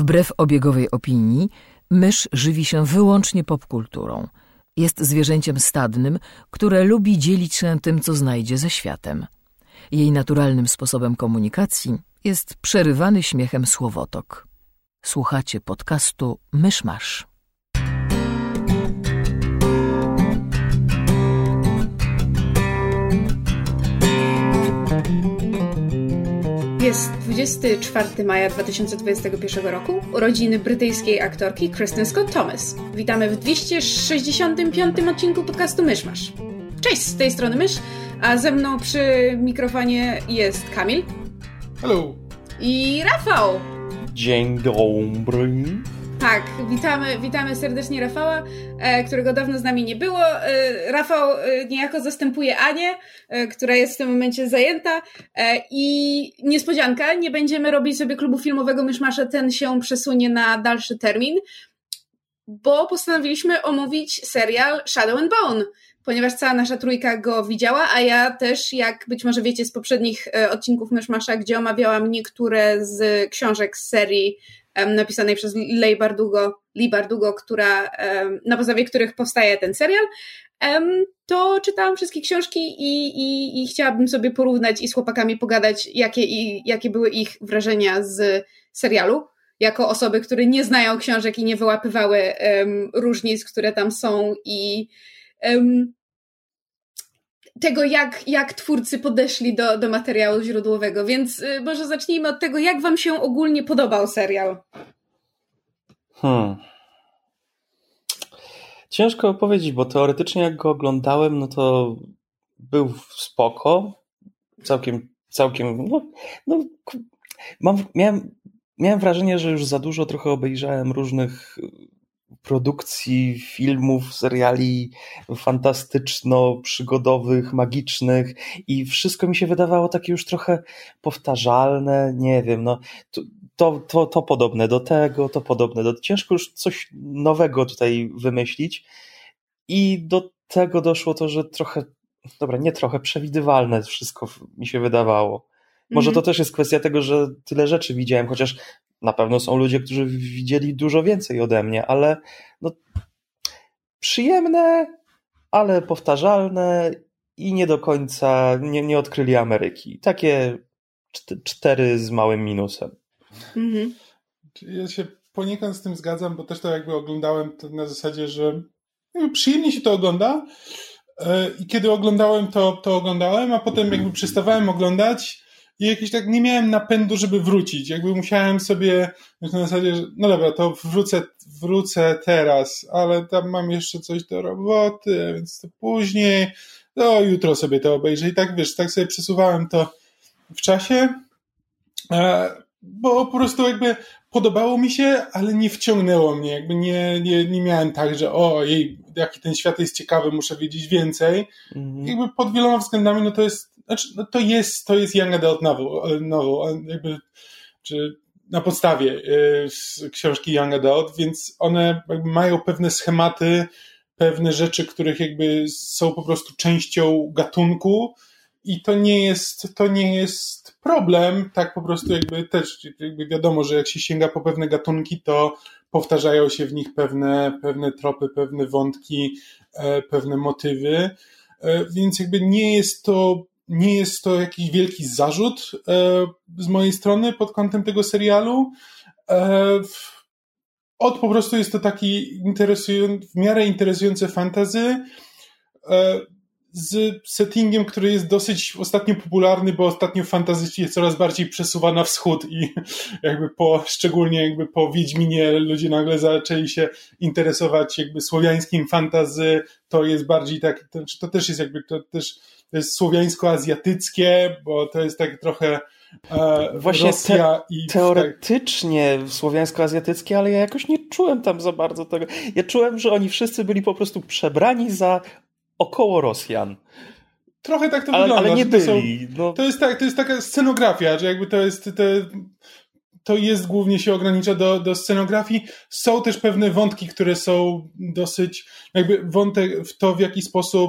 Wbrew obiegowej opinii, mysz żywi się wyłącznie popkulturą. Jest zwierzęciem stadnym, które lubi dzielić się tym, co znajdzie ze światem. Jej naturalnym sposobem komunikacji jest przerywany śmiechem słowotok. Słuchacie podcastu Mysz Masz. Jest 24 maja 2021 roku, urodziny brytyjskiej aktorki Kristen Scott Thomas. Witamy w 265. odcinku podcastu Mysz Masz. Cześć, z tej strony Mysz, a ze mną przy mikrofonie jest Kamil. Hello. I Rafał. Dzień dobry. Tak, witamy serdecznie Rafała, którego dawno z nami nie było. Rafał niejako zastępuje Anię, która jest w tym momencie zajęta i niespodzianka, nie będziemy robić sobie klubu filmowego Myszmasza, ten się przesunie na dalszy termin, bo postanowiliśmy omówić serial Shadow and Bone, ponieważ cała nasza trójka go widziała, a ja też, jak być może wiecie z poprzednich odcinków Myszmasza, gdzie omawiałam niektóre z książek z serii napisanej przez Leigh Bardugo, na podstawie których powstaje ten serial, to czytałam wszystkie książki i chciałabym sobie porównać i z chłopakami pogadać, jakie były ich wrażenia z serialu, jako osoby, które nie znają książek i nie wyłapywały różnic, które tam są i tego, jak twórcy podeszli do materiału źródłowego. Więc może zacznijmy od tego, jak wam się ogólnie podobał serial? Ciężko powiedzieć, bo teoretycznie jak go oglądałem, no to był spoko. Całkiem, miałem wrażenie, że już za dużo trochę obejrzałem różnych produkcji, filmów, seriali fantastyczno-przygodowych, magicznych i wszystko mi się wydawało takie już trochę powtarzalne, nie wiem, no to podobne do tego, to podobne do... Ciężko już coś nowego tutaj wymyślić i do tego doszło to, że trochę, przewidywalne wszystko mi się wydawało. Może to też jest kwestia tego, że tyle rzeczy widziałem, chociaż na pewno są ludzie, którzy widzieli dużo więcej ode mnie, ale no, przyjemne, ale powtarzalne i nie do końca nie odkryli Ameryki. Takie 4 z małym minusem. Mhm. Ja się poniekąd z tym zgadzam, bo też to jakby oglądałem to na zasadzie, że przyjemnie się to ogląda i kiedy oglądałem to oglądałem, a potem jakby przestawałem oglądać i jakiś tak nie miałem napędu, żeby wrócić. Jakby musiałem sobie na zasadzie, że no dobra, to wrócę teraz, ale tam mam jeszcze coś do roboty, więc to później, no jutro sobie to obejrzę. I tak wiesz, tak sobie przesuwałem to w czasie, bo po prostu jakby podobało mi się, ale nie wciągnęło mnie. Jakby nie miałem tak, że ojej, jaki ten świat jest ciekawy, muszę wiedzieć więcej. Jakby pod wieloma względami, no to jest Young Adult novel, jakby, czy na podstawie książki Young Adult, więc one jakby mają pewne schematy, pewne rzeczy, których jakby są po prostu częścią gatunku i to nie jest problem, tak po prostu jakby też jakby wiadomo, że jak się sięga po pewne gatunki, to powtarzają się w nich pewne tropy, pewne wątki, pewne motywy, więc jakby nie jest to jakiś wielki zarzut z mojej strony pod kątem tego serialu. Po prostu jest to taki w miarę interesujące fantasy z settingiem, który jest dosyć ostatnio popularny, bo ostatnio fantasy się coraz bardziej przesuwa na wschód i jakby szczególnie jakby po Wiedźminie ludzie nagle zaczęli się interesować jakby słowiańskim fantasy. To jest bardziej tak, to też jest jakby, to jest słowiańsko-azjatyckie, bo to jest tak trochę właśnie Rosja i... Teoretycznie słowiańsko-azjatyckie, ale ja jakoś nie czułem tam za bardzo tego. Ja czułem, że oni wszyscy byli po prostu przebrani za około Rosjan. Trochę tak to wygląda. Ale nie byli. To jest taka scenografia, że jakby to jest głównie się ogranicza do scenografii. Są też pewne wątki, które są dosyć jakby wątek w to, w jaki sposób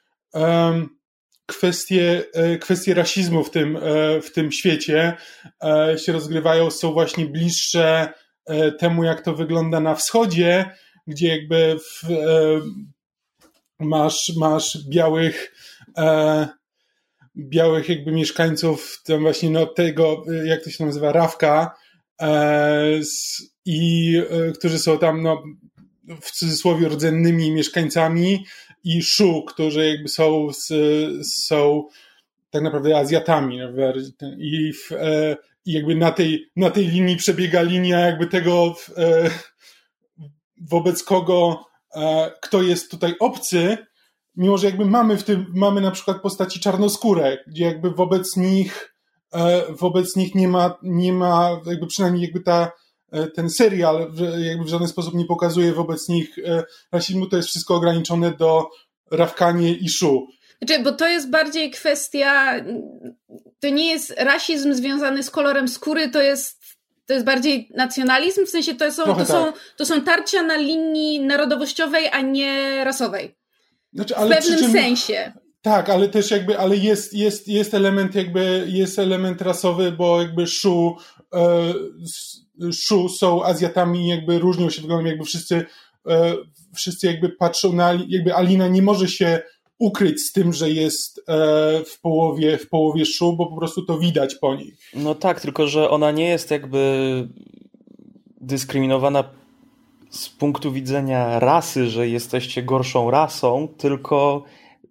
kwestie rasizmu w tym świecie się rozgrywają, są właśnie bliższe temu, jak to wygląda na wschodzie, gdzie jakby masz białych jakby mieszkańców tam właśnie tego, jak to się nazywa, Rawka, którzy są tam w cudzysłowie rdzennymi mieszkańcami, i Shu, którzy jakby są tak naprawdę Azjatami. I jakby na tej linii przebiega linia jakby tego, wobec kogo kto jest tutaj obcy, mimo że jakby mamy na przykład postaci czarnoskóre, gdzie jakby wobec nich nie ma jakby przynajmniej jakby ten serial jakby w żaden sposób nie pokazuje wobec nich rasizmu, to jest wszystko ograniczone do Rawkanie i Shu. Znaczy, bo to jest bardziej kwestia, to nie jest rasizm związany z kolorem skóry, to jest bardziej nacjonalizm, w sensie to są tarcia na linii narodowościowej, a nie rasowej. Znaczy, w pewnym sensie. Tak, ale też jakby, ale jest element rasowy, bo jakby Shu są Azjatami, jakby różnią się wyglądem, jakby wszyscy jakby patrzą jakby Alina nie może się ukryć z tym, że jest w połowie Shu, bo po prostu to widać po niej. No tak, tylko że ona nie jest jakby dyskryminowana z punktu widzenia rasy, że jesteście gorszą rasą, tylko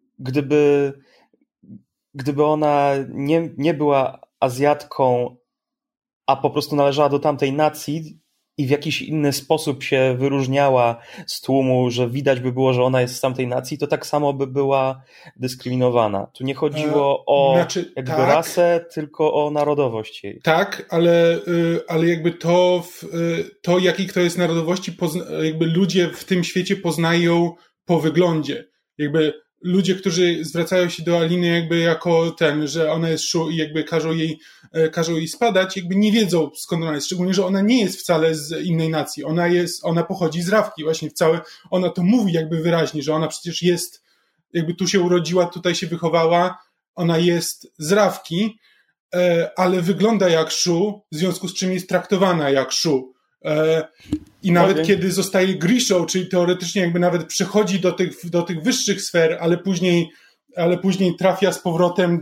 gdyby ona nie była Azjatką, a po prostu należała do tamtej nacji i w jakiś inny sposób się wyróżniała z tłumu, że widać by było, że ona jest z tamtej nacji, to tak samo by była dyskryminowana. Tu nie chodziło o rasę, tylko o narodowość jej. Tak, ale jakby to jaki kto jest narodowości, jakby ludzie w tym świecie poznają po wyglądzie. Jakby ludzie, którzy zwracają się do Aliny jakby jako że ona jest Shu i jakby każą jej spadać, jakby nie wiedzą, skąd ona jest, szczególnie, że ona nie jest wcale z innej nacji. Ona pochodzi z Rawki, właśnie ona to mówi jakby wyraźnie, że ona przecież jest, jakby tu się urodziła, tutaj się wychowała, ona jest z Rawki, ale wygląda jak Shu, w związku z czym jest traktowana jak Shu. I nawet kiedy zostaje Grishą, czyli teoretycznie jakby nawet przechodzi do tych wyższych sfer, ale później trafia z powrotem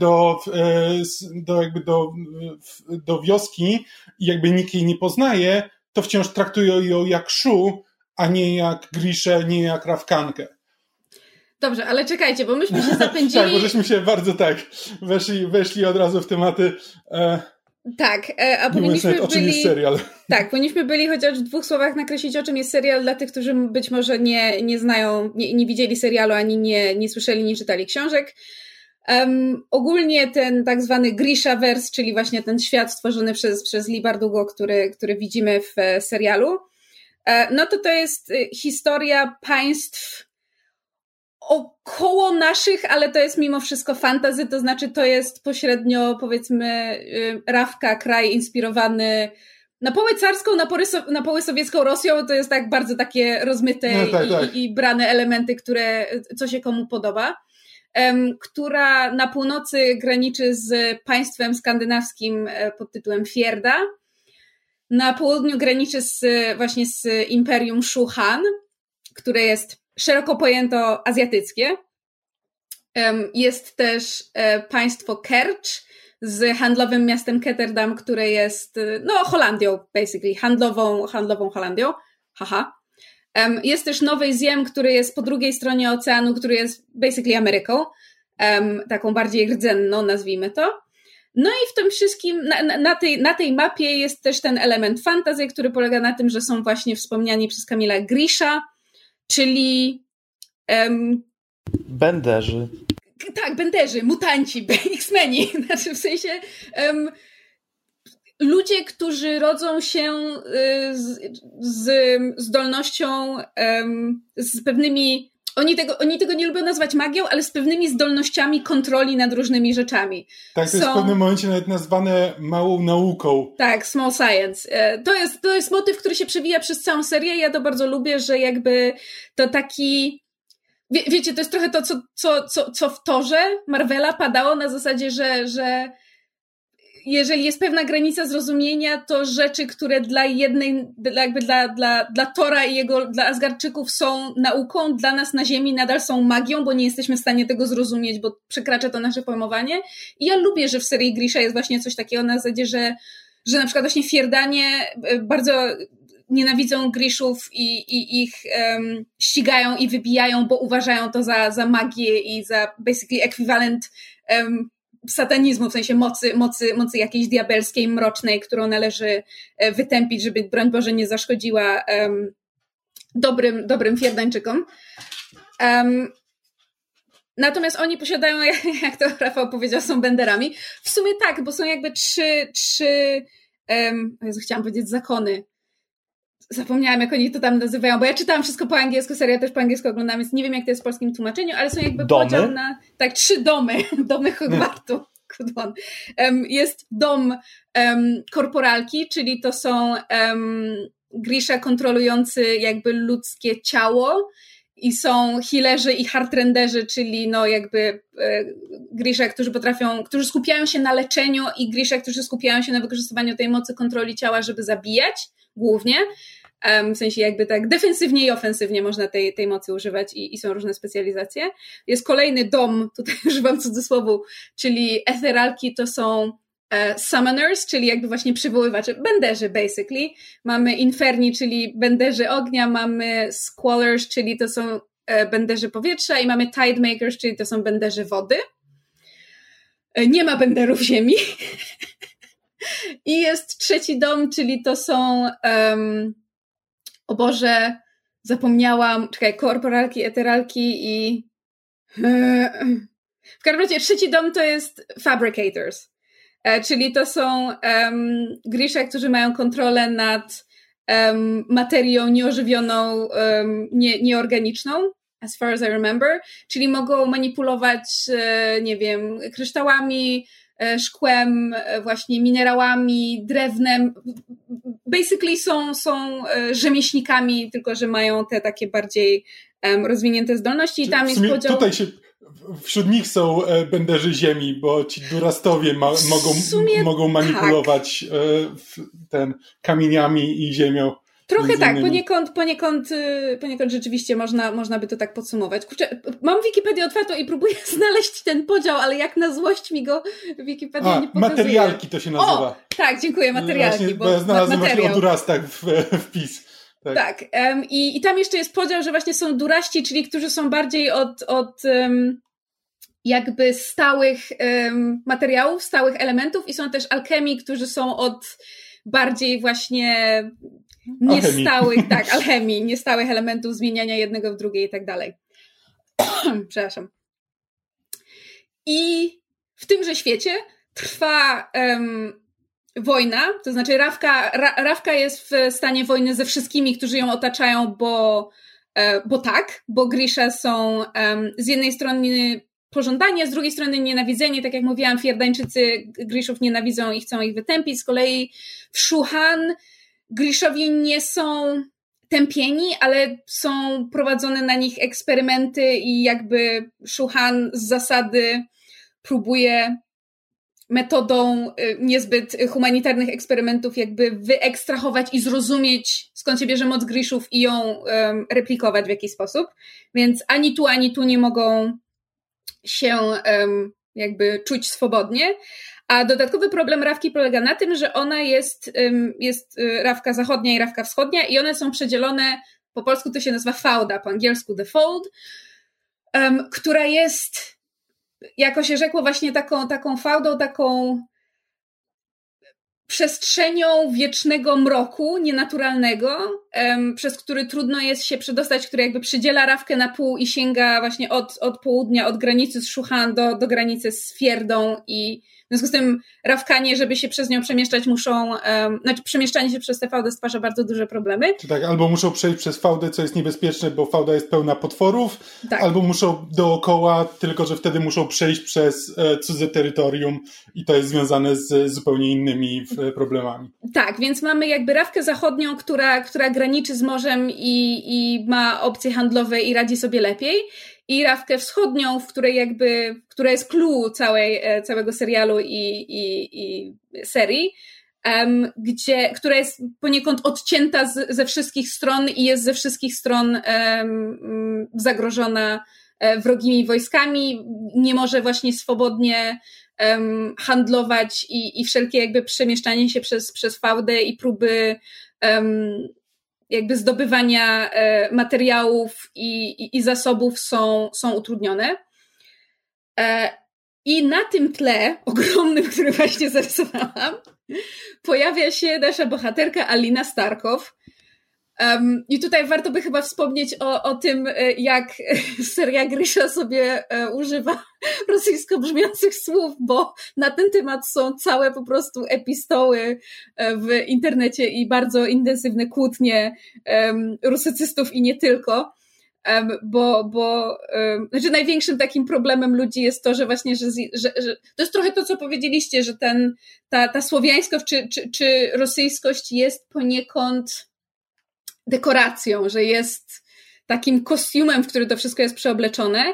do wioski i jakby nikt jej nie poznaje, to wciąż traktują ją jak Shu, a nie jak Griszę, nie jak Rawkankę. Dobrze, ale czekajcie, bo myśmy się zapędzili... Tak, bo żeśmy się bardzo weszli od razu w tematy... Tak, a powinniśmy o czym jest serial. Tak, powinniśmy byli chociaż w 2 słowach nakreślić, o czym jest serial, dla tych, którzy być może nie znają, nie widzieli serialu, ani nie słyszeli, nie czytali książek. Ogólnie ten tak zwany Grishaverse, czyli właśnie ten świat stworzony przez Leigh Bardugo, który widzimy w serialu, no to jest historia państw około naszych, ale to jest mimo wszystko fantasy, to znaczy to jest pośrednio, powiedzmy, Rawka, kraj inspirowany na połowę carską, na połowę sowiecką Rosją, to jest tak bardzo takie rozmyte i brane elementy, co się komu podoba, która na północy graniczy z państwem skandynawskim pod tytułem Fjerda, na południu graniczy właśnie z imperium Shu Han, które jest szeroko pojęto azjatyckie. Jest też państwo Kercz z handlowym miastem Ketterdam, które jest Holandią, basically, handlową Holandią. Haha. Jest też Nowy Ziem, który jest po drugiej stronie oceanu, który jest basically Ameryką, taką bardziej rdzenną, nazwijmy to. No i w tym wszystkim, na tej mapie jest też ten element fantasy, który polega na tym, że są właśnie wspomniani przez Kamila Grisha, czyli... Benderzy. Tak, benderzy, mutanci, X-meni. Znaczy w sensie ludzie, którzy rodzą się z zdolnością, z pewnymi... Oni tego nie lubią nazwać magią, ale z pewnymi zdolnościami kontroli nad różnymi rzeczami. Tak, to jest w pewnym momencie nawet nazwane małą nauką. Tak, small science. To jest motyw, który się przewija przez całą serię. Ja to bardzo lubię, że jakby to taki... Wiecie, to jest trochę to, co w Torze Marvela padało na zasadzie, że jeżeli jest pewna granica zrozumienia, to rzeczy, które dla jednej, jakby dla Tora i dla Asgardczyków są nauką, dla nas na Ziemi nadal są magią, bo nie jesteśmy w stanie tego zrozumieć, bo przekracza to nasze pojmowanie. I ja lubię, że w serii Grisha jest właśnie coś takiego na zasadzie, że na przykład właśnie Fierdanie bardzo nienawidzą Grishów i ich ścigają i wybijają, bo uważają to za magię i za basically ekwiwalent satanizmu, w sensie mocy jakiejś diabelskiej, mrocznej, którą należy wytępić, żeby broń Boże nie zaszkodziła dobrym Fierdańczykom. Natomiast oni posiadają, jak to Rafał powiedział, są benderami. W sumie tak, bo są jakby trzy chciałam powiedzieć zakony. Zapomniałam, jak oni to tam nazywają, bo ja czytałam wszystko po angielsku, serię też po angielsku oglądam, więc nie wiem, jak to jest w polskim tłumaczeniu, ale są jakby podział na... Tak, 3 domy Hogwartu. Jest dom korporalki, czyli to są Grisha kontrolujący jakby ludzkie ciało i są healerzy i hardrenderzy, czyli no jakby Grisha, którzy skupiają się na leczeniu i Grisha, którzy skupiają się na wykorzystywaniu tej mocy kontroli ciała, żeby zabijać głównie. W sensie jakby tak defensywnie i ofensywnie można tej mocy używać i są różne specjalizacje. Jest kolejny dom, tutaj używam cudzysłowu, czyli eteralki to są summoners, czyli jakby właśnie przywoływacze, benderzy basically. Mamy inferni, czyli benderzy ognia, mamy squallers, czyli to są benderzy powietrza i mamy tide makers, czyli to są benderzy wody. Nie ma benderów ziemi. I jest trzeci dom, czyli to są o Boże, zapomniałam, korporalki, eteralki i w każdym razie trzeci dom to jest fabricators, czyli to są Grisha, którzy mają kontrolę nad materią nieożywioną, nieorganiczną, as far as I remember, czyli mogą manipulować, nie wiem, kryształami, szkłem, właśnie minerałami, drewnem. Basically są rzemieślnikami, tylko że mają te takie bardziej rozwinięte zdolności i tam jest podział... Tutaj wśród nich są benderzy ziemi, bo ci durastowie mogą manipulować kamieniami i ziemią. Trochę tak, poniekąd rzeczywiście można by to tak podsumować. Kurczę, mam Wikipedię otwartą i próbuję znaleźć ten podział, ale jak na złość mi go Wikipedia nie pokazuje. Materialki to się nazywa. O, tak, dziękuję, materialki. Właśnie, bo ja znalazłem właśnie o durastach wpis. Tak, i tam jeszcze jest podział, że właśnie są duraści, czyli którzy są bardziej od jakby stałych materiałów, stałych elementów i są też alchemii, którzy są od bardziej właśnie niestałych, tak, alchemii, niestałych elementów, zmieniania jednego w drugie i tak dalej. Przepraszam. I w tymże świecie trwa wojna, to znaczy Rawka jest w stanie wojny ze wszystkimi, którzy ją otaczają, bo Grisha są z jednej strony pożądani, a z drugiej strony nienawidzeni. Tak jak mówiłam, Fierdańczycy Grishów nienawidzą i chcą ich wytępić. Z kolei w Shuhan Grishowi nie są tępieni, ale są prowadzone na nich eksperymenty i jakby Shuhan z zasady próbuje metodą niezbyt humanitarnych eksperymentów jakby wyekstrahować i zrozumieć, skąd się bierze moc Grishów i ją replikować w jakiś sposób. Więc ani tu nie mogą się jakby czuć swobodnie. A dodatkowy problem Rawki polega na tym, że ona jest Rawka zachodnia i Rawka wschodnia i one są przedzielone, po polsku to się nazywa fałda, po angielsku the fold, która jest, jako się rzekło, właśnie taką fałdą, taką przestrzenią wiecznego mroku, nienaturalnego, przez który trudno jest się przedostać, który jakby przydziela Rawkę na pół i sięga właśnie od południa, od granicy z Shuhan do granicy z Fierdą i w związku z tym Rawkanie, żeby się przez nią przemieszczać muszą, przemieszczanie się przez tę fałdę stwarza bardzo duże problemy. Tak, albo muszą przejść przez fałdę, co jest niebezpieczne, bo fałda jest pełna potworów, tak. Albo muszą dookoła, tylko że wtedy muszą przejść przez cudze terytorium i to jest związane z zupełnie innymi problemami. Tak, więc mamy jakby Rawkę zachodnią, która graniczy z morzem i ma opcje handlowe i radzi sobie lepiej. i Rawkę Wschodnią, która jest clue całego serialu i serii, która jest poniekąd odcięta ze wszystkich stron i jest ze wszystkich stron zagrożona wrogimi wojskami, nie może właśnie swobodnie handlować i wszelkie jakby przemieszczanie się przez fałdę i próby jakby zdobywania materiałów i zasobów są utrudnione. I na tym tle ogromnym, który właśnie zarysowałam, pojawia się nasza bohaterka Alina Starkow. I tutaj warto by chyba wspomnieć o tym, jak seria Grisha sobie używa rosyjsko brzmiących słów, bo na ten temat są całe po prostu epistoły w internecie i bardzo intensywne kłótnie rusycystów i nie tylko. Znaczy największym takim problemem ludzi jest to, że właśnie, że to jest trochę to, co powiedzieliście, że ta słowiańskość czy rosyjskość jest poniekąd dekoracją, że jest takim kostiumem, w który to wszystko jest przeobleczone.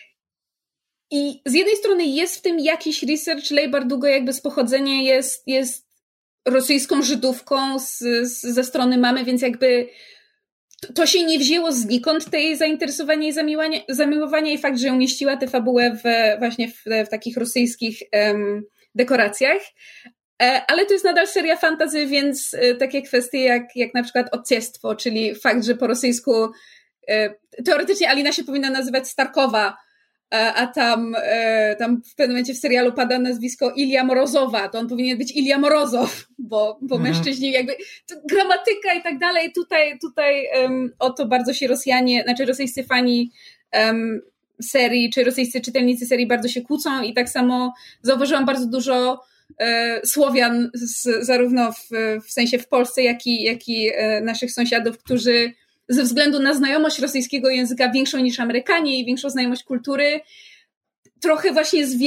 I z jednej strony jest w tym jakiś research, Leigh Bardugo jakby z pochodzenia jest rosyjską Żydówką ze strony mamy, więc jakby to się nie wzięło znikąd, tej zainteresowania i zamiłowania i fakt, że umieściła tę fabułę właśnie w takich rosyjskich dekoracjach. Ale to jest nadal seria fantasy, więc takie kwestie jak na przykład odciestwo, czyli fakt, że po rosyjsku teoretycznie Alina się powinna nazywać Starkowa, a tam w pewnym momencie w serialu pada nazwisko Ilja Morozowa, to on powinien być Ilja Morozow, bo mężczyźni jakby gramatyka i tak dalej, tutaj o to bardzo się rosyjscy fani serii, czy rosyjscy czytelnicy serii bardzo się kłócą i tak samo zauważyłam bardzo dużo Słowian zarówno w sensie w Polsce, jak i naszych sąsiadów, którzy ze względu na znajomość rosyjskiego języka większą niż Amerykanie i większą znajomość kultury, trochę właśnie z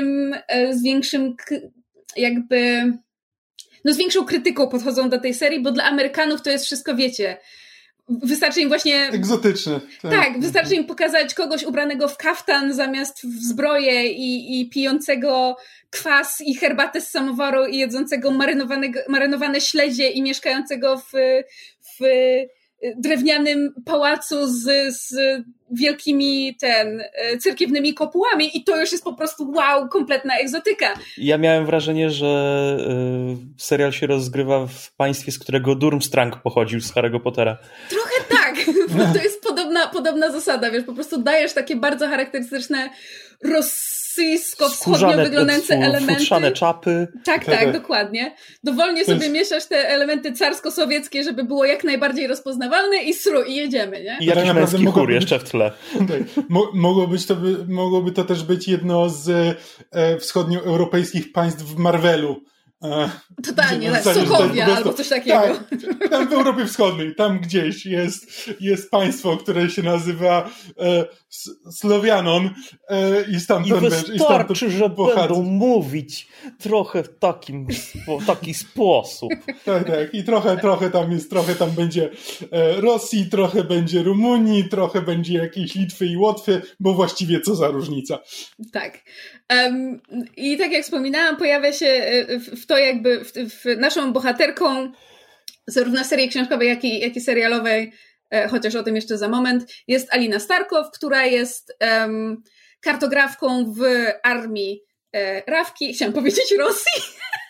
większą krytyką podchodzą do tej serii, bo dla Amerykanów to jest wszystko, wiecie, wystarczy im właśnie... Egzotyczne. Tak, wystarczy im pokazać kogoś ubranego w kaftan zamiast w zbroję i pijącego kwas i herbatę z samowaru i jedzącego marynowane śledzie i mieszkającego w drewnianym pałacu z wielkimi cerkiewnymi kopułami i to już jest po prostu wow, kompletna egzotyka. Ja miałem wrażenie, że serial się rozgrywa w państwie, z którego Durmstrang pochodził, z Harry'ego Pottera. Trochę tak, bo to jest podobna zasada, wiesz, po prostu dajesz takie bardzo charakterystyczne rosyjsko-wschodnio wyglądające elementy. Futrzane czapy. Tak, dokładnie. Dowolnie sobie mieszasz te elementy carsko-sowieckie, żeby było jak najbardziej rozpoznawalne i jedziemy, nie? I jakiś męski chór jeszcze w tle. Tak. Mogłoby to też być jedno z wschodnioeuropejskich państw w Marvelu. Totalnie, Sokovia albo coś takiego. Tak, tam w Europie Wschodniej, tam gdzieś jest państwo, które się nazywa Slowianon i stamtąd wystarczy, że będą mówić trochę w taki sposób. Tak, i trochę tam będzie Rosji, trochę będzie Rumunii, trochę będzie jakiejś Litwy i Łotwy, bo właściwie co za różnica. Tak. I tak jak wspominałam, pojawia się w to jakby w naszą bohaterką zarówno serii książkowej, jak i serialowej, chociaż o tym jeszcze za moment, jest Alina Starkow, która jest kartografką w armii Rawki, chciałam powiedzieć Rosji.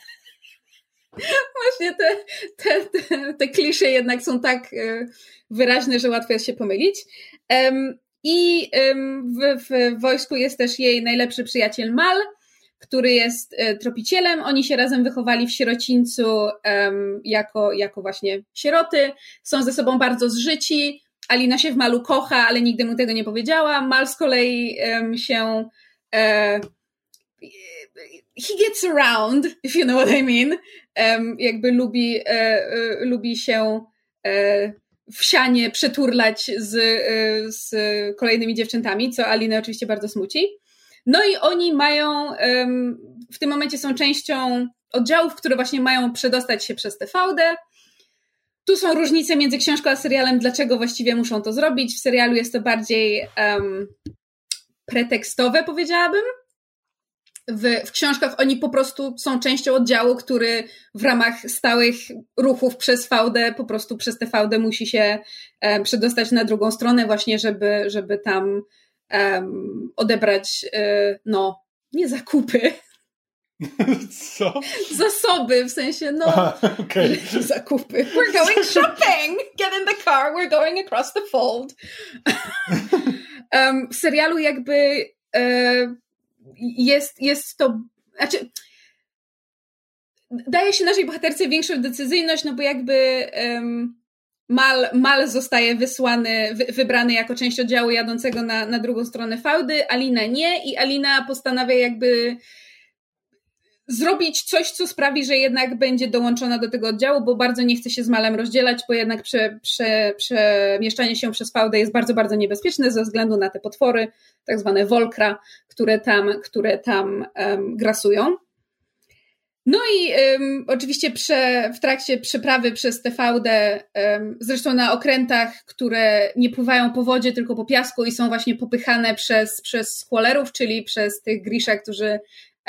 Właśnie te klisze jednak są tak wyraźne, że łatwo jest się pomylić. I w wojsku jest też jej najlepszy przyjaciel Mal, który jest tropicielem. Oni się razem wychowali w sierocińcu jako właśnie sieroty. Są ze sobą bardzo zżyci. Alina się w Malu kocha, ale nigdy mu tego nie powiedziała. Mal z kolei się he gets around, if you know what I mean. Jakby lubi się w sianie przeturlać z kolejnymi dziewczętami, co Alinę oczywiście bardzo smuci. No i oni mają, w tym momencie są częścią oddziałów, które właśnie mają przedostać się przez tę fałdę. Tu są różnice między książką a serialem, dlaczego właściwie muszą to zrobić. W serialu jest to bardziej pretekstowe, powiedziałabym. W książkach oni po prostu są częścią oddziału, który w ramach stałych ruchów przez fałdę, po prostu przez tę fałdę musi się przedostać na drugą stronę właśnie, żeby tam odebrać, nie zakupy. Co? Zasoby, w sensie, okay. Zakupy. We're going shopping! Get in the car, we're going across the fold. W serialu jakby jest to, znaczy daje się naszej bohaterce większą decyzyjność, no bo jakby Mal zostaje wybrany jako część oddziału jadącego na drugą stronę fałdy, Alina nie i Alina postanawia jakby zrobić coś, co sprawi, że jednak będzie dołączona do tego oddziału, bo bardzo nie chce się z Malem rozdzielać, bo jednak przemieszczanie się przez fałdę jest bardzo, bardzo niebezpieczne ze względu na te potwory, tak zwane Volcra, które tam grasują. No i oczywiście w trakcie przeprawy przez tę fałdę, zresztą na okrętach, które nie pływają po wodzie, tylko po piasku i są właśnie popychane przez squalerów, czyli przez tych Grisha, którzy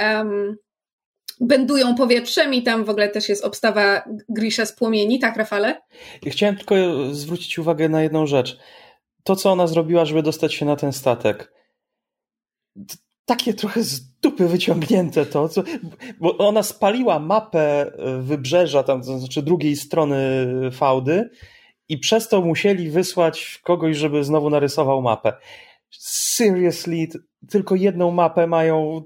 będują powietrzem i tam w ogóle też jest obstawa Grisha z płomieni, tak, Rafale? Chciałem tylko zwrócić uwagę na jedną rzecz. To, co ona zrobiła, żeby dostać się na ten statek. Takie trochę z dupy wyciągnięte to, bo ona spaliła mapę wybrzeża, tam, to znaczy drugiej strony fałdy i przez to musieli wysłać kogoś, żeby znowu narysował mapę. Seriously, tylko jedną mapę mają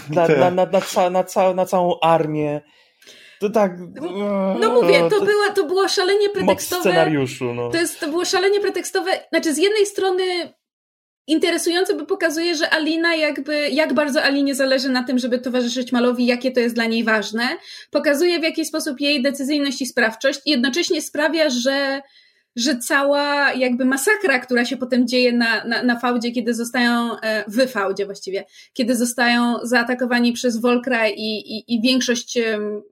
na całą armię. To tak. No mówię, to było szalenie pretekstowe. Moc scenariuszu. No. To było szalenie pretekstowe. Znaczy, z jednej strony interesujące, bo pokazuje, że Alina jak bardzo Alinie zależy na tym, żeby towarzyszyć Malowi, jakie to jest dla niej ważne. Pokazuje, w jaki sposób jej decyzyjność i sprawczość i jednocześnie sprawia, że cała jakby masakra, która się potem dzieje na fałdzie, kiedy zostają, w fałdzie właściwie, kiedy zostają zaatakowani przez Volcra i większość,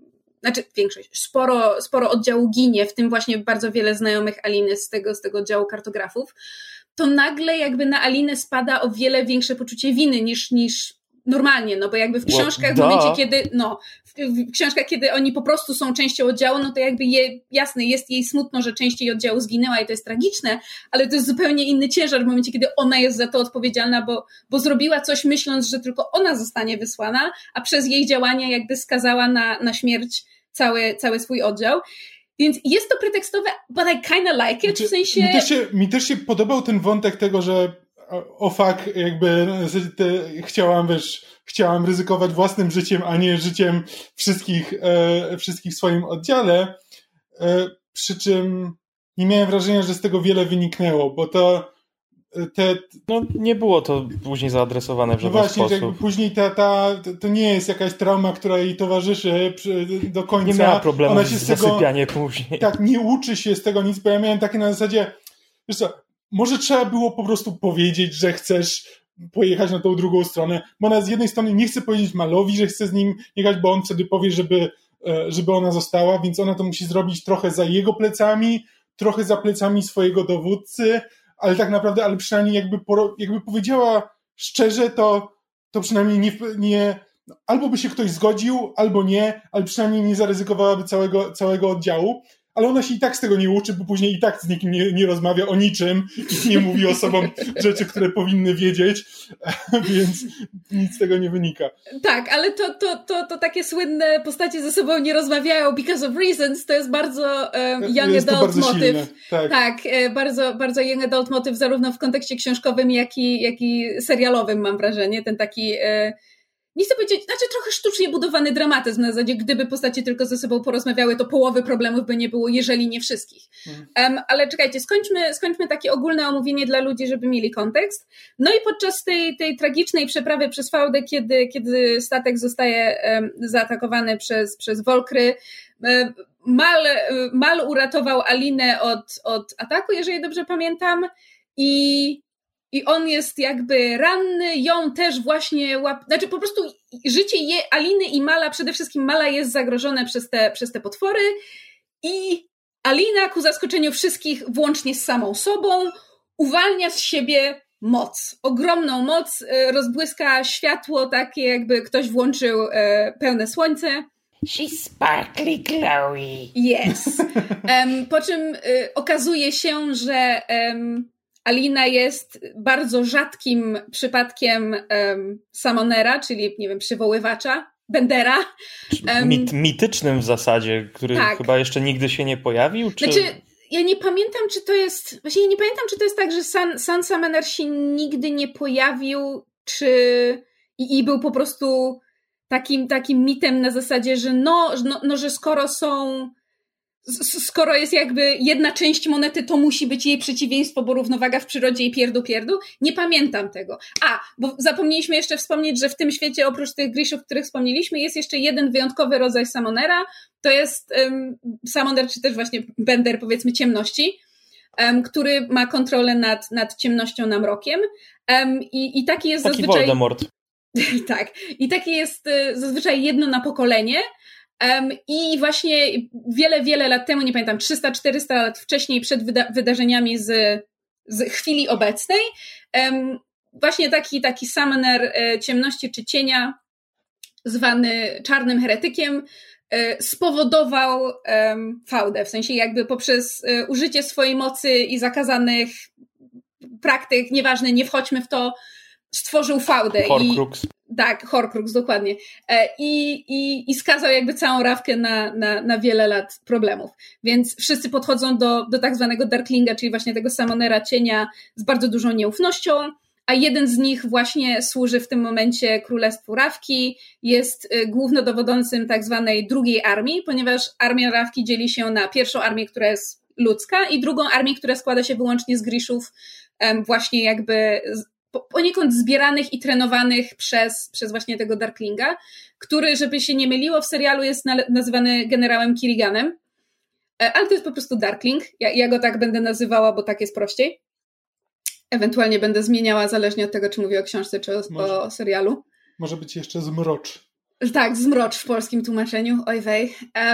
sporo oddziału ginie, w tym właśnie bardzo wiele znajomych Aliny z tego oddziału kartografów, to nagle jakby na Alinę spada o wiele większe poczucie winy niż normalnie, no bo jakby w książkach w momencie, kiedy, w książkach, kiedy oni po prostu są częścią oddziału, no to jakby jasne, jest jej smutno, że część jej oddziału zginęła i to jest tragiczne, ale to jest zupełnie inny ciężar w momencie, kiedy ona jest za to odpowiedzialna, bo zrobiła coś myśląc, że tylko ona zostanie wysłana, a przez jej działania jakby skazała na śmierć cały swój oddział. Więc jest to pretekstowe, but I kinda like it, w sensie... Mi też się podobał ten wątek tego, że jakby chciałam ryzykować własnym życiem, a nie życiem wszystkich w swoim oddziale, przy czym nie miałem wrażenia, że z tego wiele wyniknęło, bo to nie było to później zaadresowane w żaden sposób. Właśnie, później to nie jest jakaś trauma, która jej towarzyszy do końca. Nie miała problemu z zasypianiem później. Tak, nie uczy się z tego nic, bo ja miałem takie na zasadzie, wiesz co, może trzeba było po prostu powiedzieć, że chcesz pojechać na tą drugą stronę, bo ona z jednej strony nie chce powiedzieć Malowi, że chce z nim jechać, bo on wtedy powie, żeby ona została, więc ona to musi zrobić trochę za jego plecami, trochę za plecami swojego dowódcy, ale tak naprawdę, ale przynajmniej jakby powiedziała szczerze, to przynajmniej nie albo by się ktoś zgodził, albo nie, ale przynajmniej nie zaryzykowałaby całego oddziału. Ale ona się i tak z tego nie uczy, bo później i tak z nikim nie rozmawia o niczym i nie mówi osobom rzeczy, które powinny wiedzieć, więc nic z tego nie wynika. Tak, ale to takie słynne postacie ze sobą nie rozmawiają because of reasons, to jest bardzo young jest adult motyw. Silne. Tak, bardzo, bardzo young adult motyw, zarówno w kontekście książkowym, jak i serialowym, mam wrażenie. Ten taki... Nie chcę powiedzieć, trochę sztucznie budowany dramatyzm na zasadzie, gdyby postacie tylko ze sobą porozmawiały, to połowy problemów by nie było, jeżeli nie wszystkich. Ale czekajcie, skończmy takie ogólne omówienie dla ludzi, żeby mieli kontekst. No i podczas tej tragicznej przeprawy przez fałdę, kiedy statek zostaje zaatakowany przez Volcry, Mal uratował Alinę od ataku, jeżeli dobrze pamiętam, i on jest jakby ranny, ją też właśnie po prostu życie Aliny i Mala, przede wszystkim Mala jest zagrożone przez te potwory i Alina ku zaskoczeniu wszystkich, włącznie z samą sobą, uwalnia z siebie moc. Ogromną moc, rozbłyska światło takie, jakby ktoś włączył pełne słońce. She's sparkly glowy. Yes. Po czym okazuje się, że Alina jest bardzo rzadkim przypadkiem summonera, czyli, nie wiem, przywoływacza, bendera. Mitycznym w zasadzie, który tak. chyba jeszcze nigdy się nie pojawił? Czy... Znaczy, ja nie pamiętam, czy to jest... Właśnie nie pamiętam, czy to jest tak, że Sun Summoner się nigdy nie pojawił, czy... I był po prostu takim mitem na zasadzie, że że skoro jest jakby jedna część monety, to musi być jej przeciwieństwo, bo równowaga w przyrodzie i pierdu. Nie pamiętam tego. Bo zapomnieliśmy jeszcze wspomnieć, że w tym świecie oprócz tych Grishów, których wspomnieliśmy, jest jeszcze jeden wyjątkowy rodzaj Summonera. To jest Summoner, czy też właśnie Bender, powiedzmy, ciemności, który ma kontrolę nad ciemnością, nad mrokiem. I taki jest taki zazwyczaj... Voldemort. Tak. I taki jest zazwyczaj jedno na pokolenie. I właśnie wiele lat temu, nie pamiętam, 300-400 lat wcześniej, przed wydarzeniami z chwili obecnej, właśnie taki summoner ciemności czy cienia, zwany czarnym heretykiem, spowodował fałdę, w sensie jakby poprzez użycie swojej mocy i zakazanych praktyk, nieważne, nie wchodźmy w to, stworzył fałdę. Horcrux. Tak, Horcrux, dokładnie. I skazał jakby całą Rawkę na wiele lat problemów. Więc wszyscy podchodzą do tak zwanego Darklinga, czyli właśnie tego Summonera cienia, z bardzo dużą nieufnością, a jeden z nich właśnie służy w tym momencie Królestwu Rawki, jest głównodowodzącym tak zwanej drugiej armii, ponieważ armia Rawki dzieli się na pierwszą armię, która jest ludzka, i drugą armię, która składa się wyłącznie z Grishów, właśnie jakby poniekąd zbieranych i trenowanych przez właśnie tego Darklinga, który, żeby się nie myliło, w serialu jest nazywany generałem Kiriganem, ale to jest po prostu Darkling. Ja go tak będę nazywała, bo tak jest prościej. Ewentualnie będę zmieniała, zależnie od tego, czy mówię o książce, czy o serialu. Może być jeszcze Zmrocz. Tak, Zmrocz w polskim tłumaczeniu, oj wej.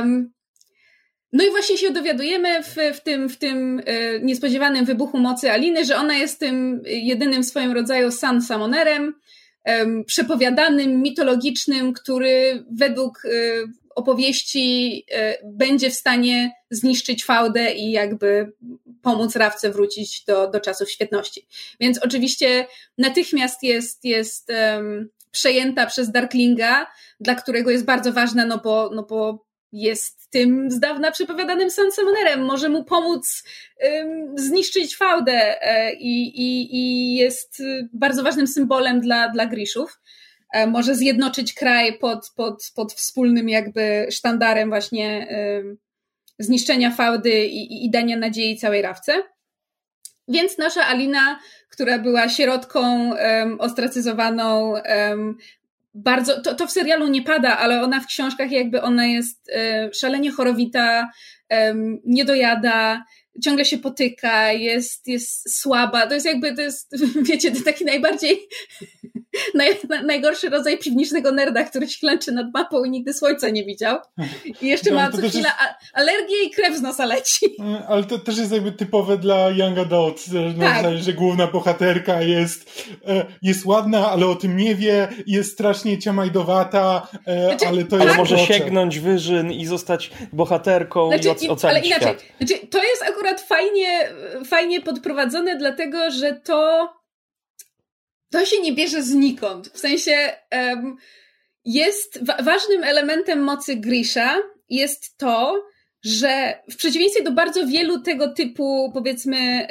No i właśnie się dowiadujemy w tym niespodziewanym wybuchu mocy Aliny, że ona jest tym jedynym w swoim rodzaju Sun Summonerem, przepowiadanym, mitologicznym, który według opowieści będzie w stanie zniszczyć fałdę i jakby pomóc Rawce wrócić do czasów świetności. Więc oczywiście natychmiast jest przejęta przez Darklinga, dla którego jest bardzo ważna, no bo jest tym z dawna przepowiadanym Sun Summonerem, może mu pomóc zniszczyć fałdę i jest bardzo ważnym symbolem dla Grishów. Może zjednoczyć kraj pod wspólnym jakby sztandarem właśnie zniszczenia fałdy i dania nadziei całej Rawce. Więc nasza Alina, która była sierotką ostracyzowaną, bardzo, to w serialu nie pada, ale ona w książkach jakby ona jest szalenie chorowita, nie dojada, ciągle się potyka, jest słaba. To jest, wiecie, to taki najgorszy rodzaj piwniczego nerda, który się klęczy nad mapą i nigdy słońca nie widział. I jeszcze ma co chwilę alergię i krew z nosa leci. Ale to też jest jakby typowe dla young adult, tak. Że główna bohaterka jest ładna, ale o tym nie wie, jest strasznie ciamajdowata, ale to jest... Ale może sięgnąć wyżyn i zostać bohaterką i ocalić ale inaczej, świat. To jest akurat fajnie podprowadzone, dlatego że to się nie bierze znikąd. W sensie jest ważnym elementem mocy Grisha jest to, że w przeciwieństwie do bardzo wielu tego typu, powiedzmy,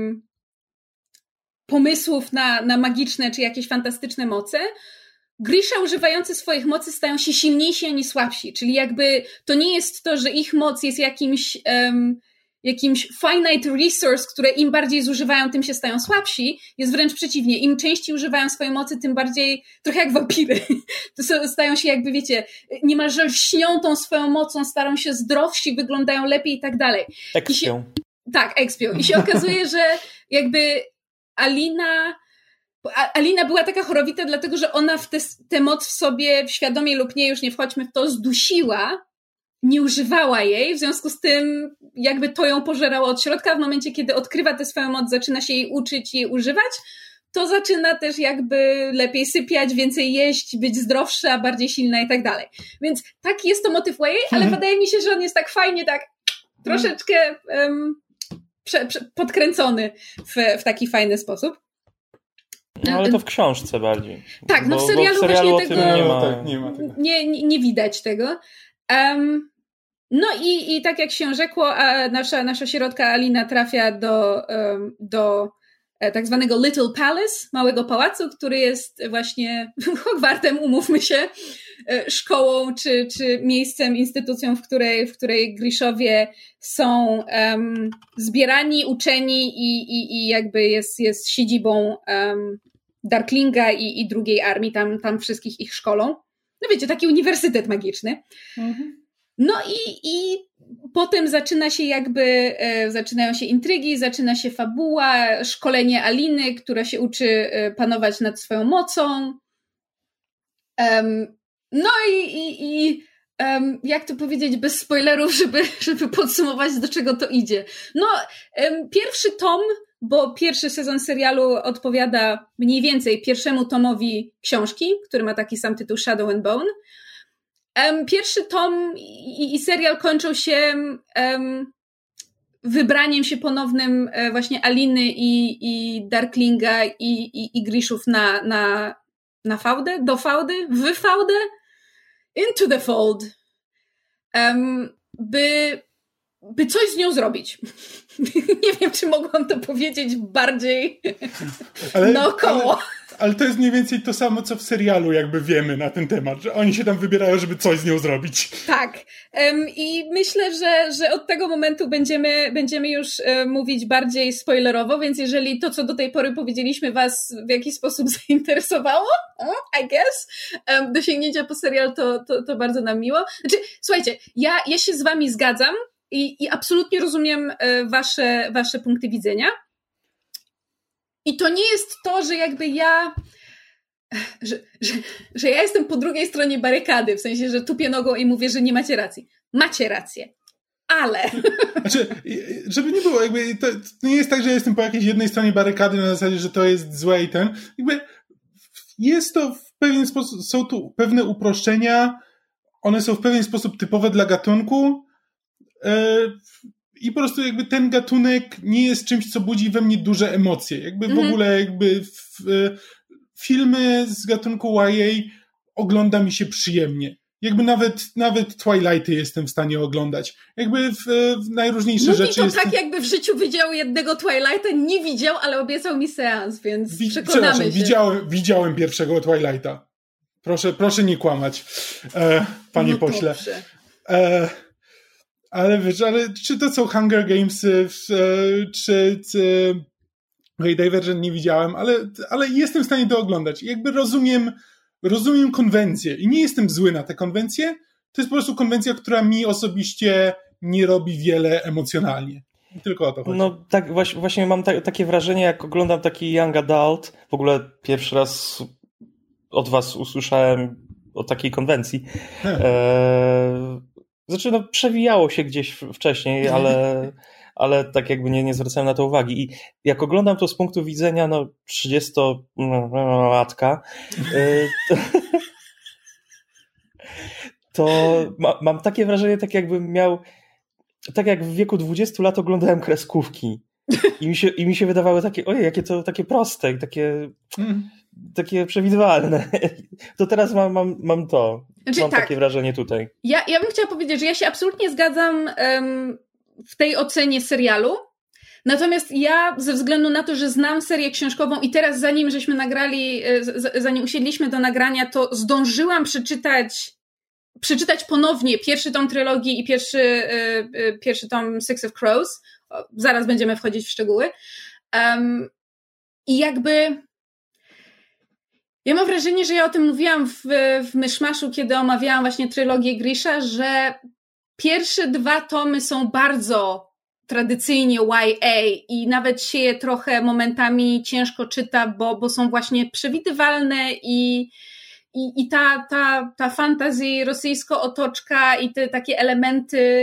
pomysłów na magiczne czy jakieś fantastyczne moce, Grisha używający swoich mocy stają się silniejsi, a nie słabsi. Czyli jakby to nie jest to, że ich moc jest jakimś finite resource, które im bardziej zużywają, tym się stają słabsi. Jest wręcz przeciwnie. Im częściej używają swojej mocy, tym bardziej, trochę jak wampiry. To stają się jakby, wiecie, niemalże lśnią tą swoją mocą, starają się zdrowsi, wyglądają lepiej i tak dalej. Ekspią. Tak, ekspią. I się okazuje, że jakby Alina była taka chorowita, dlatego że ona tę moc w sobie, świadomie lub nie, już nie wchodźmy w to, zdusiła, nie używała jej, w związku z tym jakby to ją pożerało od środka. W momencie, kiedy odkrywa tę swoją moc, zaczyna się jej uczyć, jej używać, to zaczyna też jakby lepiej sypiać, więcej jeść, być zdrowsza, bardziej silna i tak dalej. Więc taki jest to motyw YA, ale wydaje mi się, że on jest tak fajnie, tak troszeczkę podkręcony w taki fajny sposób. No, ale to w książce bardziej. Tak, no w serialu właśnie tego nie ma tego. Nie widać tego. No i tak jak się rzekło, nasza sierotka Alina trafia do tak zwanego Little Palace, małego pałacu, który jest właśnie Hogwartem, umówmy się, szkołą czy miejscem, instytucją, w której Grishowie są zbierani, uczeni i jakby jest siedzibą Darklinga i drugiej armii, tam wszystkich ich szkolą. No wiecie, taki uniwersytet magiczny. Mhm. No i potem zaczynają się intrygi, zaczyna się fabuła, szkolenie Aliny, która się uczy panować nad swoją mocą. No i jak to powiedzieć bez spoilerów, żeby podsumować, do czego to idzie. No, pierwszy tom, bo pierwszy sezon serialu odpowiada mniej więcej pierwszemu tomowi książki, który ma taki sam tytuł Shadow and Bone. Pierwszy tom i serial kończą się wybraniem się ponownym właśnie Aliny i Darklinga i Grishów na fałdę, do fałdy, w fałdę, into the fold, by coś z nią zrobić. Nie wiem, czy mogłam to powiedzieć bardziej naokoło. Ale to jest mniej więcej to samo, co w serialu jakby wiemy na ten temat, że oni się tam wybierają, żeby coś z nią zrobić. Tak. I myślę, że od tego momentu będziemy już mówić bardziej spoilerowo, więc jeżeli to, co do tej pory powiedzieliśmy, was w jakiś sposób zainteresowało, I guess, do sięgnięcia po serial, to bardzo nam miło. Znaczy, słuchajcie, ja się z wami zgadzam i absolutnie rozumiem wasze punkty widzenia. I to nie jest to, że jakby że ja jestem po drugiej stronie barykady, w sensie, że tupię nogą i mówię, że nie macie racji. Macie rację. Ale... Znaczy, żeby nie było, jakby to nie jest tak, że ja jestem po jakiejś jednej stronie barykady na zasadzie, że to jest złe i jakby jest to w pewien sposób, są tu pewne uproszczenia, one są w pewien sposób typowe dla gatunku, i po prostu jakby ten gatunek nie jest czymś, co budzi we mnie duże emocje. Jakby w ogóle jakby filmy z gatunku YA ogląda mi się przyjemnie. Jakby nawet Twilighty jestem w stanie oglądać. Jakby w najróżniejsze rzeczy to tak jakby w życiu widział jednego Twilighta, nie widział, ale obiecał mi seans, więc przekonamy się. Widziałem pierwszego Twilighta. Proszę nie kłamać, panie pośle. Dobrze. Ale wiesz, czy to są Hunger Games, czy Divergent nie widziałem, ale jestem w stanie to oglądać. Jakby rozumiem konwencję i nie jestem zły na te konwencje. To jest po prostu konwencja, która mi osobiście nie robi wiele emocjonalnie. Tylko o to chodzi. No tak, właśnie mam takie wrażenie, jak oglądam taki young adult, w ogóle pierwszy raz od was usłyszałem o takiej konwencji. Znaczy, przewijało się gdzieś wcześniej, ale tak jakby nie zwracałem na to uwagi. I jak oglądam to z punktu widzenia 30-latka, to mam takie wrażenie, tak jakbym miał, tak jak w wieku 20 lat oglądałem kreskówki. I mi się wydawały takie, ojej, jakie to takie proste i takie przewidywalne. To teraz mam to. Znaczy, mam takie wrażenie tutaj. Ja bym chciała powiedzieć, że ja się absolutnie zgadzam w tej ocenie serialu. Natomiast ja, ze względu na to, że znam serię książkową i teraz zanim żeśmy nagrali, zanim usiedliśmy do nagrania, to zdążyłam przeczytać ponownie pierwszy tom trylogii i pierwszy tom Six of Crows. Zaraz będziemy wchodzić w szczegóły. I jakby ja mam wrażenie, że ja o tym mówiłam w Myszmaszu, kiedy omawiałam właśnie trylogię Grisha, że pierwsze 2 tomy są bardzo tradycyjnie YA i nawet się je trochę momentami ciężko czyta, bo są właśnie przewidywalne i ta fantasy rosyjsko otoczka i te takie elementy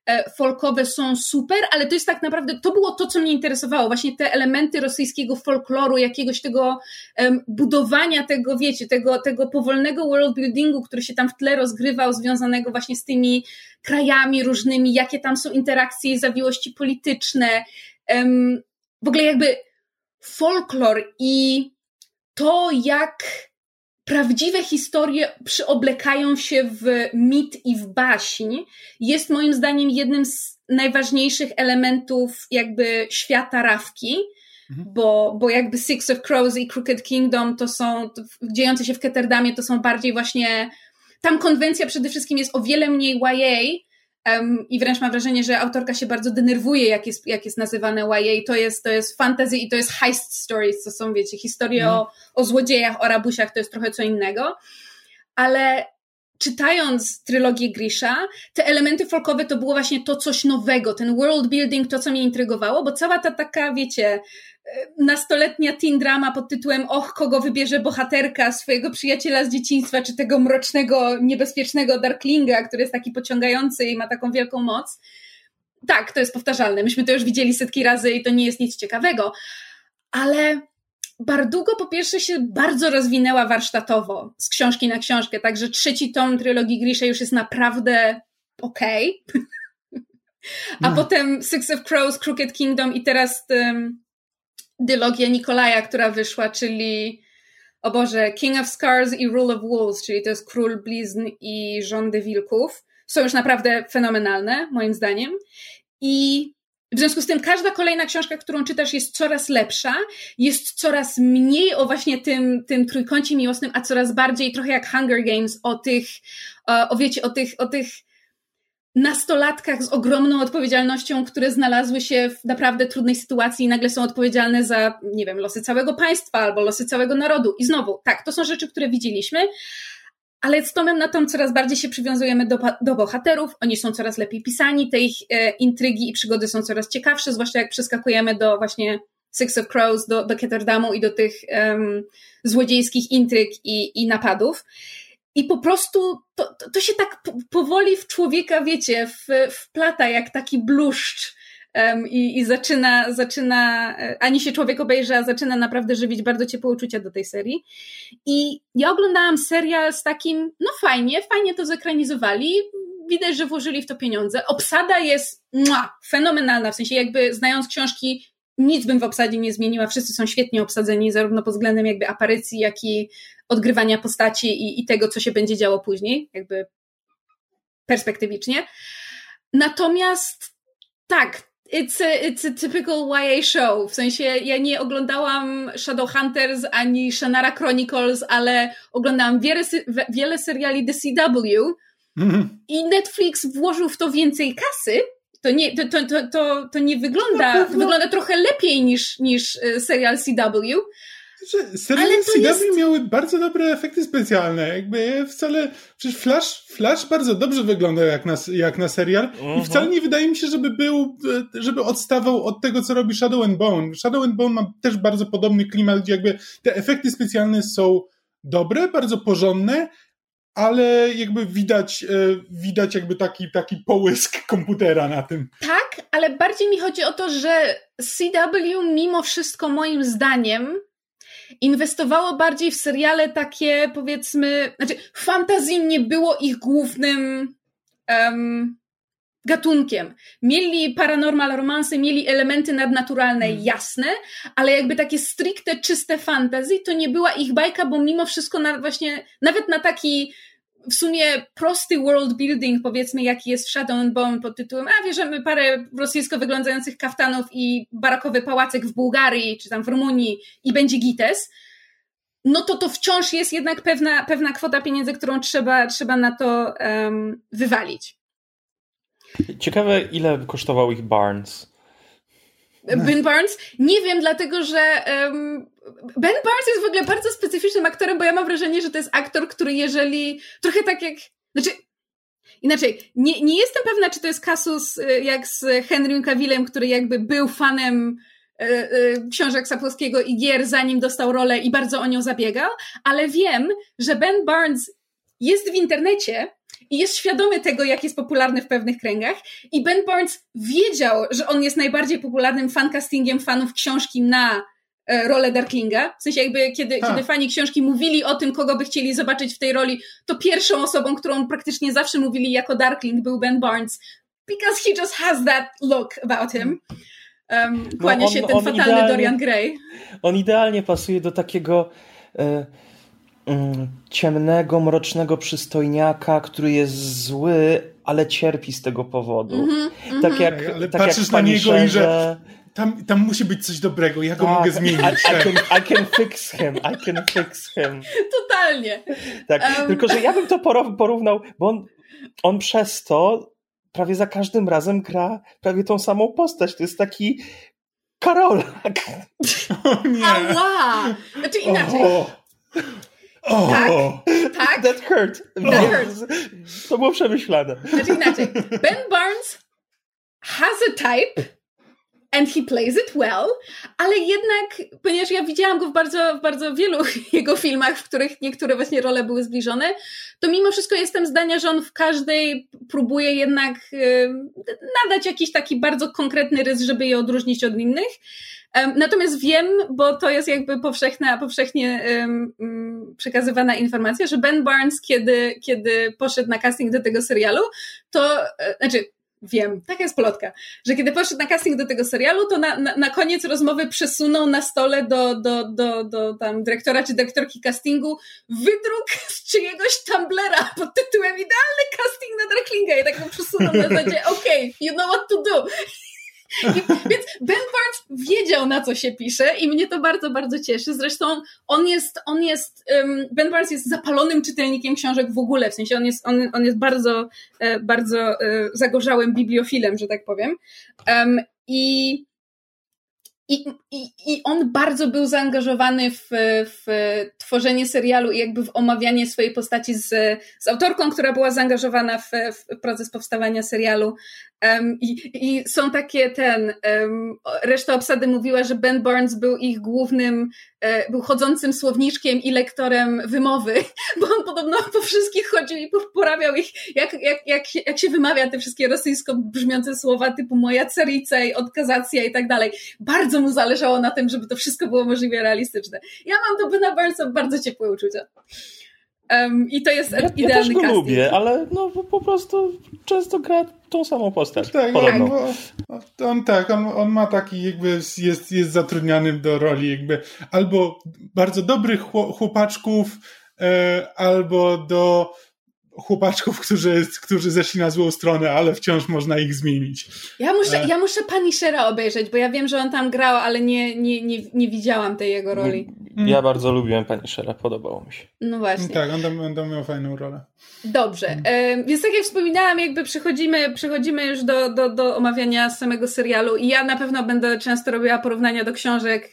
folkowe są super, ale to jest tak naprawdę, to było to, co mnie interesowało, właśnie te elementy rosyjskiego folkloru, jakiegoś tego budowania tego, wiecie, tego powolnego worldbuildingu, który się tam w tle rozgrywał, związanego właśnie z tymi krajami różnymi, jakie tam są interakcje i zawiłości polityczne, w ogóle jakby folklor i to, jak prawdziwe historie przyoblekają się w mit i w baśń, jest moim zdaniem jednym z najważniejszych elementów jakby świata Rawki, bo jakby Six of Crows i Crooked Kingdom to są, dziejące się w Ketterdamie, to są bardziej właśnie, tam konwencja przede wszystkim jest o wiele mniej YA, i wręcz mam wrażenie, że autorka się bardzo denerwuje, jak jest nazywane YA. To jest fantasy i to jest heist stories, to są, wiecie, historie o złodziejach, o rabusiach, to jest trochę co innego. Ale czytając trylogię Grisha, te elementy folkowe to było właśnie to coś nowego, ten world building, to co mnie intrygowało, bo cała ta taka, wiecie, nastoletnia teen drama pod tytułem kogo wybierze bohaterka, swojego przyjaciela z dzieciństwa, czy tego mrocznego, niebezpiecznego Darklinga, który jest taki pociągający i ma taką wielką moc. Tak, to jest powtarzalne. Myśmy to już widzieli setki razy i to nie jest nic ciekawego. Ale Bardugo po pierwsze się bardzo rozwinęła warsztatowo z książki na książkę, także 3. tom trylogii Grisha już jest naprawdę okej. A potem Six of Crows, Crooked Kingdom i teraz dylogia Nikolaja, która wyszła, czyli o Boże, King of Scars i Rule of Wolves, czyli to jest Król Blizn i Rządy Wilków, są już naprawdę fenomenalne, moim zdaniem. I w związku z tym każda kolejna książka, którą czytasz, jest coraz lepsza, jest coraz mniej o właśnie tym trójkącie miłosnym, a coraz bardziej, trochę jak Hunger Games, o tych nastolatkach z ogromną odpowiedzialnością, które znalazły się w naprawdę trudnej sytuacji i nagle są odpowiedzialne za, nie wiem, losy całego państwa albo losy całego narodu. I znowu, tak, to są rzeczy, które widzieliśmy, ale z tomem na tom coraz bardziej się przywiązujemy do bohaterów, oni są coraz lepiej pisani, te ich intrygi i przygody są coraz ciekawsze, zwłaszcza jak przeskakujemy do właśnie Six of Crows, do Ketterdamu i do tych złodziejskich intryg i napadów. I po prostu to się tak powoli w człowieka, wiecie, wplata jak taki bluszcz i zaczyna, ani się człowiek obejrzy, a zaczyna naprawdę żywić bardzo ciepłe uczucia do tej serii. I ja oglądałam serial z takim, no fajnie to zekranizowali, widać, że włożyli w to pieniądze. Obsada jest fenomenalna, w sensie jakby znając książki, nic bym w obsadzie nie zmieniła, wszyscy są świetnie obsadzeni, zarówno pod względem jakby aparycji, jak i odgrywania postaci i tego, co się będzie działo później, jakby perspektywicznie. Natomiast tak, it's a typical YA show, w sensie ja nie oglądałam Shadowhunters ani Shannara Chronicles, ale oglądałam wiele seriali The CW i Netflix włożył w to więcej kasy. To nie wygląda, to wygląda trochę lepiej niż serial CW. Serial CW miały bardzo dobre efekty specjalne. Jakby wcale. Przecież Flash bardzo dobrze wygląda jak na serial. I wcale nie wydaje mi się, żeby odstawał od tego, co robi Shadow and Bone. Shadow and Bone ma też bardzo podobny klimat, gdzie jakby te efekty specjalne są dobre, bardzo porządne, ale jakby widać jakby taki połysk komputera na tym. Tak, ale bardziej mi chodzi o to, że CW mimo wszystko moim zdaniem inwestowało bardziej w seriale takie, powiedzmy, fantasy nie było ich głównym gatunkiem. Mieli paranormal romanse, mieli elementy nadnaturalne, jasne, ale jakby takie stricte czyste fantasy to nie była ich bajka, bo mimo wszystko nawet na taki w sumie prosty world building, powiedzmy, jaki jest w Shadow and Bone pod tytułem bierzemy parę rosyjsko wyglądających kaftanów i barakowy pałacek w Bułgarii, czy tam w Rumunii i będzie gites, no to wciąż jest jednak pewna kwota pieniędzy, którą trzeba na to wywalić. Ciekawe, ile kosztował ich Barnes? Ben Barnes? Nie wiem, dlatego że Ben Barnes jest w ogóle bardzo specyficznym aktorem, bo ja mam wrażenie, że to jest aktor, który trochę tak jak, inaczej, nie jestem pewna, czy to jest kasus jak z Henrym Cavillem, który jakby był fanem książek Sapkowskiego i gier, zanim dostał rolę i bardzo o nią zabiegał, ale wiem, że Ben Barnes jest w internecie i jest świadomy tego, jak jest popularny w pewnych kręgach i Ben Barnes wiedział, że on jest najbardziej popularnym fancastingiem fanów książki na rolę Darklinga. W sensie jakby kiedy fani książki mówili o tym, kogo by chcieli zobaczyć w tej roli, to pierwszą osobą, którą praktycznie zawsze mówili jako Darkling był Ben Barnes, because he just has that look about him. Kłania się ten fatalny Dorian Gray. On idealnie pasuje do takiego ciemnego, mrocznego przystojniaka, który jest zły, ale cierpi z tego powodu. Tak jak patrzysz na niego i że tam musi być coś dobrego, ja go mogę zmienić. I can fix him. Totalnie. Tak, tylko że ja bym to porównał, bo on przez to prawie za każdym razem gra prawie tą samą postać. To jest taki Karolak. O nie. Ała! Znaczy inaczej. Tak. That hurt. To było przemyślane. Znaczy inaczej. Ben Barnes has a type and he plays it well, ale jednak, ponieważ ja widziałam go w bardzo wielu jego filmach, w których niektóre właśnie role były zbliżone, to mimo wszystko jestem zdania, że on w każdej próbuje jednak nadać jakiś taki bardzo konkretny rys, żeby je odróżnić od innych. Natomiast wiem, bo to jest jakby powszechnie przekazywana informacja, że Ben Barnes, kiedy poszedł na casting do tego serialu, to, wiem, taka jest plotka, że kiedy poszedł na casting do tego serialu, to na koniec rozmowy przesunął na stole do tam dyrektora czy dyrektorki castingu wydruk z czyjegoś Tumblera pod tytułem idealny casting na Darklinga i tak go przesunął na zasadzie you know what to do. Więc Ben Barnes wiedział, na co się pisze i mnie to bardzo, bardzo cieszy. Zresztą Ben Barnes jest zapalonym czytelnikiem książek w ogóle, w sensie on jest bardzo, bardzo zagorzałym bibliofilem, że tak powiem. I on bardzo był zaangażowany w tworzenie serialu i jakby w omawianie swojej postaci z autorką, która była zaangażowana w proces powstawania serialu. I są takie reszta obsady mówiła, że Ben Barnes był ich głównym, był chodzącym słowniczkiem i lektorem wymowy, bo on podobno po wszystkich chodził i porabiał ich, jak się wymawia te wszystkie rosyjsko brzmiące słowa typu moja carica i odkazacja i tak dalej. Bardzo mu zależało na tym, żeby to wszystko było możliwie realistyczne. Ja mam do Bena Barnesa bardzo ciepłe uczucia. I to jest idealny ja też go casting. lubię, ale po prostu często gra tą samą postać. Tak, on ma taki jakby jest zatrudniany do roli jakby albo bardzo dobrych chłopaczków, albo do chłopaczków, którzy zeszli na złą stronę, ale wciąż można ich zmienić. Ja muszę Punishera obejrzeć, bo ja wiem, że on tam grał, ale nie widziałam tej jego roli. Ja bardzo lubiłem Punishera, podobało mi się. No właśnie. Tak, on tam miał fajną rolę. Dobrze, więc tak jak wspominałam, jakby przechodzimy już do omawiania samego serialu i ja na pewno będę często robiła porównania do książek,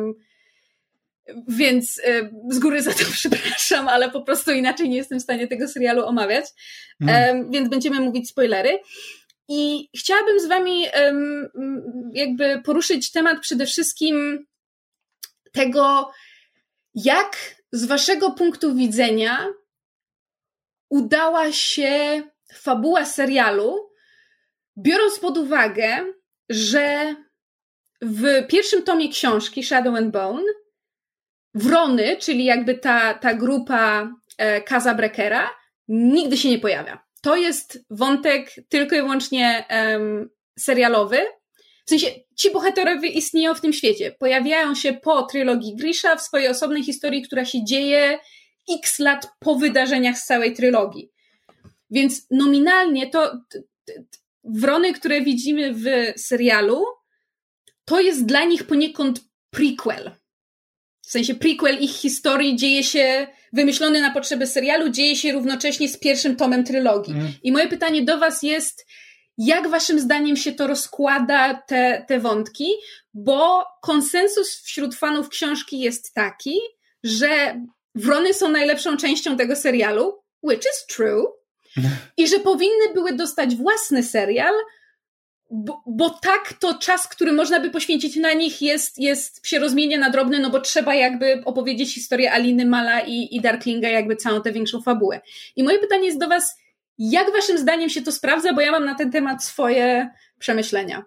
więc z góry za to przepraszam, ale po prostu inaczej nie jestem w stanie tego serialu omawiać, więc będziemy mówić spoilery. I chciałabym z wami jakby poruszyć temat przede wszystkim tego, jak z waszego punktu widzenia udała się fabuła serialu, biorąc pod uwagę, że w pierwszym tomie książki Shadow and Bone Wrony, czyli jakby ta grupa Kaza Breckera, nigdy się nie pojawia. To jest wątek tylko i wyłącznie serialowy. W sensie ci bohaterowie istnieją w tym świecie. Pojawiają się po trylogii Grisha w swojej osobnej historii, która się dzieje x lat po wydarzeniach z całej trylogii. Więc nominalnie to Wrony, które widzimy w serialu, to jest dla nich poniekąd prequel. W sensie prequel ich historii dzieje się, wymyślony na potrzeby serialu, dzieje się równocześnie z pierwszym tomem trylogii. I moje pytanie do was jest, jak waszym zdaniem się to rozkłada, te wątki? Bo konsensus wśród fanów książki jest taki, że Wrony są najlepszą częścią tego serialu, which is true, i że powinny były dostać własny serial, bo tak to czas, który można by poświęcić na nich się rozmienia na drobne, no bo trzeba jakby opowiedzieć historię Aliny, Mala i Darklinga, jakby całą tę większą fabułę. I moje pytanie jest do was, Jak waszym zdaniem się to sprawdza? Bo ja mam na ten temat swoje przemyślenia.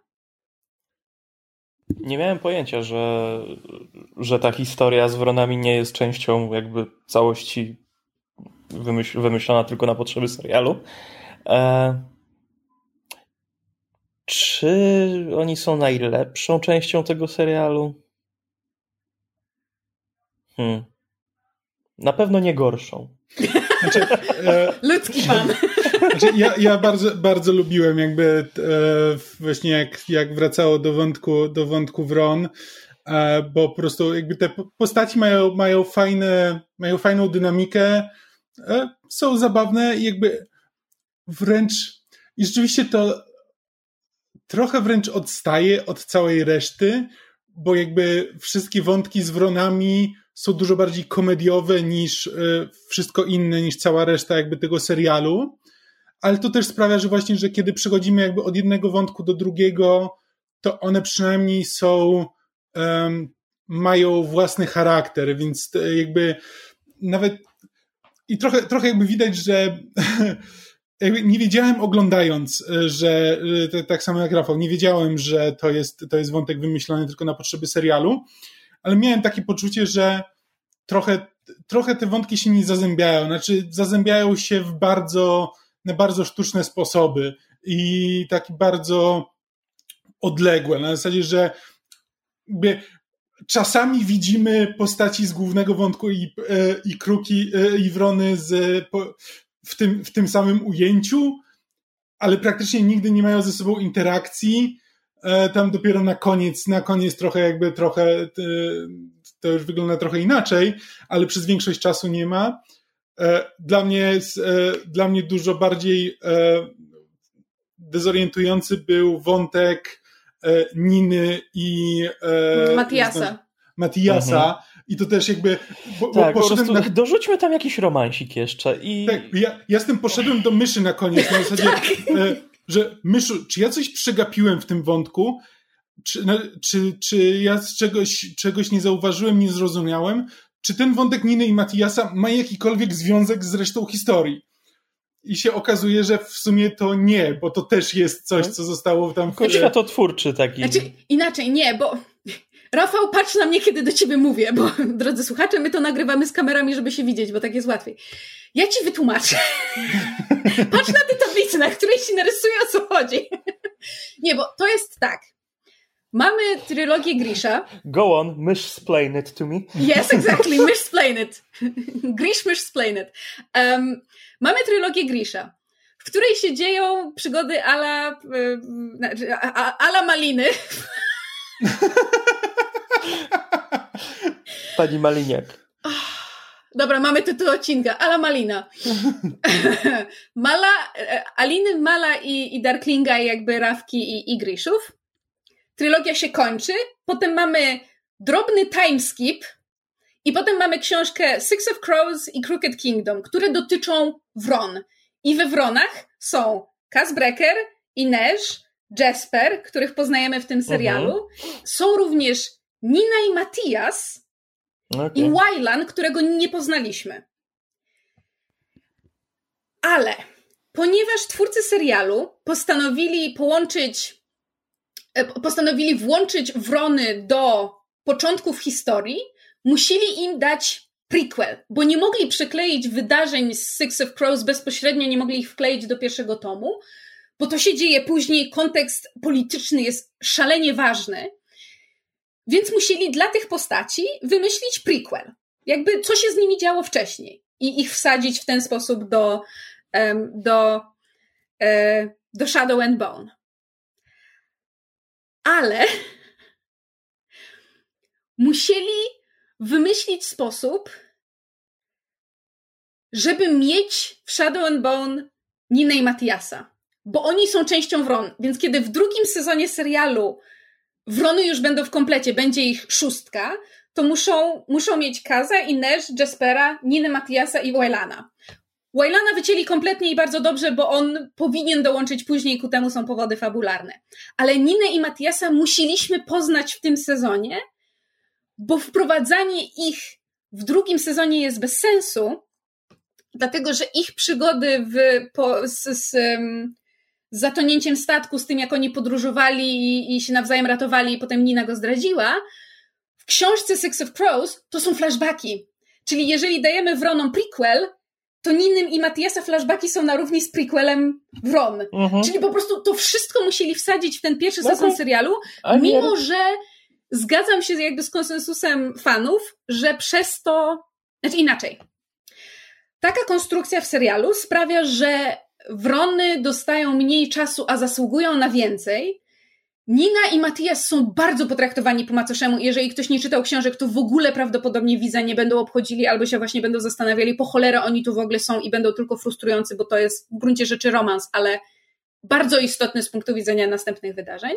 Nie miałem pojęcia, że ta historia z Wronami nie jest częścią jakby całości wymyślona tylko na potrzeby serialu. Czy oni są najlepszą częścią tego serialu? Na pewno nie gorszą. Znaczy, Ludzki pan. Znaczy, ja bardzo, bardzo lubiłem jakby właśnie jak wracało do wątku Wron, bo po prostu jakby te postaci mają fajną dynamikę, są zabawne i jakby wręcz i rzeczywiście to trochę wręcz odstaje od całej reszty, bo jakby wszystkie wątki z Wronami są dużo bardziej komediowe niż wszystko inne, niż cała reszta jakby tego serialu, ale to też sprawia, że właśnie, że kiedy przechodzimy jakby od jednego wątku do drugiego, to one przynajmniej mają własny charakter, więc jakby nawet i trochę jakby widać, że jakby nie wiedziałem oglądając, że tak samo jak Rafał, nie wiedziałem, że to jest wątek wymyślony tylko na potrzeby serialu, ale miałem takie poczucie, że trochę te wątki się nie zazębiają, znaczy zazębiają się na bardzo sztuczne sposoby i takie bardzo odległe, na zasadzie, że jakby czasami widzimy postaci z głównego wątku i Kruki i Wrony w tym samym ujęciu, ale praktycznie nigdy nie mają ze sobą interakcji. Tam dopiero na koniec trochę to już wygląda trochę inaczej, ale przez większość czasu nie ma. Dla mnie dużo bardziej dezorientujący był wątek Niny i Matiasa. I to też jakby... Tak, po prostu dorzućmy tam jakiś romansik jeszcze. Tak, ja z tym poszedłem do myszy na koniec, na zasadzie, że myszu, czy ja coś przegapiłem w tym wątku? Czy ja czegoś nie zauważyłem, nie zrozumiałem? Czy ten wątek Niny i Matiasa ma jakikolwiek związek z resztą historii? I się okazuje, że w sumie to nie, bo to też jest coś, co zostało tam... Światotwórczy taki. Znaczy, inaczej, nie, bo... Rafał, patrz na mnie, kiedy do ciebie mówię, bo drodzy słuchacze, my to nagrywamy z kamerami, żeby się widzieć, bo tak jest łatwiej. Ja ci wytłumaczę. Patrz na tę tablicę, na której się narysuje, o co chodzi. Nie, bo to jest tak. Mamy trylogię Grisha. Go on, myshsplain it to me. Yes, exactly, myshsplain it. Myshsplain it. Mamy trylogię Grisha, w której się dzieją przygody ala Maliny. Pani Maliniak. Dobra, mamy tytuł odcinka. Ala Malina. Aliny, Mala i Darklinga, jakby Rawki i Grishów. Trylogia się kończy. Potem mamy drobny timeskip i potem mamy książkę Six of Crows i Crooked Kingdom, które dotyczą Wron. I we Wronach są Casbreaker, Inej, Jesper, których poznajemy w tym serialu. Są również Nina i Matias i Wylan, którego nie poznaliśmy. Ale ponieważ twórcy serialu postanowili włączyć Wrony do początków historii, musieli im dać prequel, bo nie mogli przykleić wydarzeń z Six of Crows bezpośrednio, nie mogli ich wkleić do pierwszego tomu, bo to się dzieje później, kontekst polityczny jest szalenie ważny, więc musieli dla tych postaci wymyślić prequel. Jakby co się z nimi działo wcześniej i ich wsadzić w ten sposób do Shadow and Bone. Ale musieli wymyślić sposób, żeby mieć w Shadow and Bone Ninę i Matiasa, bo oni są częścią Wron, więc kiedy w drugim sezonie serialu Wrony już będą w komplecie, będzie ich 6, to muszą mieć Kaza, Inej, Jespera, Ninę, Matiasa i Wylana. Wylana wycięli kompletnie i bardzo dobrze, bo on powinien dołączyć później, ku temu są powody fabularne. Ale Ninę i Matiasa musieliśmy poznać w tym sezonie, bo wprowadzanie ich w drugim sezonie jest bez sensu, dlatego że ich przygody z zatonięciem statku, z tym jak oni podróżowali i się nawzajem ratowali i potem Nina go zdradziła, w książce Six of Crows to są flashbacki. Czyli jeżeli dajemy Wronom prequel, to Ninym i Matiasa flashbacki są na równi z prequelem Wron. Czyli po prostu to wszystko musieli wsadzić w ten pierwszy sezon serialu, mimo że zgadzam się jakby z konsensusem fanów, że przez to... Znaczy inaczej. Taka konstrukcja w serialu sprawia, że Wrony dostają mniej czasu, a zasługują na więcej. Nina i Matias są bardzo potraktowani po macoszemu i jeżeli ktoś nie czytał książek, to w ogóle prawdopodobnie widza nie będą obchodzili albo się właśnie będą zastanawiali, po cholerę oni tu w ogóle są i będą tylko frustrujący, bo to jest w gruncie rzeczy romans, ale bardzo istotny z punktu widzenia następnych wydarzeń.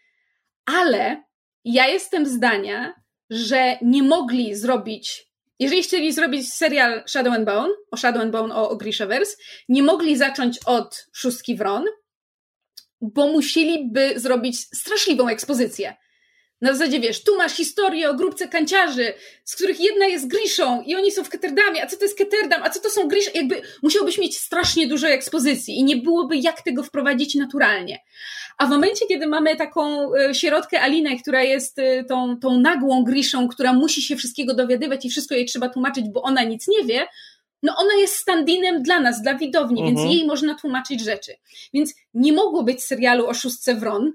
Ale ja jestem zdania, że nie mogli zrobić, jeżeli chcieli zrobić serial Shadow and Bone o Grishaverse, nie mogli zacząć od Szóstki Wron, bo musieliby zrobić straszliwą ekspozycję. Na zasadzie, wiesz, tu masz historię o grupce kanciarzy, z których jedna jest Grishą i oni są w Ketterdamie, a co to jest Ketterdam, a co to są Grish? Jakby musiałbyś mieć strasznie dużo ekspozycji i nie byłoby jak tego wprowadzić naturalnie. A w momencie, kiedy mamy taką sierotkę Alinę, która jest tą nagłą Grishą, która musi się wszystkiego dowiadywać i wszystko jej trzeba tłumaczyć, bo ona nic nie wie, no ona jest stand-inem dla nas, dla widowni, więc jej można tłumaczyć rzeczy. Więc nie mogło być serialu o Szóstce Wron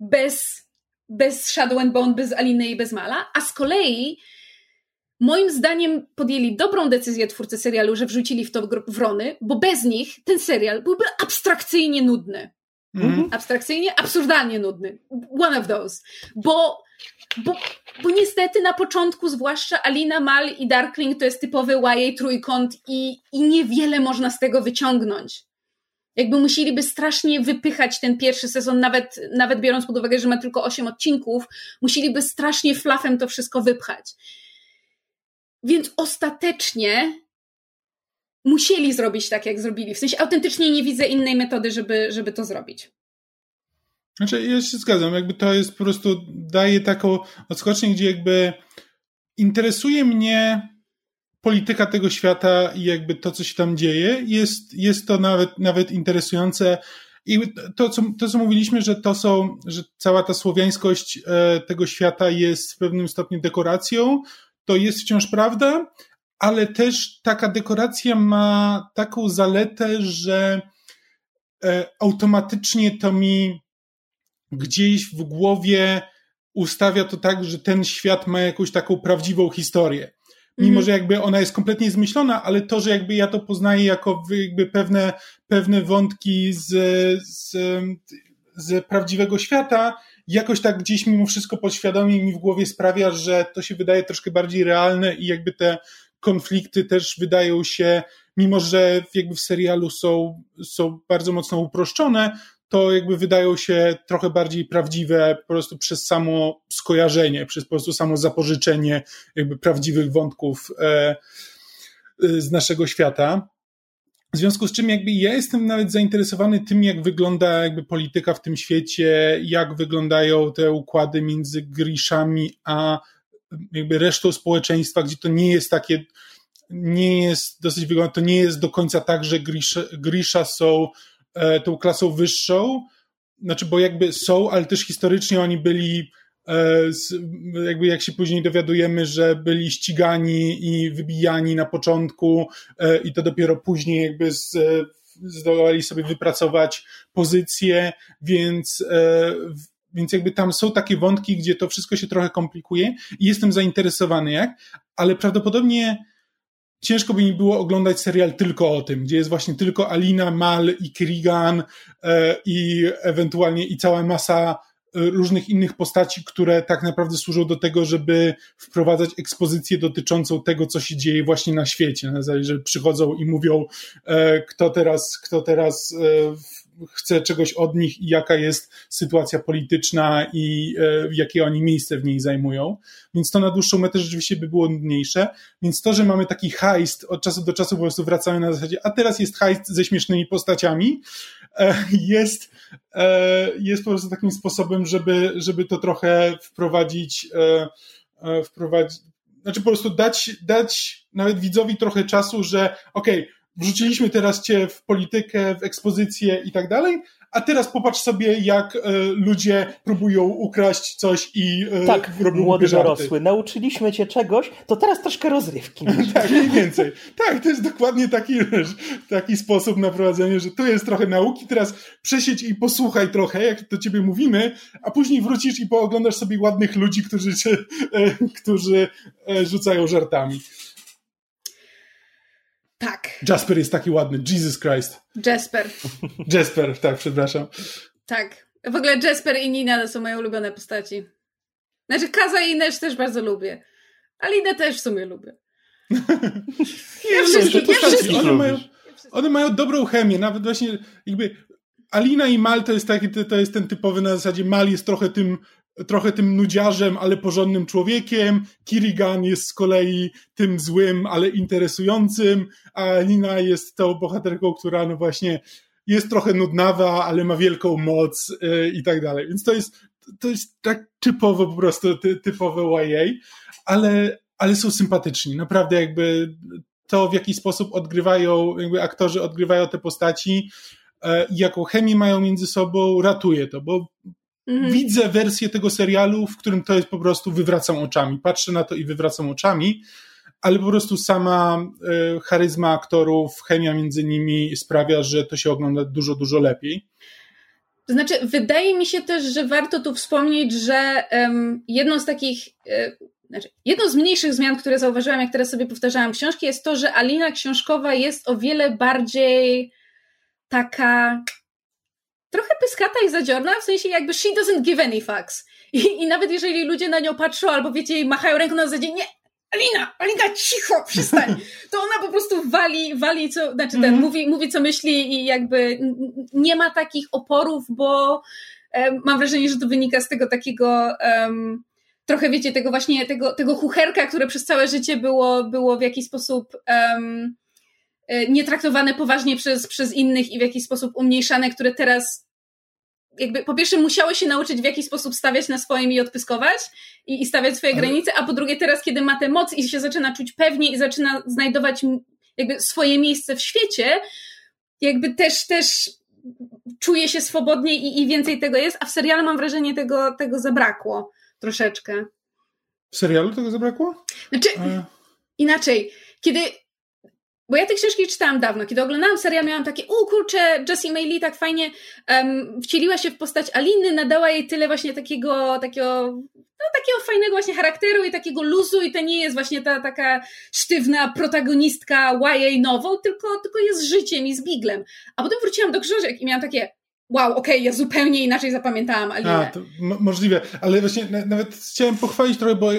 bez Shadow and Bone, bez Aliny i bez Mala, a z kolei moim zdaniem podjęli dobrą decyzję twórcy serialu, że wrzucili w to Wrony, bo bez nich ten serial byłby abstrakcyjnie nudny. Abstrakcyjnie, absurdalnie nudny. One of those. Bo niestety na początku zwłaszcza Alina, Mal i Darkling to jest typowy YA trójkąt i niewiele można z tego wyciągnąć. Jakby musieliby strasznie wypychać ten pierwszy sezon, nawet biorąc pod uwagę, że ma tylko 8 odcinków, musieliby strasznie flafem to wszystko wypchać. Więc ostatecznie musieli zrobić tak, jak zrobili. W sensie autentycznie nie widzę innej metody, żeby to zrobić. Znaczy, ja się zgadzam, jakby to jest po prostu, daje taką odskocznię, gdzie jakby interesuje mnie polityka tego świata i jakby to, co się tam dzieje. Jest to nawet interesujące. I to, co mówiliśmy, że cała ta słowiańskość tego świata jest w pewnym stopniu dekoracją, to jest wciąż prawda, ale też taka dekoracja ma taką zaletę, że automatycznie to mi gdzieś w głowie ustawia to tak, że ten świat ma jakąś taką prawdziwą historię. Mimo, że jakby ona jest kompletnie zmyślona, ale to, że jakby ja to poznaję jako jakby pewne wątki z prawdziwego świata, jakoś tak gdzieś mimo wszystko podświadomie mi w głowie sprawia, że to się wydaje troszkę bardziej realne i jakby te konflikty też wydają się, mimo że jakby w serialu są bardzo mocno uproszczone, to jakby wydają się trochę bardziej prawdziwe po prostu przez samo skojarzenie, przez po prostu samo zapożyczenie jakby prawdziwych wątków z naszego świata. W związku z czym jakby ja jestem nawet zainteresowany tym, jak wygląda jakby polityka w tym świecie, jak wyglądają te układy między Grishami a jakby resztą społeczeństwa, gdzie to nie jest takie, nie jest dosyć wygląda, to nie jest do końca tak, że Grisha są tą klasą wyższą, znaczy, bo jakby są, ale też historycznie oni byli, jakby jak się później dowiadujemy, że byli ścigani i wybijani na początku i to dopiero później jakby zdołali sobie wypracować pozycję, więc jakby tam są takie wątki, gdzie to wszystko się trochę komplikuje i jestem zainteresowany ale prawdopodobnie ciężko by mi było oglądać serial tylko o tym, gdzie jest właśnie tylko Alina, Mal i Kerrigan i ewentualnie i cała masa różnych innych postaci, które tak naprawdę służą do tego, żeby wprowadzać ekspozycję dotyczącą tego, co się dzieje właśnie na świecie. Na zasadzie, że przychodzą i mówią, kto teraz chce czegoś od nich i jaka jest sytuacja polityczna i jakie oni miejsce w niej zajmują. Więc to na dłuższą metę rzeczywiście by było nudniejsze. Więc to, że mamy taki heist, od czasu do czasu po prostu wracamy na zasadzie, a teraz jest heist ze śmiesznymi postaciami, jest po prostu takim sposobem, żeby to trochę wprowadzić, znaczy po prostu dać nawet widzowi trochę czasu, że okej, wrzuciliśmy teraz cię w politykę, w ekspozycję i tak dalej, a teraz popatrz sobie, jak ludzie próbują ukraść coś i tak, robią młody żarty. dorosły, nauczyliśmy cię czegoś, to teraz troszkę rozrywki. Tak, mniej więcej. Tak, to jest dokładnie taki sposób na prowadzenie, że tu jest trochę nauki, teraz przesiedź i posłuchaj trochę, jak do ciebie mówimy, a później wrócisz i pooglądasz sobie ładnych ludzi, którzy rzucają żartami. Tak. Jasper jest taki ładny. Jesus Christ. Jasper, tak, przepraszam. Tak. W ogóle Jasper i Nina to są moje ulubione postaci. Znaczy Kaza i Nash też bardzo lubię. A Linę też w sumie lubię. One mają dobrą chemię. Nawet właśnie jakby Alina i Mal to jest ten typowy na zasadzie Mal jest trochę tym nudziarzem, ale porządnym człowiekiem. Kirigan jest z kolei tym złym, ale interesującym, a Nina jest tą bohaterką, która no właśnie jest trochę nudnawa, ale ma wielką moc i tak dalej. Więc to jest tak typowo po prostu typowe YA, ale są sympatyczni. Naprawdę jakby to, w jaki sposób jakby aktorzy odgrywają te postaci i jaką chemię mają między sobą, ratuje to, bo widzę wersję tego serialu, w którym to jest po prostu wywracam oczami. Patrzę na to i wywracam oczami, ale po prostu sama charyzma aktorów, chemia między nimi sprawia, że to się ogląda dużo, dużo lepiej. To znaczy, wydaje mi się też, że warto tu wspomnieć, że jedną z mniejszych zmian, które zauważyłam, jak teraz sobie powtarzałam książki, jest to, że Alina książkowa jest o wiele bardziej taka trochę pyskata i zadziorna, w sensie jakby she doesn't give any fucks. I nawet jeżeli ludzie na nią patrzą albo wiecie, machają ręką na zasadzie nie, Alina, cicho, przestań. To ona po prostu wali co, znaczy mówi co myśli i jakby nie ma takich oporów, bo mam wrażenie, że to wynika z tego takiego trochę wiecie, tego właśnie, tego chucherka, które przez całe życie było w jakiś sposób nie traktowane poważnie przez innych i w jakiś sposób umniejszane, które teraz jakby po pierwsze musiało się nauczyć w jakiś sposób stawiać na swoim i odpyskować i stawiać swoje granice, a po drugie teraz, kiedy ma tę moc i się zaczyna czuć pewnie i zaczyna znajdować jakby swoje miejsce w świecie, jakby też czuje się swobodnie i więcej tego jest, a w serialu mam wrażenie tego zabrakło troszeczkę. W serialu tego zabrakło? Znaczy, inaczej, bo ja te książki czytałam dawno. Kiedy oglądałam serial, miałam takie, kurczę, Jessie May Lee tak fajnie wcieliła się w postać Aliny, nadała jej tyle właśnie takiego fajnego właśnie charakteru i takiego luzu i to nie jest właśnie ta taka sztywna protagonistka YA nową, tylko jest życiem i z biglem. A potem wróciłam do książek i miałam takie, wow, okej, ja zupełnie inaczej zapamiętałam Alinę. To możliwe, ale właśnie nawet chciałem pochwalić trochę, bo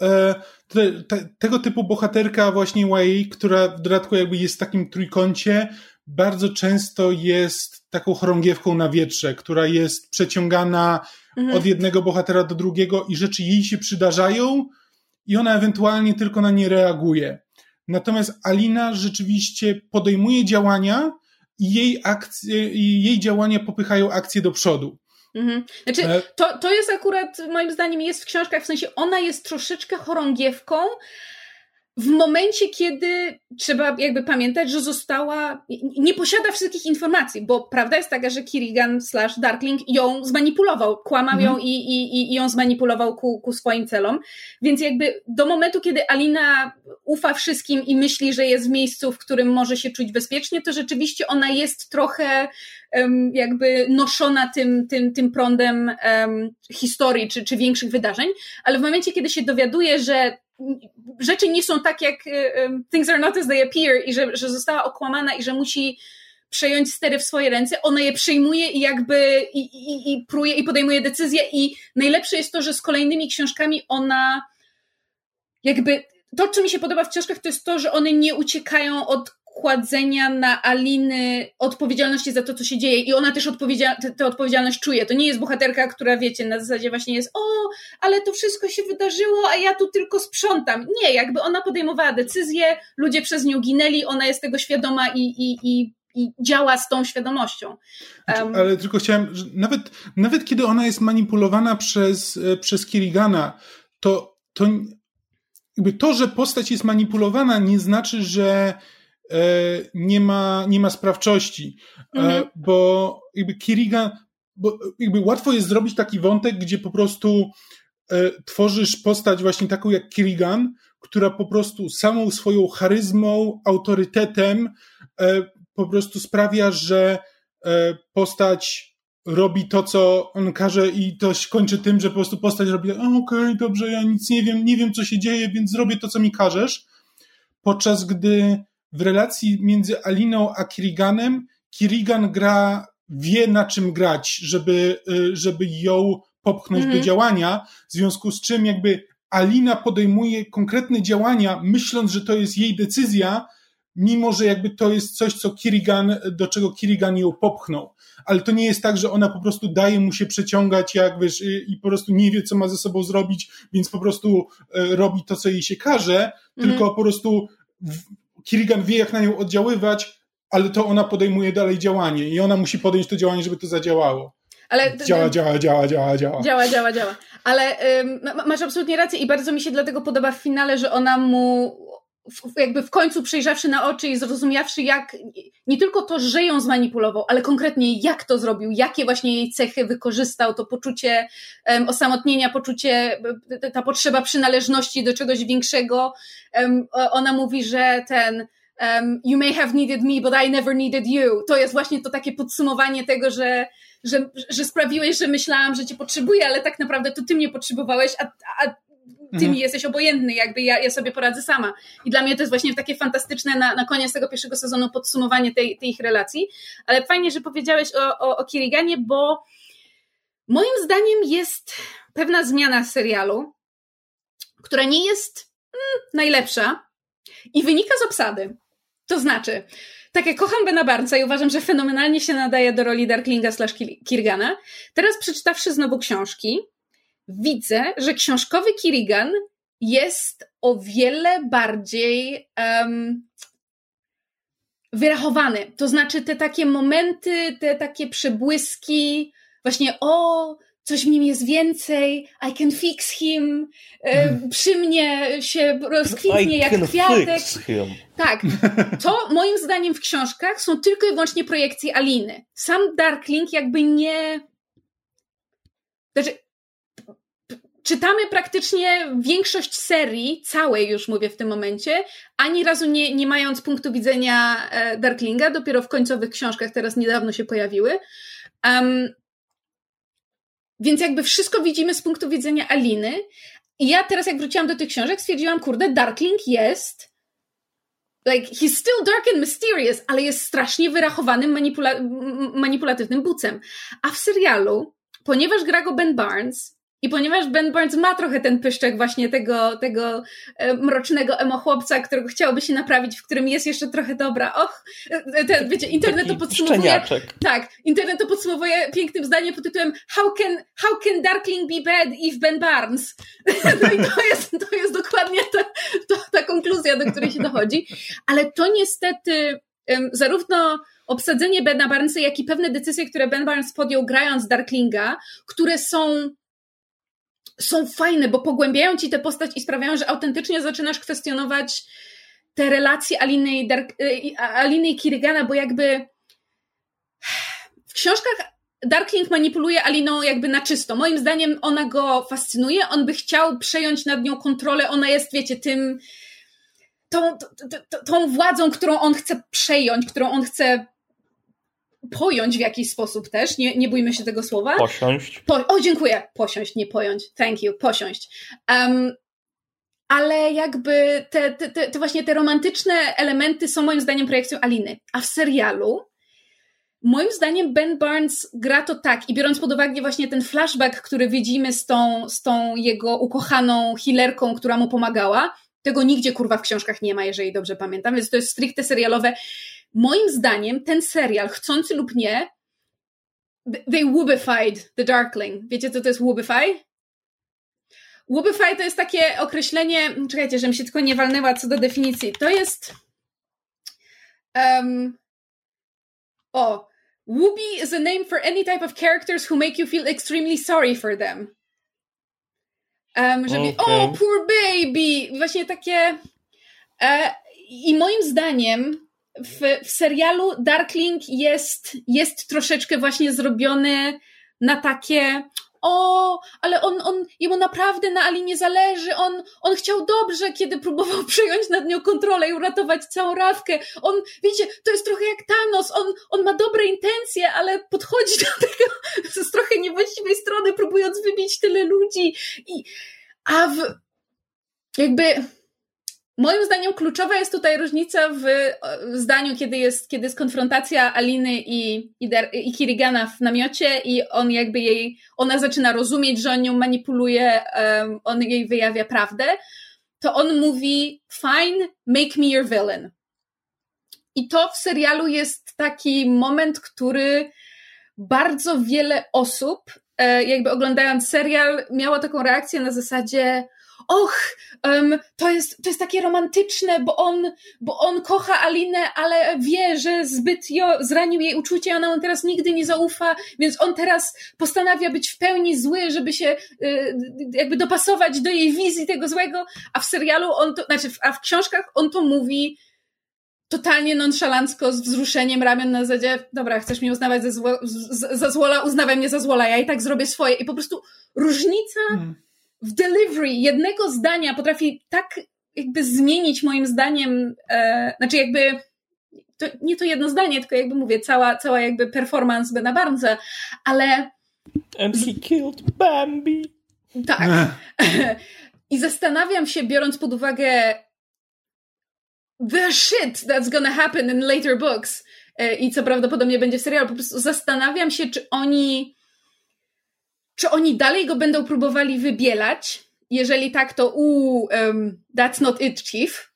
tego typu bohaterka właśnie YA, która w dodatku jakby jest w takim trójkącie, bardzo często jest taką chorągiewką na wietrze, która jest przeciągana od jednego bohatera do drugiego i rzeczy jej się przydarzają i ona ewentualnie tylko na nie reaguje. Natomiast Alina rzeczywiście podejmuje działania i jej działania popychają akcję do przodu. Znaczy, to jest akurat, moim zdaniem, jest w książkach, w sensie ona jest troszeczkę chorągiewką w momencie, kiedy trzeba jakby pamiętać, że nie posiada wszystkich informacji, bo prawda jest taka, że Kirigan / Darkling ją zmanipulował, kłamał ją i ją zmanipulował ku swoim celom, więc jakby do momentu, kiedy Alina ufa wszystkim i myśli, że jest w miejscu, w którym może się czuć bezpiecznie, to rzeczywiście ona jest trochę jakby noszona tym prądem historii czy większych wydarzeń, ale w momencie, kiedy się dowiaduje, że rzeczy nie są tak, jak things are not as they appear i że została okłamana i że musi przejąć stery w swoje ręce, ona je przyjmuje i jakby i pruje i podejmuje decyzje i najlepsze jest to, że z kolejnymi książkami ona jakby to, co mi się podoba w książkach, to jest to, że one nie uciekają od kładzenia na Aliny odpowiedzialności za to, co się dzieje i ona też tę odpowiedzialność czuje. To nie jest bohaterka, która wiecie, na zasadzie właśnie jest ale to wszystko się wydarzyło, a ja tu tylko sprzątam. Nie, jakby ona podejmowała decyzje, ludzie przez nią ginęli, ona jest tego świadoma i działa z tą świadomością. Ale tylko chciałem, że nawet kiedy ona jest manipulowana przez Kirigana, to jakby to, że postać jest manipulowana, nie znaczy, że nie ma sprawczości, bo jakby Kirigan, bo jakby łatwo jest zrobić taki wątek, gdzie po prostu tworzysz postać właśnie taką jak Kirigan, która po prostu samą swoją charyzmą, autorytetem po prostu sprawia, że postać robi to, co on każe i to się kończy tym, że po prostu postać robi okej, dobrze, ja nic nie wiem, co się dzieje, więc zrobię to, co mi każesz. Podczas gdy w relacji między Aliną a Kiriganem, Kirigan wie na czym grać, żeby ją popchnąć do działania, w związku z czym jakby Alina podejmuje konkretne działania, myśląc, że to jest jej decyzja, mimo że jakby to jest coś, do czego Kirigan ją popchnął. Ale to nie jest tak, że ona po prostu daje mu się przeciągać, jak wiesz, i po prostu nie wie, co ma ze sobą zrobić, więc po prostu robi to, co jej się każe, tylko po prostu Kirigan wie, jak na nią oddziaływać, ale to ona podejmuje dalej działanie i ona musi podjąć to działanie, żeby to zadziałało. Ale działa. Działa. Ale masz absolutnie rację i bardzo mi się dlatego podoba w finale, że ona mu jakby w końcu przejrzawszy na oczy i zrozumiawszy, jak nie tylko to, że ją zmanipulował, ale konkretnie jak to zrobił, jakie właśnie jej cechy wykorzystał, to poczucie osamotnienia, poczucie, ta potrzeba przynależności do czegoś większego. Ona mówi, że you may have needed me, but I never needed you. To jest właśnie to takie podsumowanie tego, że sprawiłeś, że myślałam, że cię potrzebuję, ale tak naprawdę to ty mnie potrzebowałeś, a ty mi jesteś obojętny, jakby ja sobie poradzę sama. I dla mnie to jest właśnie takie fantastyczne na koniec tego pierwszego sezonu podsumowanie tej ich relacji. Ale fajnie, że powiedziałeś o Kiriganie, bo moim zdaniem jest pewna zmiana serialu, która nie jest najlepsza i wynika z obsady. To znaczy, tak jak kocham Bena Barnesa i uważam, że fenomenalnie się nadaje do roli Darklinga / Kirigana, teraz przeczytawszy znowu książki, widzę, że książkowy Kirigan jest o wiele bardziej wyrachowany. To znaczy te takie momenty, te takie przebłyski, właśnie coś w nim jest więcej, I can fix him, przy mnie się rozkwitnie jak kwiatek. Tak, to moim zdaniem w książkach są tylko i wyłącznie projekcje Aliny. Sam Darkling jakby nie... Znaczy, czytamy praktycznie większość serii, całej już mówię w tym momencie, ani razu nie mając punktu widzenia Darklinga, dopiero w końcowych książkach teraz niedawno się pojawiły. Więc jakby wszystko widzimy z punktu widzenia Aliny. I ja teraz jak wróciłam do tych książek, stwierdziłam, kurde, Darkling jest he's still dark and mysterious, ale jest strasznie wyrachowanym, manipulatywnym bucem. A w serialu, ponieważ gra go Ben Barnes i ponieważ Ben Barnes ma trochę ten pyszczek właśnie tego mrocznego emo-chłopca, którego chciałoby się naprawić, w którym jest jeszcze trochę dobra. Wiecie, internet to podsumowuje... Szczeniaczek. Tak, internet to podsumowuje pięknym zdaniem pod tytułem How can Darkling be bad if Ben Barnes? No i to jest dokładnie ta konkluzja, do której się dochodzi. Ale to niestety zarówno obsadzenie Bena Barnesa, jak i pewne decyzje, które Ben Barnes podjął grając Darklinga, które są fajne, bo pogłębiają ci tę postać i sprawiają, że autentycznie zaczynasz kwestionować te relacje Aliny i Kirigana, bo jakby w książkach Darkling manipuluje Aliną jakby na czysto. Moim zdaniem ona go fascynuje, on by chciał przejąć nad nią kontrolę, ona jest, wiecie, tą władzą, którą on chce przejąć, którą on chce pojąć w jakiś sposób też, nie bójmy się tego słowa. Posiąść. Dziękuję. Posiąść, nie pojąć. Thank you. Posiąść. Ale jakby te właśnie te romantyczne elementy są moim zdaniem projekcją Aliny. A w serialu moim zdaniem Ben Barnes gra to tak i biorąc pod uwagę właśnie ten flashback, który widzimy z tą jego ukochaną healerką, która mu pomagała, tego nigdzie kurwa w książkach nie ma, jeżeli dobrze pamiętam, więc to jest stricte serialowe. Moim zdaniem ten serial, chcący lub nie, they woobified the Darkling. Wiecie, co to jest woobify? Woobify to jest takie określenie, czekajcie, żebym się tylko nie walnęła co do definicji. To jest Wooby is a name for any type of characters who make you feel extremely sorry for them. Poor baby! Właśnie takie... I moim zdaniem w serialu Darkling jest troszeczkę właśnie zrobiony na takie ale jemu naprawdę na Alinie zależy, on chciał dobrze, kiedy próbował przejąć nad nią kontrolę i uratować całą Rawkę. Wiecie, to jest trochę jak Thanos, on ma dobre intencje, ale podchodzi do tego z trochę niewłaściwej strony, próbując wybić tyle ludzi. Moim zdaniem kluczowa jest tutaj różnica w zdaniu, kiedy jest konfrontacja Aliny i Kirrigana w namiocie i ona zaczyna rozumieć, że on ją manipuluje, on jej wyjawia prawdę, to on mówi fine, make me your villain. I to w serialu jest taki moment, który bardzo wiele osób, oglądając serial, miało taką reakcję na zasadzie to jest takie romantyczne, bo on kocha Alinę, ale wie, że zbyt zranił jej uczucie, ona mu teraz nigdy nie zaufa, więc on teraz postanawia być w pełni zły, żeby się dopasować do jej wizji tego złego, a w serialu a w książkach on to mówi totalnie nonszalancko, z wzruszeniem ramion na zasadzie, dobra, chcesz mnie uznawać za złola, uznawaj mnie za złola, ja i tak zrobię swoje. I po prostu różnica w delivery jednego zdania potrafi tak zmienić moim zdaniem, nie to jedno zdanie, tylko mówię, cała performance Bena Barnesa, ale... And he killed Bambi. Tak. I zastanawiam się, biorąc pod uwagę the shit that's gonna happen in later books i co prawdopodobnie będzie w serialu, po prostu zastanawiam się, czy oni dalej go będą próbowali wybielać. Jeżeli tak, to that's not it, chief.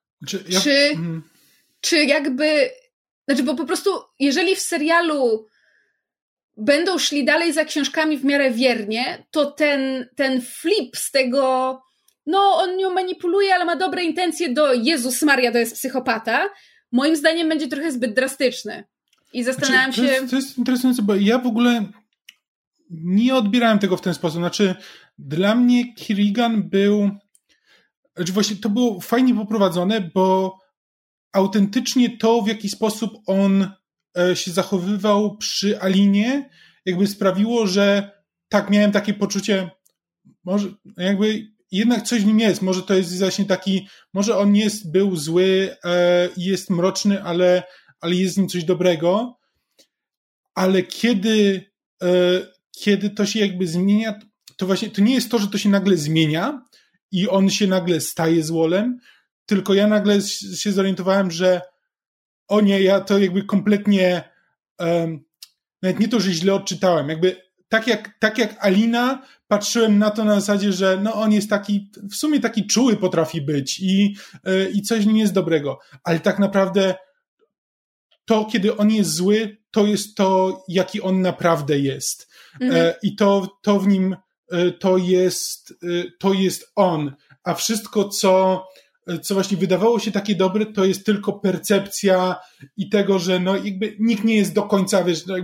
Bo po prostu, jeżeli w serialu będą szli dalej za książkami w miarę wiernie, to ten flip z tego, on nią manipuluje, ale ma dobre intencje, do Jezus Maria, to jest psychopata, moim zdaniem będzie trochę zbyt drastyczny. I zastanawiam się... To jest interesujące, bo ja w ogóle nie odbierałem tego w ten sposób. Dla mnie Kirrigan był... Właśnie to było fajnie poprowadzone, bo autentycznie to, w jaki sposób on się zachowywał przy Alinie, sprawiło, że tak, miałem takie poczucie, może jednak coś w nim jest, może to jest właśnie taki, może on był zły i jest mroczny, ale jest w nim coś dobrego, ale kiedy to się zmienia, to właśnie to nie jest to, że to się nagle zmienia i on się nagle staje złolem, tylko ja nagle się zorientowałem, że o nie, ja to kompletnie nawet nie to, że źle odczytałem, tak jak Alina, patrzyłem na to na zasadzie, że on jest taki, w sumie taki czuły potrafi być i coś w nim jest dobrego, ale tak naprawdę to, kiedy on jest zły, to jest to, jaki on naprawdę jest. I to w nim to jest on, a wszystko, co właśnie wydawało się takie dobre, to jest tylko percepcja i tego, że nikt nie jest do końca,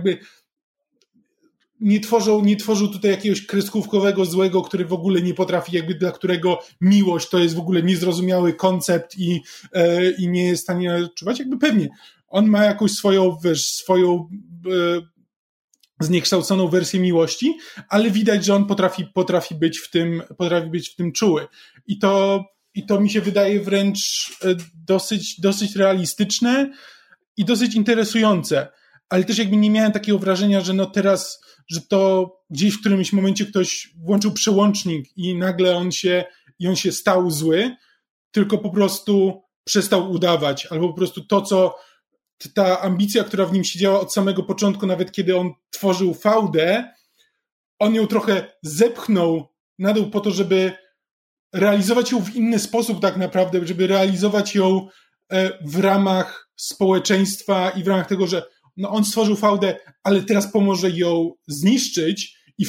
nie tworzą tutaj jakiegoś kreskówkowego złego, który w ogóle nie potrafi, dla którego miłość to jest w ogóle niezrozumiały koncept i nie jest w stanie odczuwać, pewnie. On ma jakąś swoją zniekształconą wersję miłości, ale widać, że on potrafi być w tym czuły. I to mi się wydaje wręcz dosyć realistyczne i dosyć interesujące. Ale też nie miałem takiego wrażenia, że teraz, że to gdzieś w którymś momencie ktoś włączył przełącznik i nagle on się stał zły, tylko po prostu przestał udawać, albo po prostu ta ambicja, która w nim siedziała od samego początku, nawet kiedy on tworzył fałdę, on ją trochę zepchnął na dół po to, żeby realizować ją w inny sposób tak naprawdę, żeby realizować ją w ramach społeczeństwa i w ramach tego, że on stworzył fałdę, ale teraz pomoże ją zniszczyć i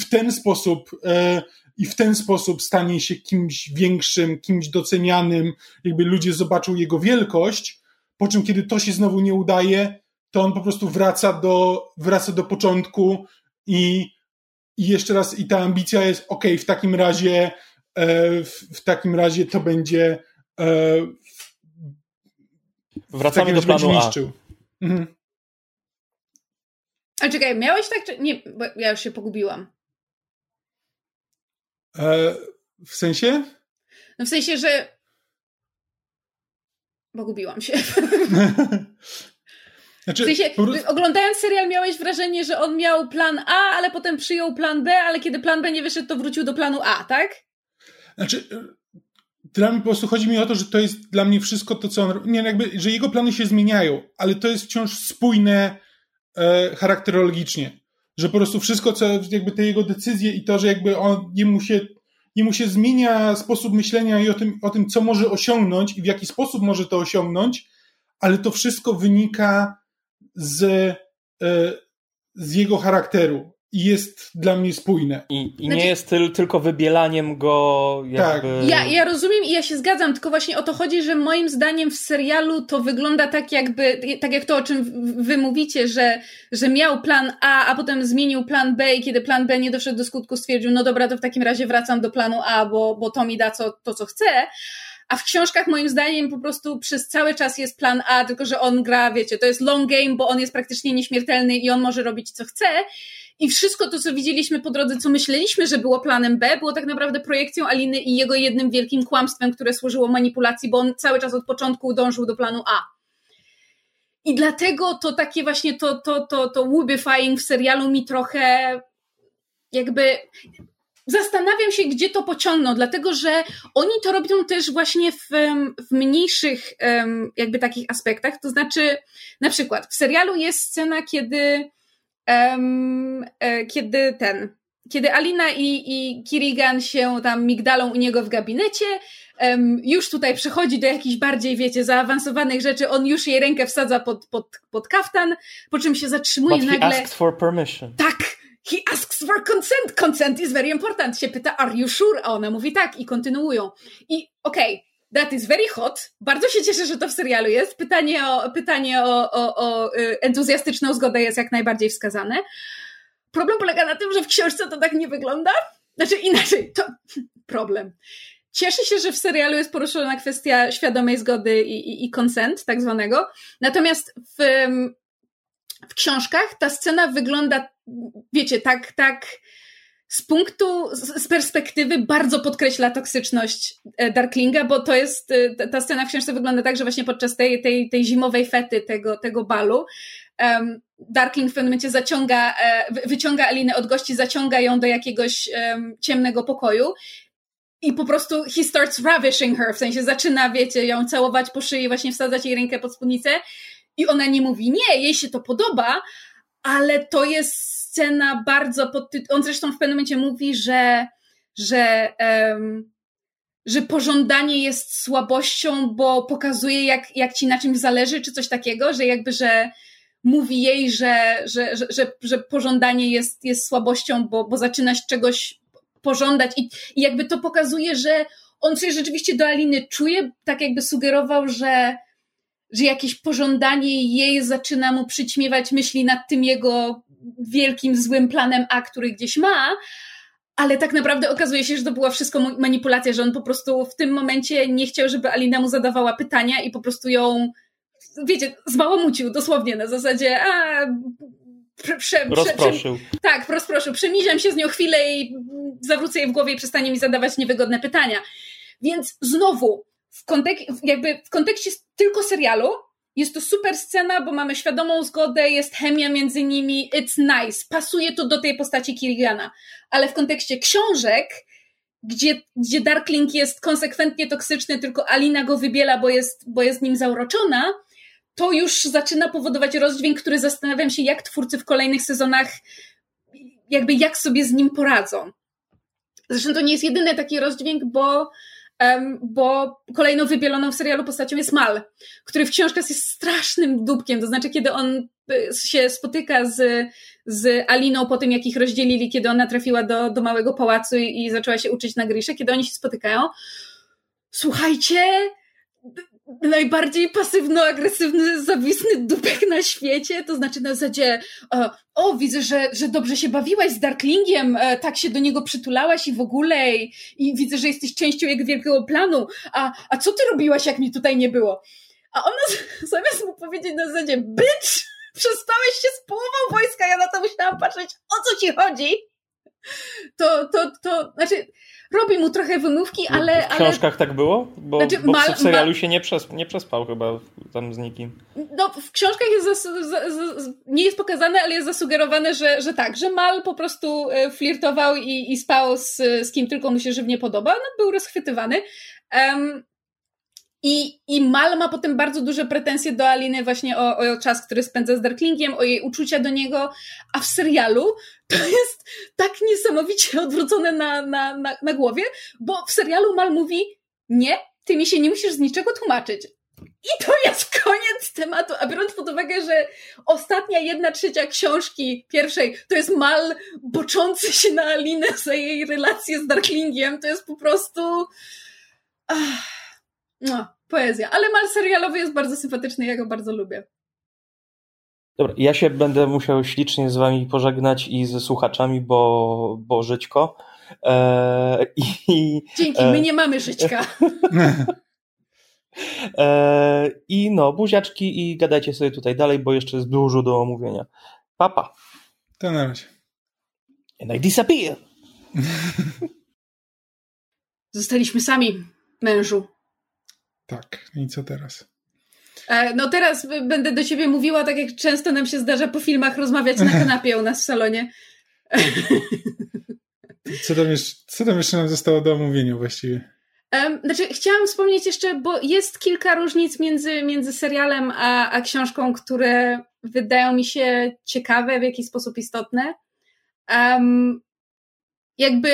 w ten sposób stanie się kimś większym, kimś docenianym, ludzie zobaczą jego wielkość, po czym kiedy to się znowu nie udaje, to on po prostu wraca do początku i jeszcze raz i ta ambicja jest w takim razie to będzie Wracamy do planu A. Mhm. A czekaj, miałeś tak, czy nie? Bo ja już się pogubiłam. W sensie? No w sensie, że pogubiłam się. Znaczy, w sensie, oglądając serial miałeś wrażenie, że on miał plan A, ale potem przyjął plan B, ale kiedy plan B nie wyszedł, to wrócił do planu A, tak? Znaczy, dla mnie po prostu chodzi mi o to, że to jest dla mnie wszystko to, co on... Nie, jakby, że jego plany się zmieniają, ale to jest wciąż spójne charakterologicznie. Że po prostu wszystko, co jakby te jego decyzje i to, że jakby jemu się zmienia sposób myślenia i o tym, co może osiągnąć i w jaki sposób może to osiągnąć, ale to wszystko wynika z jego charakteru i jest dla mnie spójne. I nie jest tylko wybielaniem go jakby... Tak. Ja rozumiem i ja się zgadzam, tylko właśnie o to chodzi, że moim zdaniem w serialu to wygląda tak jak to, o czym wy mówicie, że miał plan A potem zmienił plan B i kiedy plan B nie doszedł do skutku, stwierdził, no dobra, to w takim razie wracam do planu A, bo to mi da to, co chcę. A w książkach moim zdaniem po prostu przez cały czas jest plan A, tylko że on gra, wiecie, to jest long game, bo on jest praktycznie nieśmiertelny i on może robić co chce. I wszystko to, co widzieliśmy po drodze, co myśleliśmy, że było planem B, było tak naprawdę projekcją Aliny i jego jednym wielkim kłamstwem, które służyło manipulacji, bo on cały czas od początku dążył do planu A. I dlatego to takie właśnie to woobifying w serialu mi trochę jakby... Zastanawiam się, gdzie to pociągną, dlatego że oni to robią też właśnie w mniejszych jakby takich aspektach, to znaczy na przykład w serialu jest scena, kiedy Alina i Kirigan się tam migdalą u niego w gabinecie, już tutaj przechodzi do jakichś bardziej, wiecie, zaawansowanych rzeczy, on już jej rękę wsadza pod kaftan, po czym się zatrzymuje But nagle... he asked for permission. Tak! He asks for consent. Consent is very important. Się pyta, are you sure? A ona mówi tak i kontynuują. I okej, that is very hot. Bardzo się cieszę, że to w serialu jest. Pytanie o entuzjastyczną zgodę jest jak najbardziej wskazane. Problem polega na tym, że w książce to tak nie wygląda. Znaczy inaczej, to problem. Cieszę się, że w serialu jest poruszona kwestia świadomej zgody i consent tak zwanego. Natomiast w książkach ta scena wygląda, wiecie, tak z perspektywy bardzo podkreśla toksyczność Darklinga, bo to jest, ta scena w książce wygląda tak, że właśnie podczas tej zimowej fety tego balu Darkling w pewnym momencie wyciąga Alinę od gości, zaciąga ją do jakiegoś ciemnego pokoju i po prostu he starts ravishing her, w sensie zaczyna, wiecie, ją całować po szyi, właśnie wsadzać jej rękę pod spódnicę i ona nie mówi nie, jej się to podoba, ale to jest scena bardzo on zresztą w pewnym momencie mówi, że pożądanie jest słabością, bo pokazuje jak ci na czymś zależy, czy coś takiego, że mówi jej, że pożądanie jest słabością, bo zaczynasz czegoś pożądać i jakby to pokazuje, że on coś rzeczywiście do Aliny czuje, tak jakby sugerował, że jakieś pożądanie jej zaczyna mu przyćmiewać myśli nad tym jego wielkim, złym planem A, który gdzieś ma, ale tak naprawdę okazuje się, że to była wszystko manipulacja, że on po prostu w tym momencie nie chciał, żeby Alina mu zadawała pytania i po prostu ją, wiecie, zbałamucił dosłownie na zasadzie rozproszył. Tak, rozproszył. Przemiziam się z nią chwilę i zawrócę jej w głowie i przestanie mi zadawać niewygodne pytania. Więc znowu, w kontekście tylko serialu jest to super scena, bo mamy świadomą zgodę, jest chemia między nimi, it's nice, pasuje to do tej postaci Kirigana. Ale w kontekście książek, gdzie Darkling jest konsekwentnie toksyczny, tylko Alina go wybiela, bo jest nim zauroczona, to już zaczyna powodować rozdźwięk, który zastanawiam się, jak twórcy w kolejnych sezonach jak sobie z nim poradzą. Zresztą to nie jest jedyny taki rozdźwięk, bo kolejną wybieloną w serialu postacią jest Mal, który w książkach jest strasznym dupkiem, to znaczy kiedy on się spotyka z Aliną po tym, jak ich rozdzielili, kiedy ona trafiła do małego pałacu i zaczęła się uczyć na Grisze, kiedy oni się spotykają, słuchajcie, najbardziej pasywno-agresywny, zawisny dupek na świecie, to znaczy na zasadzie widzę, że dobrze się bawiłaś z Darklingiem, tak się do niego przytulałaś i w ogóle i widzę, że jesteś częścią jego wielkiego planu, a co ty robiłaś, jak mnie tutaj nie było? a ona zamiast mu powiedzieć na zasadzie bitch, przestałeś się z połową wojska, ja na to musiałam patrzeć, o co ci chodzi? To znaczy, robi mu trochę wymówki, ale... W książkach tak było? Bo, znaczy, bo w serialu się nie przespał chyba tam z nikim. No, w książkach jest nie jest pokazane, ale jest zasugerowane, że tak, że Mal po prostu flirtował i spał z kim tylko mu się żywnie podoba. No, był rozchwytywany. I Mal ma potem bardzo duże pretensje do Aliny właśnie o czas, który spędza z Darklingiem, o jej uczucia do niego, a w serialu to jest tak niesamowicie odwrócone na głowie, bo w serialu Mal mówi, nie, ty mi się nie musisz z niczego tłumaczyć. I to jest koniec tematu, a biorąc pod uwagę, że ostatnia 1/3 książki pierwszej to jest Mal boczący się na Alinę za jej relację z Darklingiem, to jest po prostu... No, poezja. Ale Mal serialowy jest bardzo sympatyczny, ja go bardzo lubię. Dobra, ja się będę musiał ślicznie z wami pożegnać i ze słuchaczami, bo żyćko. Dzięki, my nie mamy żyćka. I no, buziaczki i gadajcie sobie tutaj dalej, bo jeszcze jest dużo do omówienia. Papa. To na razie. And I disappear. Zostaliśmy sami, mężu. Tak, i co teraz? No teraz będę do ciebie mówiła, tak jak często nam się zdarza po filmach rozmawiać na kanapie u nas w salonie. Co tam jeszcze nam zostało do omówienia właściwie? Znaczy, chciałam wspomnieć jeszcze, bo jest kilka różnic między serialem a książką, które wydają mi się ciekawe, w jakiś sposób istotne. Jakby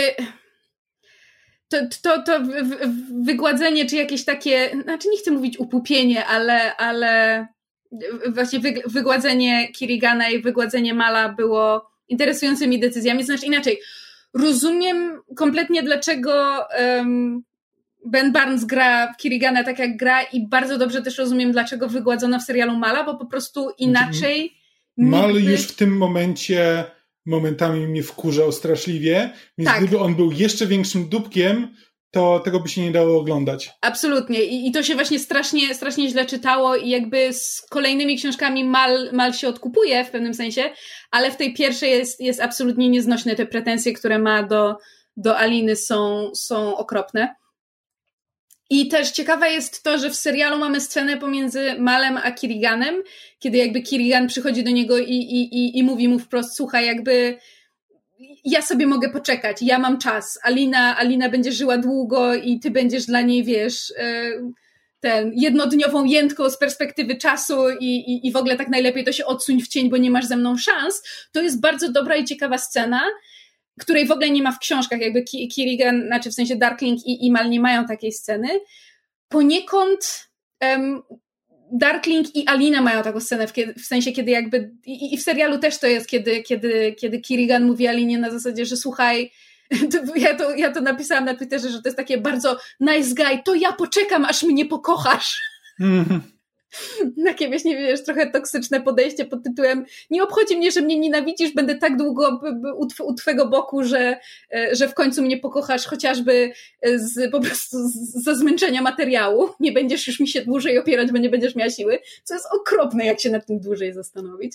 to wygładzenie, czy jakieś takie, znaczy nie chcę mówić upupienie, ale właśnie wygładzenie Kirrigana i wygładzenie Mala było interesującymi decyzjami. Znaczy inaczej, rozumiem kompletnie, dlaczego Ben Barnes gra Kirrigana tak jak gra i bardzo dobrze też rozumiem, dlaczego wygładzono w serialu Mala, bo po prostu inaczej... Mal już w tym momencie momentami mnie wkurzał straszliwie, więc tak. Gdyby on był jeszcze większym dupkiem, to tego by się nie dało oglądać. Absolutnie. I to się właśnie strasznie źle czytało i jakby z kolejnymi książkami Mal się odkupuje w pewnym sensie, ale w tej pierwszej jest absolutnie nieznośne. Te pretensje, które ma do Aliny są okropne. I też ciekawe jest to, że w serialu mamy scenę pomiędzy Malem a Kirriganem, kiedy jakby Kirrigan przychodzi do niego i mówi mu wprost, słuchaj, jakby ja sobie mogę poczekać, ja mam czas, Alina będzie żyła długo i ty będziesz dla niej, wiesz, jednodniową jętką z perspektywy czasu i w ogóle tak najlepiej to się odsuń w cień, bo nie masz ze mną szans. To jest bardzo dobra i ciekawa scena, której w ogóle nie ma w książkach, jakby Kirrigan, znaczy w sensie Darkling i Mal nie mają takiej sceny. Poniekąd Darkling i Alina mają taką scenę, w sensie kiedy jakby, i w serialu też to jest, kiedy Kirrigan mówi Alinie na zasadzie, że słuchaj, ja to napisałam na Twitterze, że to jest takie bardzo nice guy, to ja poczekam, aż mnie pokochasz. Takie właśnie, wiesz, trochę toksyczne podejście pod tytułem nie obchodzi mnie, że mnie nienawidzisz, będę tak długo u twego boku, że w końcu mnie pokochasz, chociażby po prostu ze zmęczenia materiału. Nie będziesz już mi się dłużej opierać, bo nie będziesz miała siły, co jest okropne, jak się nad tym dłużej zastanowić.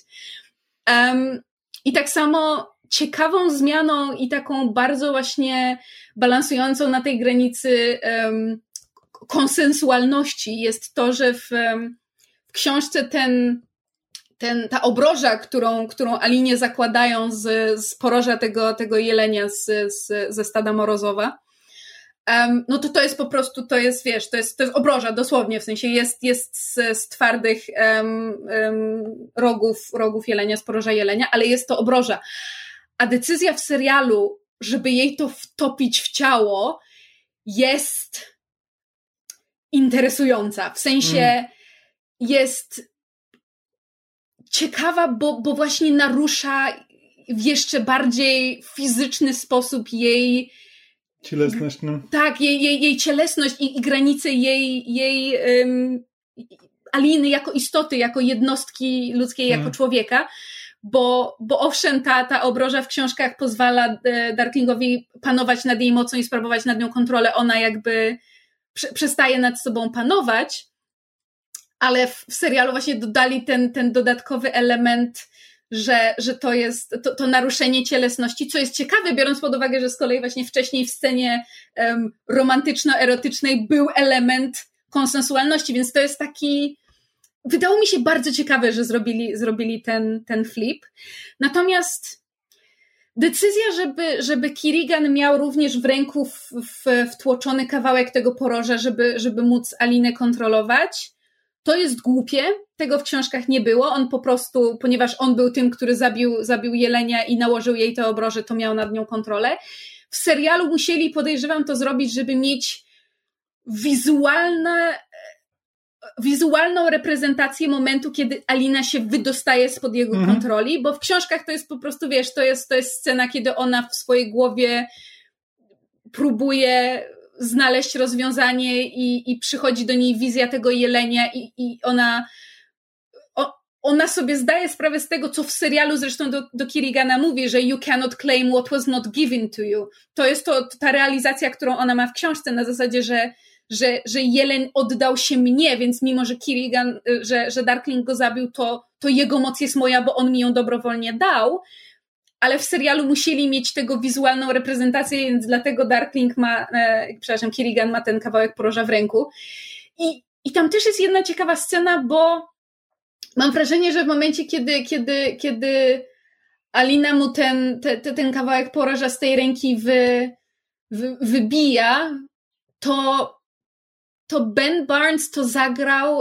I tak samo ciekawą zmianą i taką bardzo właśnie balansującą na tej granicy konsensualności jest to, że w książce ta obroża, którą Alinie zakładają z poroża tego jelenia ze stada Morozowa, no to jest po prostu, to jest, wiesz, to jest obroża dosłownie, w sensie jest z twardych rogów jelenia, z poroża jelenia, ale jest to obroża. A decyzja w serialu, żeby jej to wtopić w ciało, jest interesująca. W sensie jest ciekawa, bo właśnie narusza w jeszcze bardziej fizyczny sposób jej cielesność, no. Tak, jej cielesność i granice jej Aliny jako istoty, jako jednostki ludzkiej, jako człowieka. Bo owszem, ta obroża w książkach pozwala Darklingowi panować nad jej mocą i sprawować nad nią kontrolę. Ona jakby przestaje nad sobą panować, ale w serialu właśnie dodali ten dodatkowy element, że to jest to naruszenie cielesności, co jest ciekawe, biorąc pod uwagę, że z kolei właśnie wcześniej w scenie romantyczno-erotycznej był element konsensualności, więc to jest taki, wydało mi się bardzo ciekawe, że zrobili ten flip. Natomiast decyzja, żeby Kirigan miał również w ręku wtłoczony kawałek tego poroża, żeby móc Alinę kontrolować, to jest głupie, tego w książkach nie było, on po prostu, ponieważ on był tym, który zabił jelenia i nałożył jej te obroże, to miał nad nią kontrolę. W serialu musieli, podejrzewam, to zrobić, żeby mieć wizualną reprezentację momentu, kiedy Alina się wydostaje spod jego kontroli, bo w książkach to jest po prostu, wiesz, to jest scena, kiedy ona w swojej głowie próbuje znaleźć rozwiązanie i przychodzi do niej wizja tego jelenia i ona sobie zdaje sprawę z tego, co w serialu zresztą do Kirigana mówi, że you cannot claim what was not given to you. To jest ta realizacja, którą ona ma w książce na zasadzie, że jeleń oddał się mnie, więc mimo, że Kirigan, że Darkling go zabił, to jego moc jest moja, bo on mi ją dobrowolnie dał, ale w serialu musieli mieć tego wizualną reprezentację, więc dlatego Kirigan ma ten kawałek poroża w ręku. I tam też jest jedna ciekawa scena, bo mam wrażenie, że w momencie, kiedy Alina mu ten kawałek poroża z tej ręki wybija, to Ben Barnes to zagrał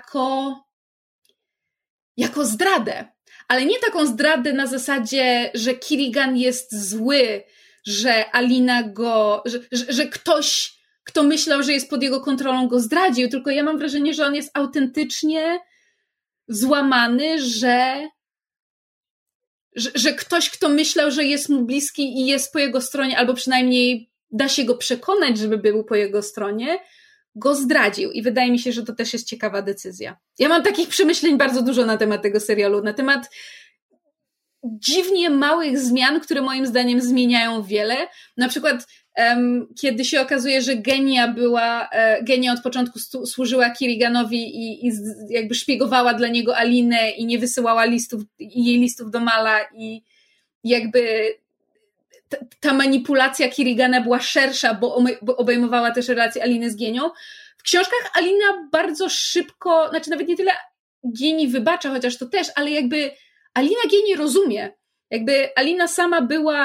jako zdradę. Ale nie taką zdradę na zasadzie, że Kirigan jest zły, że Alina że ktoś, kto myślał, że jest pod jego kontrolą, go zdradził, tylko ja mam wrażenie, że on jest autentycznie złamany, że ktoś, kto myślał, że jest mu bliski i jest po jego stronie, albo przynajmniej da się go przekonać, żeby był po jego stronie, go zdradził. I wydaje mi się, że to też jest ciekawa decyzja. Ja mam takich przemyśleń bardzo dużo na temat tego serialu, na temat dziwnie małych zmian, które moim zdaniem zmieniają wiele. Na przykład kiedy się okazuje, że Genia od początku służyła Kiriganowi i jakby szpiegowała dla niego Alinę i nie wysyłała jej listów do Mala i jakby ta manipulacja Kirigana była szersza, bo obejmowała też relację Aliny z Genią. W książkach Alina bardzo szybko, znaczy nawet nie tyle Geni wybacza, chociaż to też, ale jakby Alina Geni rozumie. Jakby Alina sama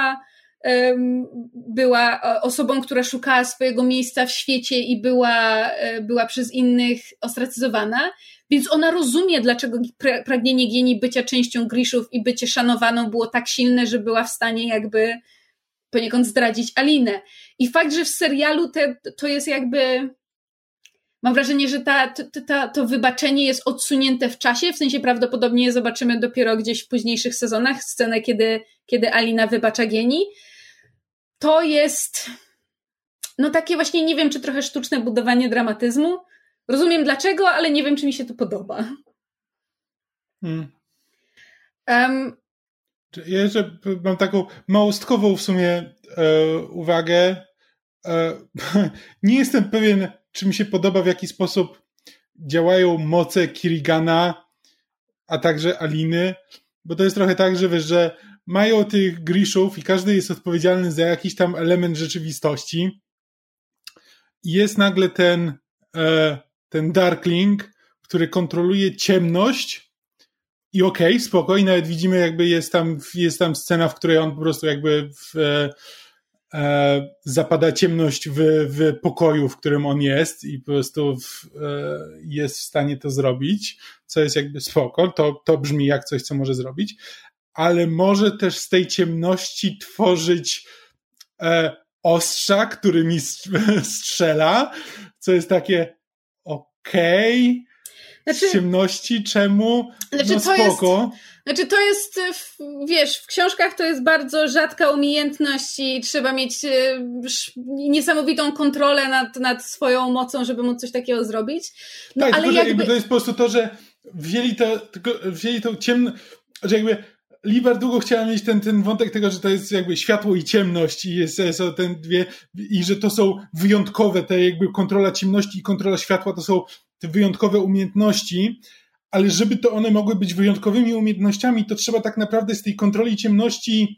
była osobą, która szukała swojego miejsca w świecie i była przez innych ostracyzowana, więc ona rozumie, dlaczego pragnienie Geni bycia częścią Grishów i bycie szanowaną było tak silne, że była w stanie jakby poniekąd zdradzić Alinę. I fakt, że w serialu to jest jakby... Mam wrażenie, że to wybaczenie jest odsunięte w czasie, w sensie prawdopodobnie zobaczymy dopiero gdzieś w późniejszych sezonach scenę, kiedy Alina wybacza Geni. To jest takie właśnie, nie wiem, czy trochę sztuczne budowanie dramatyzmu. Rozumiem dlaczego, ale nie wiem, czy mi się to podoba. Ja jeszcze mam taką małostkową w sumie uwagę. Nie jestem pewien, czy mi się podoba, w jaki sposób działają moce Kirigana, a także Aliny, bo to jest trochę tak, że wiesz, że mają tych Grishów i każdy jest odpowiedzialny za jakiś tam element rzeczywistości. I jest nagle ten Darkling, który kontroluje ciemność i okej, spoko, i nawet widzimy, jakby jest tam scena, w której on po prostu jakby zapada ciemność w pokoju, w którym on jest i po prostu jest w stanie to zrobić, co jest jakby spoko, to brzmi jak coś, co może zrobić, ale może też z tej ciemności tworzyć ostrza, którymi strzela, co jest takie okej. Z ciemności, czemu? Spoko. To jest, wiesz, w książkach to jest bardzo rzadka umiejętność i trzeba mieć niesamowitą kontrolę nad swoją mocą, żeby móc coś takiego zrobić. Tak, ale tylko, jakby to jest po prostu to, że wzięli tą ciemność, że jakby Libar długo chciała mieć ten wątek tego, że to jest jakby światło i ciemność i są ten dwie, i że to są wyjątkowe, te jakby kontrola ciemności i kontrola światła to są te wyjątkowe umiejętności, ale żeby to one mogły być wyjątkowymi umiejętnościami, to trzeba tak naprawdę z tej kontroli ciemności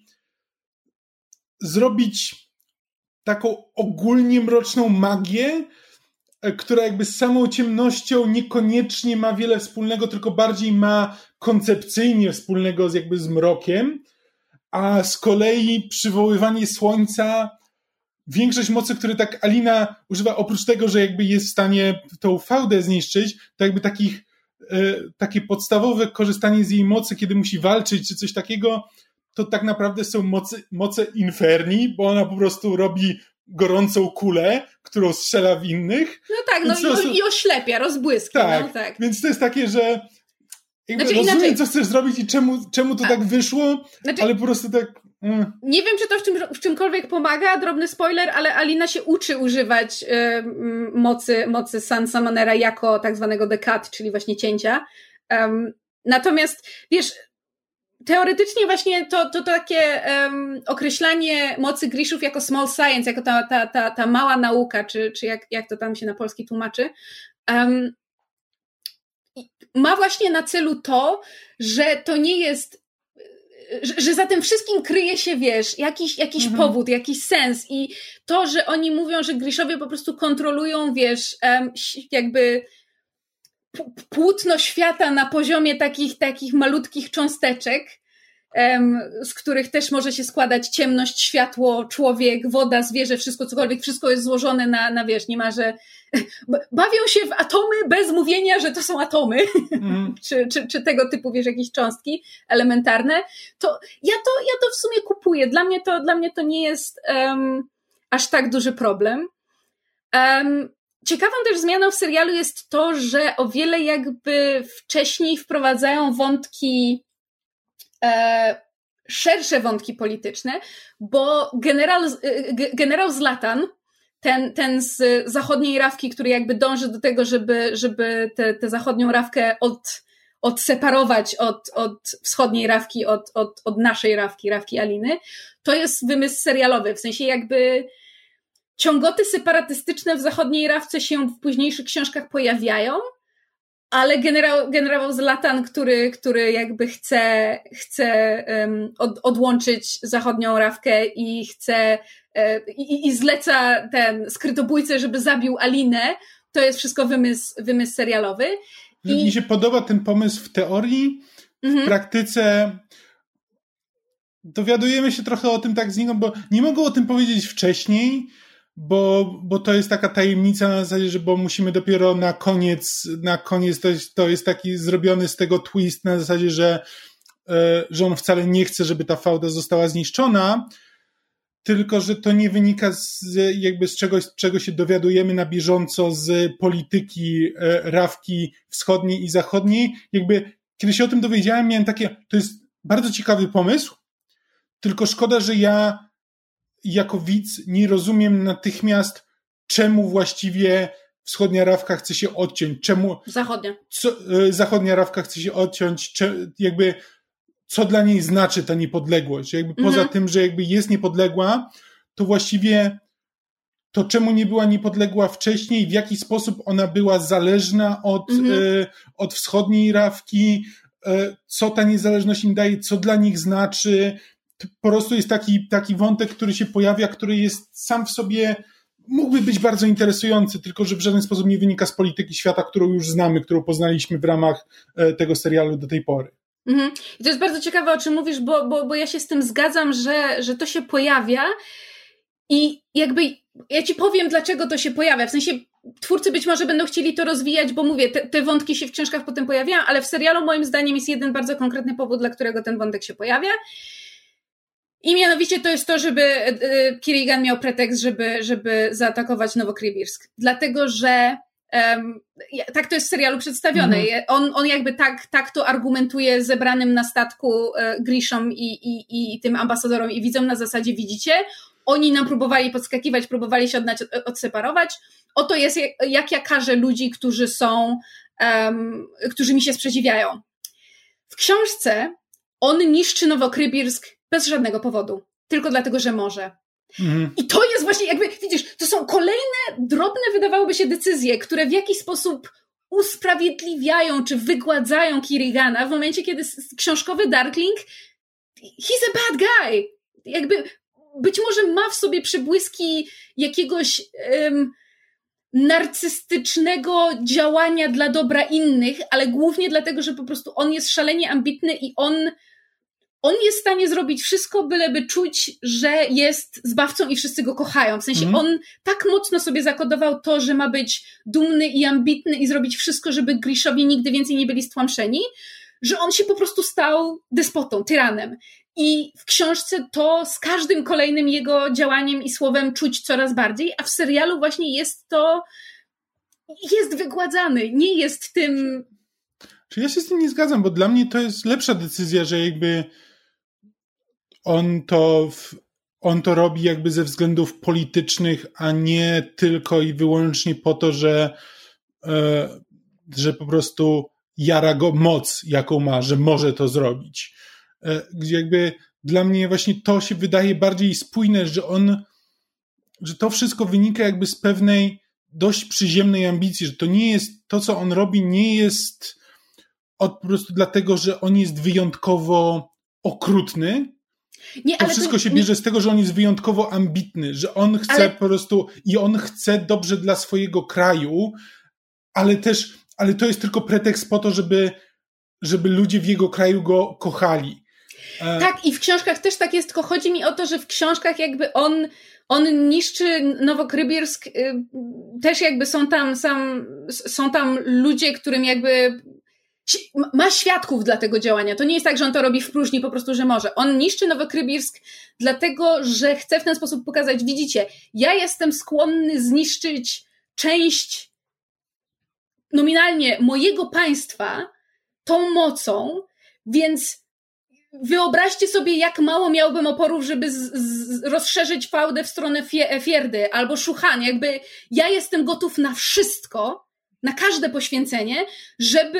zrobić taką ogólnie mroczną magię, która jakby z samą ciemnością niekoniecznie ma wiele wspólnego, tylko bardziej ma koncepcyjnie wspólnego z mrokiem, a z kolei przywoływanie słońca, większość mocy, które tak Alina używa, oprócz tego, że jakby jest w stanie tą fałdę zniszczyć, to jakby takie podstawowe korzystanie z jej mocy, kiedy musi walczyć czy coś takiego, to tak naprawdę są moce Inferni, bo ona po prostu robi gorącą kulę, którą strzela w innych. No tak, i oślepia, rozbłyski. Tak, no, tak, więc to jest takie, że rozumiem, inaczej, co chcesz zrobić i czemu to tak wyszło, ale po prostu tak... Nie wiem, czy to w czymkolwiek pomaga, drobny spoiler, ale Alina się uczy używać mocy Sun Summonera jako tak zwanego decat, czyli właśnie cięcia. Natomiast, wiesz, teoretycznie właśnie to takie określanie mocy Grishów jako small science, jako ta mała nauka, czy jak to tam się na polski tłumaczy, ma właśnie na celu to, że to nie jest, że za tym wszystkim kryje się, wiesz, jakiś powód, jakiś sens i to, że oni mówią, że Grishowie po prostu kontrolują, wiesz, jakby płótno świata na poziomie takich malutkich cząsteczek, z których też może się składać ciemność, światło, człowiek, woda, zwierzę, wszystko, cokolwiek, wszystko jest złożone na wiesz, niemalże bawią się w atomy bez mówienia, że to są atomy, czy tego typu, wiesz, jakieś cząstki elementarne, to ja to w sumie kupuję. Dla mnie to nie jest aż tak duży problem. Ciekawą też zmianą w serialu jest to, że o wiele jakby wcześniej wprowadzają wątki szersze wątki polityczne, bo generał Zlatan, ten z zachodniej Rawki, który jakby dąży do tego, żeby tę zachodnią Rawkę odseparować od wschodniej Rawki, od naszej Rawki Aliny, to jest wymysł serialowy, w sensie jakby ciągoty separatystyczne w zachodniej Rawce się w późniejszych książkach pojawiają, ale generał Zlatan, który jakby chce odłączyć zachodnią Rawkę i chce i zleca ten skrytobójcę, żeby zabił Alinę, to jest wszystko wymysł serialowy. Mi się podoba ten pomysł w teorii, w praktyce dowiadujemy się trochę o tym tak znikąd, bo nie mogą o tym powiedzieć wcześniej, bo to jest taka tajemnica na zasadzie, że bo musimy dopiero na koniec to jest taki zrobiony z tego twist na zasadzie, że on wcale nie chce, żeby ta fałda została zniszczona, tylko że to nie wynika z czegoś, czego się dowiadujemy na bieżąco z polityki Rawki wschodniej i zachodniej. Jakby, kiedy się o tym dowiedziałem, miałem takie, to jest bardzo ciekawy pomysł, tylko szkoda, że ja jako widz nie rozumiem natychmiast, czemu właściwie wschodnia Rawka chce się odciąć, czemu... Zachodnia Rawka chce się odciąć, jakby co dla niej znaczy ta niepodległość. Jakby poza tym, że jakby jest niepodległa, to właściwie to czemu nie była niepodległa wcześniej, w jaki sposób ona była zależna od wschodniej Rawki, co ta niezależność im daje, co dla nich znaczy. To po prostu jest taki wątek, który się pojawia, który jest sam w sobie, mógłby być bardzo interesujący, tylko że w żaden sposób nie wynika z polityki świata, którą już znamy, którą poznaliśmy w ramach tego serialu do tej pory. I to jest bardzo ciekawe, o czym mówisz, bo ja się z tym zgadzam, że to się pojawia i jakby ja ci powiem, dlaczego to się pojawia. W sensie twórcy być może będą chcieli to rozwijać, bo mówię, te wątki się w książkach potem pojawiają, ale w serialu moim zdaniem jest jeden bardzo konkretny powód, dla którego ten wątek się pojawia. I mianowicie to jest to, żeby Kirigan miał pretekst, żeby zaatakować Nowokrymirsk. Dlatego, że tak to jest w serialu przedstawione. On jakby tak to argumentuje zebranym na statku Grishom i tym ambasadorom i widzom na zasadzie, widzicie, oni nam próbowali podskakiwać, próbowali się odseparować. Oto jest, jak ja karzę ludzi, którzy mi się sprzeciwiają. W książce on niszczy Nowokrybirsк bez żadnego powodu. Tylko dlatego, że może. I to jest właśnie jakby, widzisz, to są kolejne drobne, wydawałoby się, decyzje, które w jakiś sposób usprawiedliwiają czy wygładzają Kirrigana w momencie, kiedy książkowy Darkling he's a bad guy. Jakby być może ma w sobie przybłyski jakiegoś narcystycznego działania dla dobra innych, ale głównie dlatego, że po prostu on jest szalenie ambitny i on jest w stanie zrobić wszystko, byleby czuć, że jest zbawcą i wszyscy go kochają. W sensie on tak mocno sobie zakodował to, że ma być dumny i ambitny i zrobić wszystko, żeby Grishowie nigdy więcej nie byli stłamszeni, że on się po prostu stał despotą, tyranem. I w książce to z każdym kolejnym jego działaniem i słowem czuć coraz bardziej, a w serialu właśnie jest wygładzany, nie jest tym... Czy ja się z tym nie zgadzam, bo dla mnie to jest lepsza decyzja, że jakby on to robi jakby ze względów politycznych, a nie tylko i wyłącznie po to, że po prostu jara go moc, jaką ma, że może to zrobić. Gdzie jakby dla mnie właśnie to się wydaje bardziej spójne, że to wszystko wynika jakby z pewnej dość przyziemnej ambicji, że to nie jest, to co on robi nie jest po prostu dlatego, że on jest wyjątkowo okrutny. Nie, to wszystko się bierze z tego, że on jest wyjątkowo ambitny, że on chce po prostu i on chce dobrze dla swojego kraju, ale to jest tylko pretekst po to, żeby ludzie w jego kraju go kochali. Tak, i w książkach też tak jest, tylko chodzi mi o to, że w książkach jakby on niszczy Nowokrybirsк, też jakby są tam ludzie, którym jakby ma świadków dla tego działania. To nie jest tak, że on to robi w próżni, po prostu, że może. On niszczy Nowokrybirsк dlatego, że chce w ten sposób pokazać, widzicie, ja jestem skłonny zniszczyć część nominalnie mojego państwa tą mocą, więc wyobraźcie sobie, jak mało miałbym oporów, żeby rozszerzyć fałdę w stronę Fierdy albo Szuchan. Jakby ja jestem gotów na wszystko, na każde poświęcenie, żeby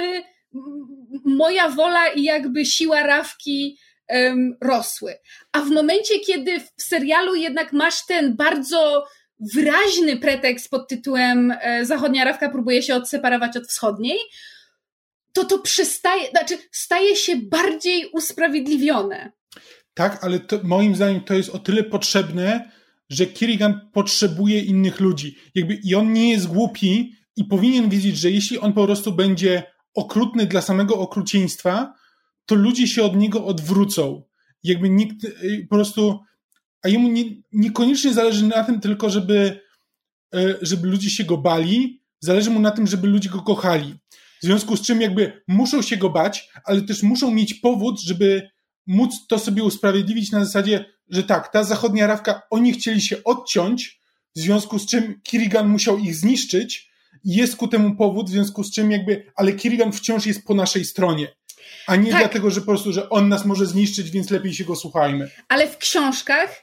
moja wola i jakby siła Rawki rosły. A w momencie, kiedy w serialu jednak masz ten bardzo wyraźny pretekst pod tytułem Zachodnia Rawka próbuje się odseparować od wschodniej, to staje się bardziej usprawiedliwione. Tak, ale to, moim zdaniem to jest o tyle potrzebne, że Kirrigan potrzebuje innych ludzi. I on nie jest głupi i powinien wiedzieć, że jeśli on po prostu będzie okrutny dla samego okrucieństwa, to ludzie się od niego odwrócą. Jakby nikt po prostu... A jemu niekoniecznie zależy na tym tylko, żeby ludzie się go bali, zależy mu na tym, żeby ludzie go kochali. W związku z czym jakby muszą się go bać, ale też muszą mieć powód, żeby móc to sobie usprawiedliwić na zasadzie, że tak, ta zachodnia Rawka, oni chcieli się odciąć, w związku z czym Kirrigan musiał ich zniszczyć i jest ku temu powód, w związku z czym ale Kirrigan wciąż jest po naszej stronie, a nie dlatego, że po prostu, że on nas może zniszczyć, więc lepiej się go słuchajmy. Ale w książkach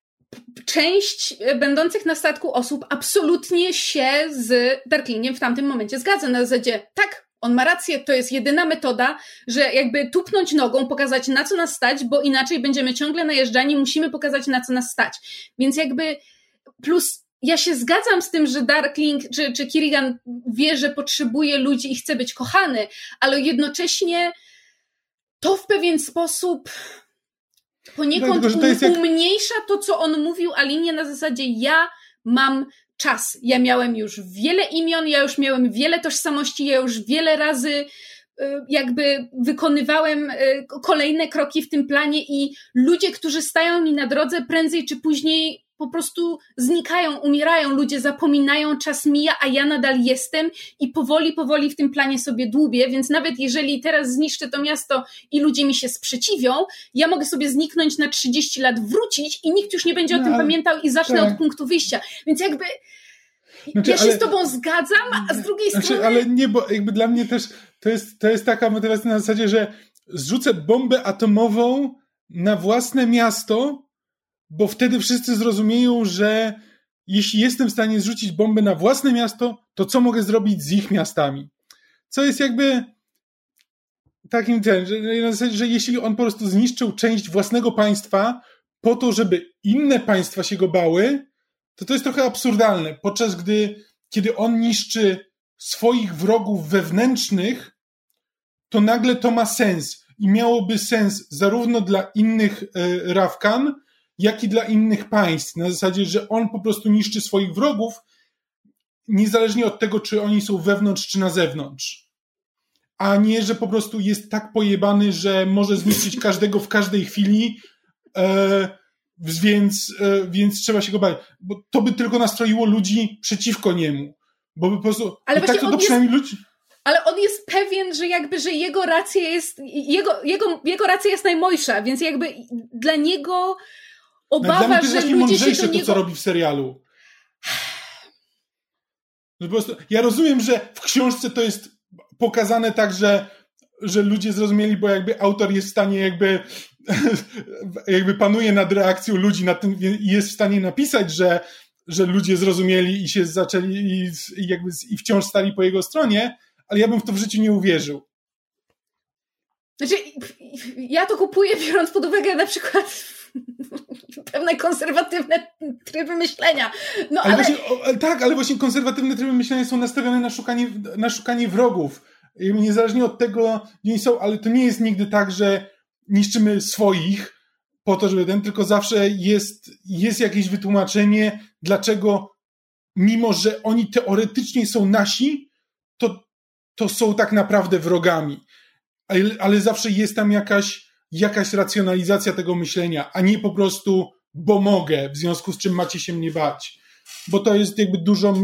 część będących na statku osób absolutnie się z Darklingiem w tamtym momencie zgadza. Na zasadzie, tak, on ma rację, to jest jedyna metoda, że jakby tupnąć nogą, pokazać na co nas stać, bo inaczej będziemy ciągle najeżdżani, musimy pokazać na co nas stać. Więc jakby plus ja się zgadzam z tym, że Darkling czy Kirrigan wie, że potrzebuje ludzi i chce być kochany, ale jednocześnie to w pewien sposób poniekąd umniejsza to, co on mówił Alinie na zasadzie ja mam czas. Ja miałem już wiele imion, ja już miałem wiele tożsamości, ja już wiele razy jakby wykonywałem kolejne kroki w tym planie i ludzie, którzy stają mi na drodze, prędzej czy później po prostu znikają, umierają, ludzie zapominają, czas mija, a ja nadal jestem i powoli w tym planie sobie dłubię, więc nawet jeżeli teraz zniszczę to miasto i ludzie mi się sprzeciwią, ja mogę sobie zniknąć na 30 lat, wrócić i nikt już nie będzie o tym pamiętał i zacznę od punktu wyjścia. Więc jakby ja się z tobą zgadzam, a z drugiej strony... Ale nie, bo jakby dla mnie też to jest taka motywacja na zasadzie, że zrzucę bombę atomową na własne miasto, bo wtedy wszyscy zrozumieją, że jeśli jestem w stanie zrzucić bombę na własne miasto, to co mogę zrobić z ich miastami? Co jest jakby... takim że jeśli on po prostu zniszczył część własnego państwa po to, żeby inne państwa się go bały, to jest trochę absurdalne. Podczas kiedy on niszczy swoich wrogów wewnętrznych, to nagle to ma sens. I miałoby sens zarówno dla innych Rawkan, jak i dla innych państw. Na zasadzie, że on po prostu niszczy swoich wrogów, niezależnie od tego, czy oni są wewnątrz, czy na zewnątrz. A nie, że po prostu jest tak pojebany, że może zniszczyć każdego w każdej chwili, więc trzeba się go bać. Bo to by tylko nastroiło ludzi przeciwko niemu. Bo by po prostu... Ale tak to przynajmniej ludzi... Ale on jest pewien, że jego racja jest, jego racja jest najmojsza, więc jakby dla niego obawa, dla mnie to jest że właśnie ludzie się mądrzejsze do niego... to, co robi w serialu. Że po prostu, ja rozumiem, że w książce to jest pokazane tak, że ludzie zrozumieli, bo jakby autor jest w stanie jakby panuje nad reakcją ludzi nad tym i jest w stanie napisać, że ludzie zrozumieli i się zaczęli i wciąż stali po jego stronie, ale ja bym w to w życiu nie uwierzył. Znaczy, ja to kupuję, biorąc pod uwagę na przykład pewne konserwatywne tryby myślenia. No, ale... Właśnie, ale właśnie konserwatywne tryby myślenia są nastawione na szukanie wrogów. I niezależnie od tego, gdzie oni są, ale to nie jest nigdy tak, że niszczymy swoich po to, żeby tylko zawsze jest jakieś wytłumaczenie, dlaczego mimo, że oni teoretycznie są nasi, to są tak naprawdę wrogami. Ale zawsze jest tam jakaś racjonalizacja tego myślenia, a nie po prostu, bo mogę, w związku z czym macie się mnie bać. Bo to jest jakby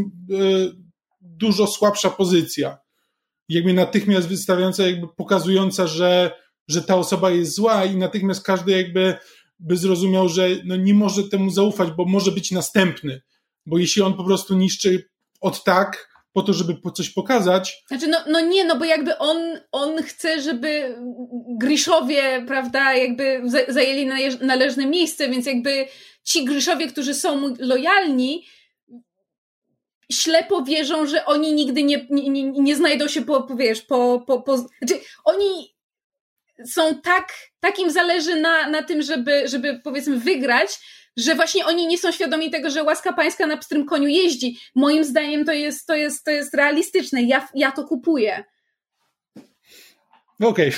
dużo słabsza pozycja. Jakby natychmiast wystawiająca, jakby pokazująca, że ta osoba jest zła i natychmiast każdy jakby by zrozumiał, że no nie może temu zaufać, bo może być następny. Bo jeśli on po prostu niszczy po to, żeby coś pokazać. Znaczy, bo jakby on chce, żeby Griszowie, prawda, jakby zajęli należne miejsce, więc jakby ci Griszowie, którzy są mu lojalni, ślepo wierzą, że oni nigdy nie znajdą się znaczy, oni są tak im zależy na tym, żeby powiedzmy wygrać, że właśnie oni nie są świadomi tego, że łaska pańska na pstrym koniu jeździ. Moim zdaniem to jest realistyczne. Ja to kupuję. Okej.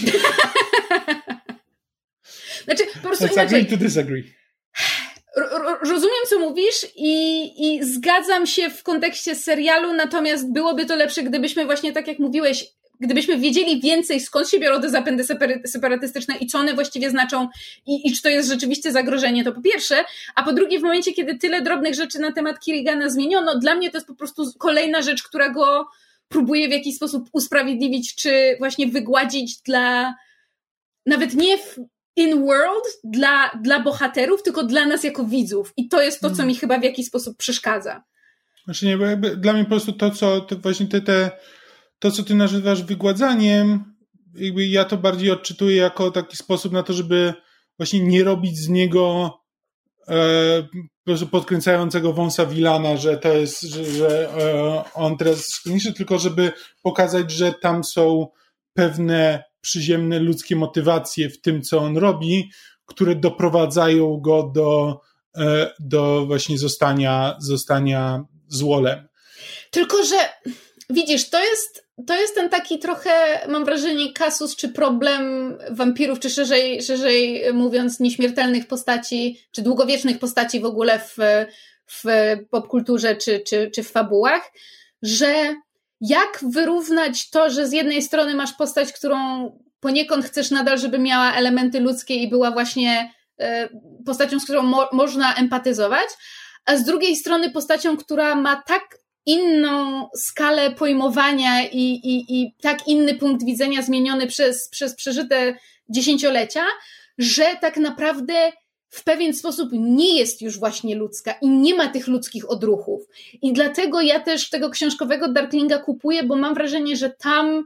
Znaczy, po prostu Let's inaczej. agree to disagree. Rozumiem, co mówisz i zgadzam się w kontekście serialu, natomiast byłoby to lepsze, gdybyśmy właśnie, tak jak mówiłeś, gdybyśmy wiedzieli więcej, skąd się biorą te zapędy separatystyczne i co one właściwie znaczą i czy to jest rzeczywiście zagrożenie, to po pierwsze, a po drugie w momencie, kiedy tyle drobnych rzeczy na temat Kirrigana zmieniono, dla mnie to jest po prostu kolejna rzecz, która go próbuje w jakiś sposób usprawiedliwić, czy właśnie wygładzić nawet nie in-world, dla bohaterów, tylko dla nas jako widzów. I to jest to, co mi chyba w jakiś sposób przeszkadza. Znaczy nie, bo jakby dla mnie po prostu to właśnie to, co ty nazywasz wygładzaniem, jakby ja to bardziej odczytuję jako taki sposób na to, żeby właśnie nie robić z niego po prostu podkręcającego wąsa Wilana, że to jest, że on teraz niszczy, tylko żeby pokazać, że tam są pewne przyziemne ludzkie motywacje w tym, co on robi, które doprowadzają go do właśnie zostania złolem. Tylko, że widzisz, to jest ten taki trochę, mam wrażenie, kasus czy problem wampirów, czy szerzej mówiąc nieśmiertelnych postaci, czy długowiecznych postaci w ogóle w popkulturze czy w fabułach, że jak wyrównać to, że z jednej strony masz postać, którą poniekąd chcesz nadal, żeby miała elementy ludzkie i była właśnie postacią, z którą można empatyzować, a z drugiej strony postacią, która ma tak inną skalę pojmowania i tak inny punkt widzenia zmieniony przez przeżyte dziesięciolecia, że tak naprawdę w pewien sposób nie jest już właśnie ludzka i nie ma tych ludzkich odruchów. I dlatego ja też tego książkowego Darklinga kupuję, bo mam wrażenie, że tam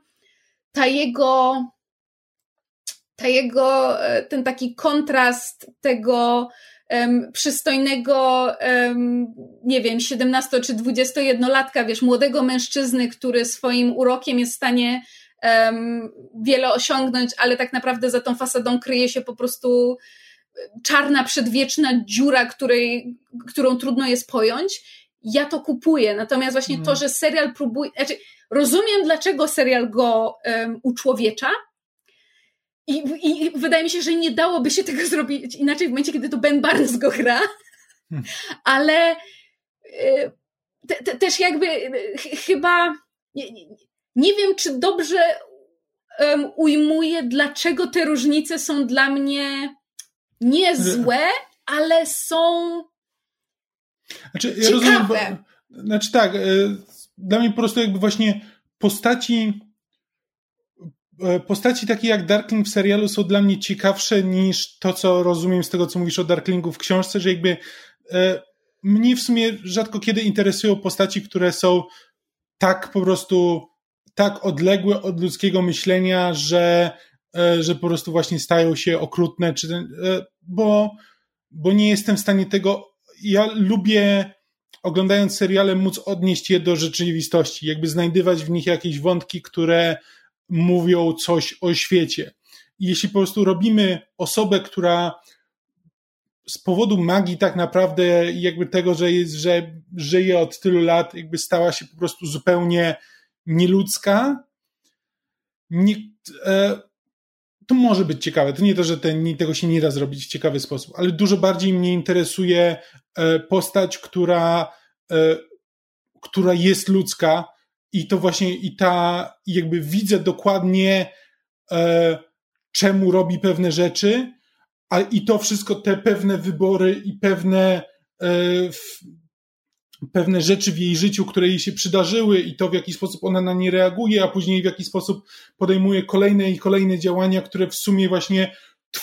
ten taki kontrast tego przystojnego, nie wiem, 17 czy 21-latka, wiesz, młodego mężczyzny, który swoim urokiem jest w stanie wiele osiągnąć, ale tak naprawdę za tą fasadą kryje się po prostu czarna, przedwieczna dziura, którą trudno jest pojąć. Ja to kupuję, natomiast właśnie to, że serial próbuje, rozumiem, dlaczego serial go uczłowiecza i wydaje mi się, że nie dałoby się tego zrobić inaczej w momencie, kiedy to Ben Barnes go gra, ale też jakby chyba nie wiem, czy dobrze ujmuję, dlaczego te różnice są dla mnie nie złe, ale są ja ciekawe. Rozumiem, tak, dla mnie po prostu jakby właśnie postaci takie jak Darkling w serialu są dla mnie ciekawsze niż to, co rozumiem z tego, co mówisz o Darklingu w książce, że jakby mnie w sumie rzadko kiedy interesują postaci, które są tak po prostu tak odległe od ludzkiego myślenia, że po prostu właśnie stają się okrutne, bo nie jestem w stanie tego. Ja lubię, oglądając seriale, móc odnieść je do rzeczywistości, jakby znajdywać w nich jakieś wątki, które mówią coś o świecie. I jeśli po prostu robimy osobę, która z powodu magii tak naprawdę jakby tego, że żyje od tylu lat, jakby stała się po prostu zupełnie nieludzka, to może być ciekawe. To nie to, że tego się nie da zrobić w ciekawy sposób, ale dużo bardziej mnie interesuje postać, która jest ludzka i to właśnie jakby widzę dokładnie czemu robi pewne rzeczy, i to wszystko, te pewne wybory i pewne rzeczy w jej życiu, które jej się przydarzyły i to, w jaki sposób ona na nie reaguje, a później w jaki sposób podejmuje kolejne i kolejne działania, które w sumie właśnie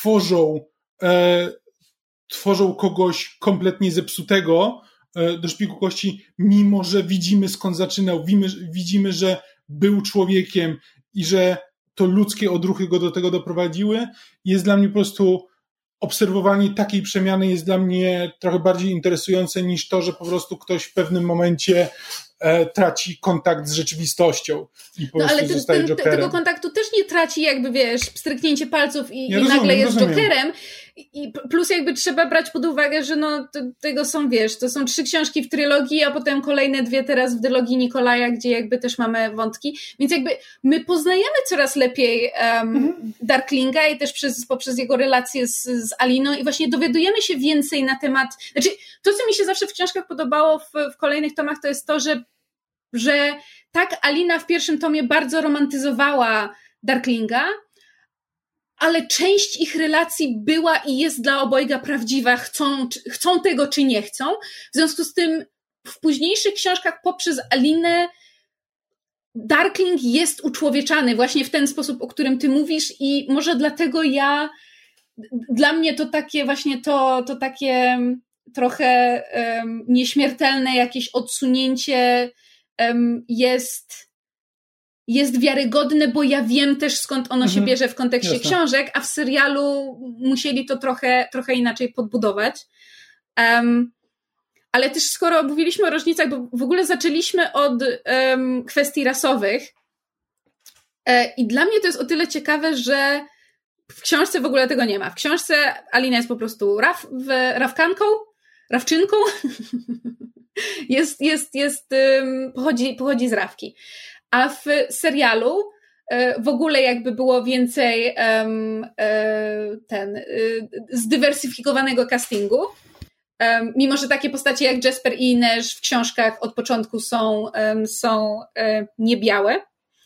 tworzą kogoś kompletnie zepsutego do szpiku kości, mimo że widzimy, skąd zaczynał, widzimy, że był człowiekiem i że to ludzkie odruchy go do tego doprowadziły. Jest dla mnie po prostu obserwowanie takiej przemiany jest dla mnie trochę bardziej interesujące niż to, że po prostu ktoś w pewnym momencie traci kontakt z rzeczywistością i po prostu zostaje Jokerem. Tego kontaktu też nie traci, jakby wiesz, pstryknięcie palców i nagle jest Jokerem. I plus jakby trzeba brać pod uwagę, że tego są, wiesz, to są 3 książki w trylogii, a potem kolejne 2 teraz w dylogii Nikolaja, gdzie jakby też mamy wątki. Więc jakby my poznajemy coraz lepiej Darklinga i też poprzez jego relacje z Aliną i właśnie dowiadujemy się więcej na temat, to, co mi się zawsze w książkach podobało w kolejnych tomach, to jest to, że tak Alina w pierwszym tomie bardzo romantyzowała Darklinga, ale część ich relacji była i jest dla obojga prawdziwa, chcą tego czy nie chcą. W związku z tym w późniejszych książkach poprzez Alinę Darkling jest uczłowieczany właśnie w ten sposób, o którym ty mówisz i może dlatego dla mnie to takie właśnie to takie trochę nieśmiertelne jakieś odsunięcie jest wiarygodne, bo ja wiem też, skąd ono się bierze w kontekście książek, a w serialu musieli to trochę inaczej podbudować. Ale też skoro mówiliśmy o różnicach, bo w ogóle zaczęliśmy od kwestii rasowych i dla mnie to jest o tyle ciekawe, że w książce w ogóle tego nie ma. W książce Alina jest po prostu rawczynką, pochodzi z Rawki. A w serialu w ogóle jakby było więcej zdywersyfikowanego castingu. Mimo że takie postacie jak Jasper i Inez w książkach od początku są niebiałe.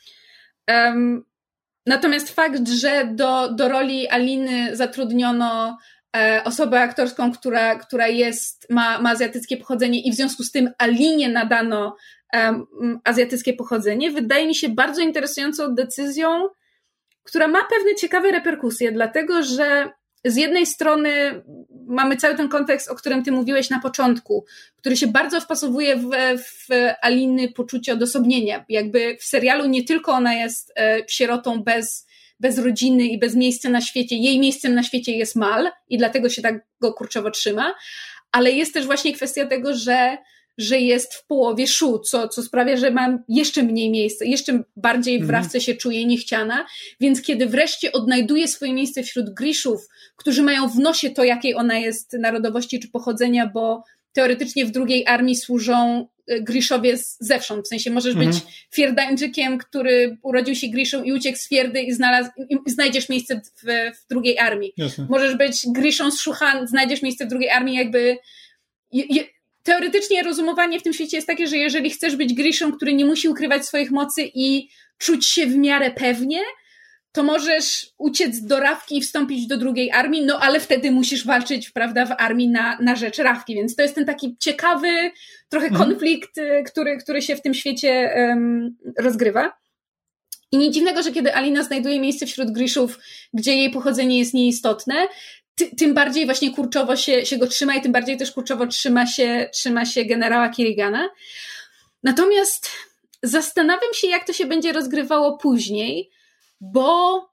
Natomiast fakt, że do roli Aliny zatrudniono osobę aktorską, która ma azjatyckie pochodzenie i w związku z tym Alinie nadano azjatyckie pochodzenie, wydaje mi się bardzo interesującą decyzją, która ma pewne ciekawe reperkusje, dlatego że z jednej strony mamy cały ten kontekst, o którym ty mówiłeś na początku, który się bardzo wpasowuje w Aliny poczucie odosobnienia. Jakby w serialu nie tylko ona jest sierotą bez rodziny i bez miejsca na świecie, jej miejscem na świecie jest Mal i dlatego się tak go kurczowo trzyma, ale jest też właśnie kwestia tego, że że jest w połowie Shu, co sprawia, że mam jeszcze mniej miejsca, jeszcze bardziej w Rawce się czuję niechciana, więc kiedy wreszcie odnajduje swoje miejsce wśród Grishów, którzy mają w nosie to, jakiej ona jest narodowości czy pochodzenia, bo teoretycznie w drugiej armii służą Grishowie zewsząd, w sensie możesz być Fierdańczykiem, który urodził się Grishą i uciekł z Fierdy i znajdziesz miejsce w drugiej armii. Jasne. Możesz być Grishą z Shuhan, znajdziesz miejsce w drugiej armii, jakby teoretycznie rozumowanie w tym świecie jest takie, że jeżeli chcesz być Grishą, który nie musi ukrywać swoich mocy i czuć się w miarę pewnie, to możesz uciec do Rawki i wstąpić do drugiej armii, no ale wtedy musisz walczyć, prawda, w armii na rzecz Rawki, więc to jest ten taki ciekawy trochę konflikt, który się w tym świecie rozgrywa. I nic dziwnego, że kiedy Alina znajduje miejsce wśród Grishów, gdzie jej pochodzenie jest nieistotne, tym bardziej właśnie kurczowo się go trzyma i tym bardziej też kurczowo trzyma się generała Kirigana. Natomiast zastanawiam się, jak to się będzie rozgrywało później, bo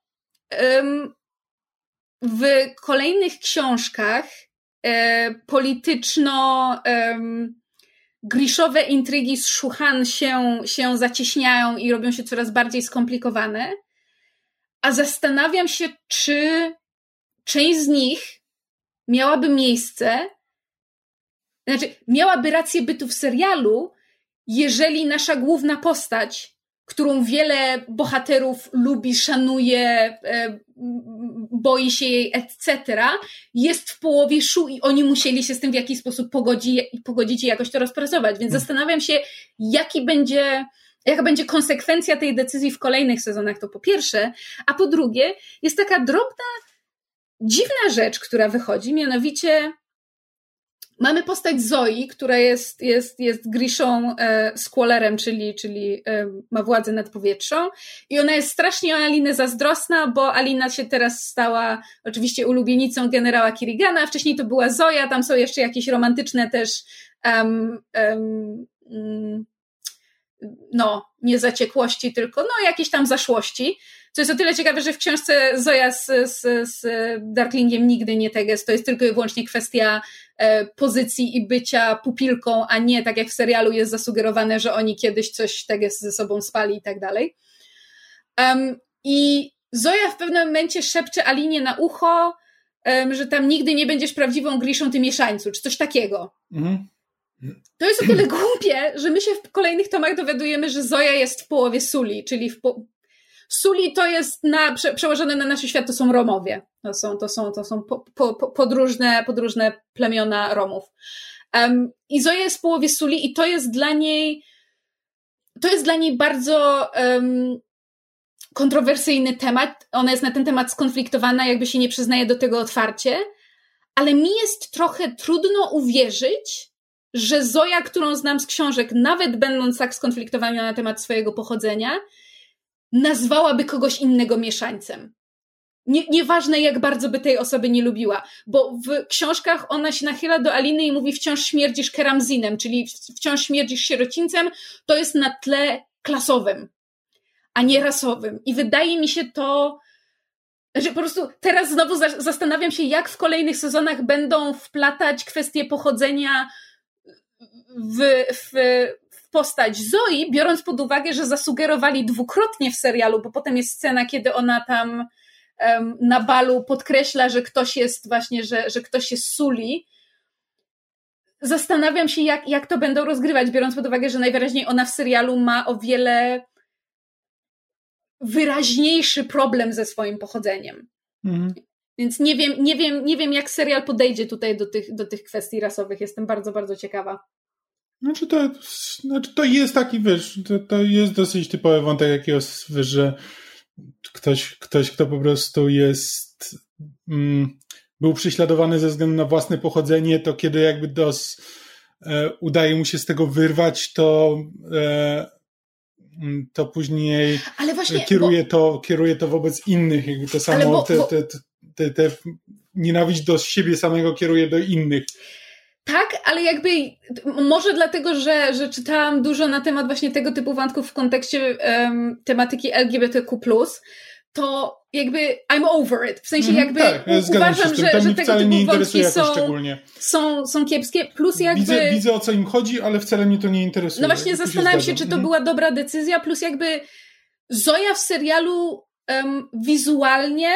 w kolejnych książkach polityczno-griszowe intrygi z Shuhan się zacieśniają i robią się coraz bardziej skomplikowane, a zastanawiam się, czy część z nich miałaby miejsce, miałaby rację bytu w serialu, jeżeli nasza główna postać, którą wiele bohaterów lubi, szanuje, boi się jej, etc., jest w połowie Shu i oni musieli się z tym w jakiś sposób pogodzić i jakoś to rozpracować. Więc zastanawiam się, jaka będzie konsekwencja tej decyzji w kolejnych sezonach, to po pierwsze, a po drugie, jest taka drobna, dziwna rzecz, która wychodzi, mianowicie mamy postać Zoi, która jest Grishą Squallerem, czyli ma władzę nad powietrzą i ona jest strasznie o Alinę zazdrosna, bo Alina się teraz stała oczywiście ulubienicą generała Kirigana, wcześniej to była Zoja, tam są jeszcze jakieś romantyczne też nie zaciekłości, tylko jakieś tam zaszłości, co jest o tyle ciekawe, że w książce Zoja z Darklingiem nigdy nie teges, to jest tylko i wyłącznie kwestia pozycji i bycia pupilką, a nie tak jak w serialu jest zasugerowane, że oni kiedyś coś teges ze sobą spali i tak dalej. I Zoja w pewnym momencie szepcze Alinie na ucho, że tam nigdy nie będziesz prawdziwą Grishą, ty mieszańcu, czy coś takiego. To jest o tyle głupie, że my się w kolejnych tomach dowiadujemy, że Zoja jest w połowie Suli, czyli Suli to jest przełożone na nasz świat, to są Romowie. To są podróżne plemiona Romów. I Zoja jest w połowie Suli i to jest dla niej bardzo kontrowersyjny temat. Ona jest na ten temat skonfliktowana, jakby się nie przyznaje do tego otwarcie, ale mi jest trochę trudno uwierzyć, że Zoja, którą znam z książek, nawet będąc tak skonfliktowana na temat swojego pochodzenia, nazwałaby kogoś innego mieszańcem. Nieważne, jak bardzo by tej osoby nie lubiła, bo w książkach ona się nachyla do Aliny i mówi wciąż śmierdzisz keramzinem, czyli wciąż śmierdzisz sierocińcem, to jest na tle klasowym, a nie rasowym. I wydaje mi się to, że po prostu teraz znowu zastanawiam się, jak w kolejnych sezonach będą wplatać kwestie pochodzenia w postać Zoi, biorąc pod uwagę, że zasugerowali dwukrotnie w serialu, bo potem jest scena, kiedy ona tam na balu podkreśla, że ktoś jest właśnie, że ktoś jest Suli. Zastanawiam się, jak to będą rozgrywać, biorąc pod uwagę, że najwyraźniej ona w serialu ma o wiele wyraźniejszy problem ze swoim pochodzeniem. Więc nie wiem, jak serial podejdzie tutaj do tych kwestii rasowych. Jestem bardzo, bardzo ciekawa. To jest taki, wiesz, to jest dosyć typowy wątek jakiegoś, wiesz, że ktoś, kto po prostu był prześladowany ze względu na własne pochodzenie, to kiedy jakby udaje mu się z tego wyrwać, to później ale właśnie, kieruje to wobec innych, jakby to samo, te nienawiść do siebie samego kieruje do innych. Tak, ale jakby może dlatego, że czytałam dużo na temat właśnie tego typu wątków w kontekście tematyki LGBTQ+, to jakby I'm over it. W sensie jakby uważam, że tego typu wątki są kiepskie, plus jakby... Widzę o co im chodzi, ale wcale mnie to nie interesuje. No właśnie zastanawiam się, czy to była dobra decyzja, plus jakby Zoja w serialu wizualnie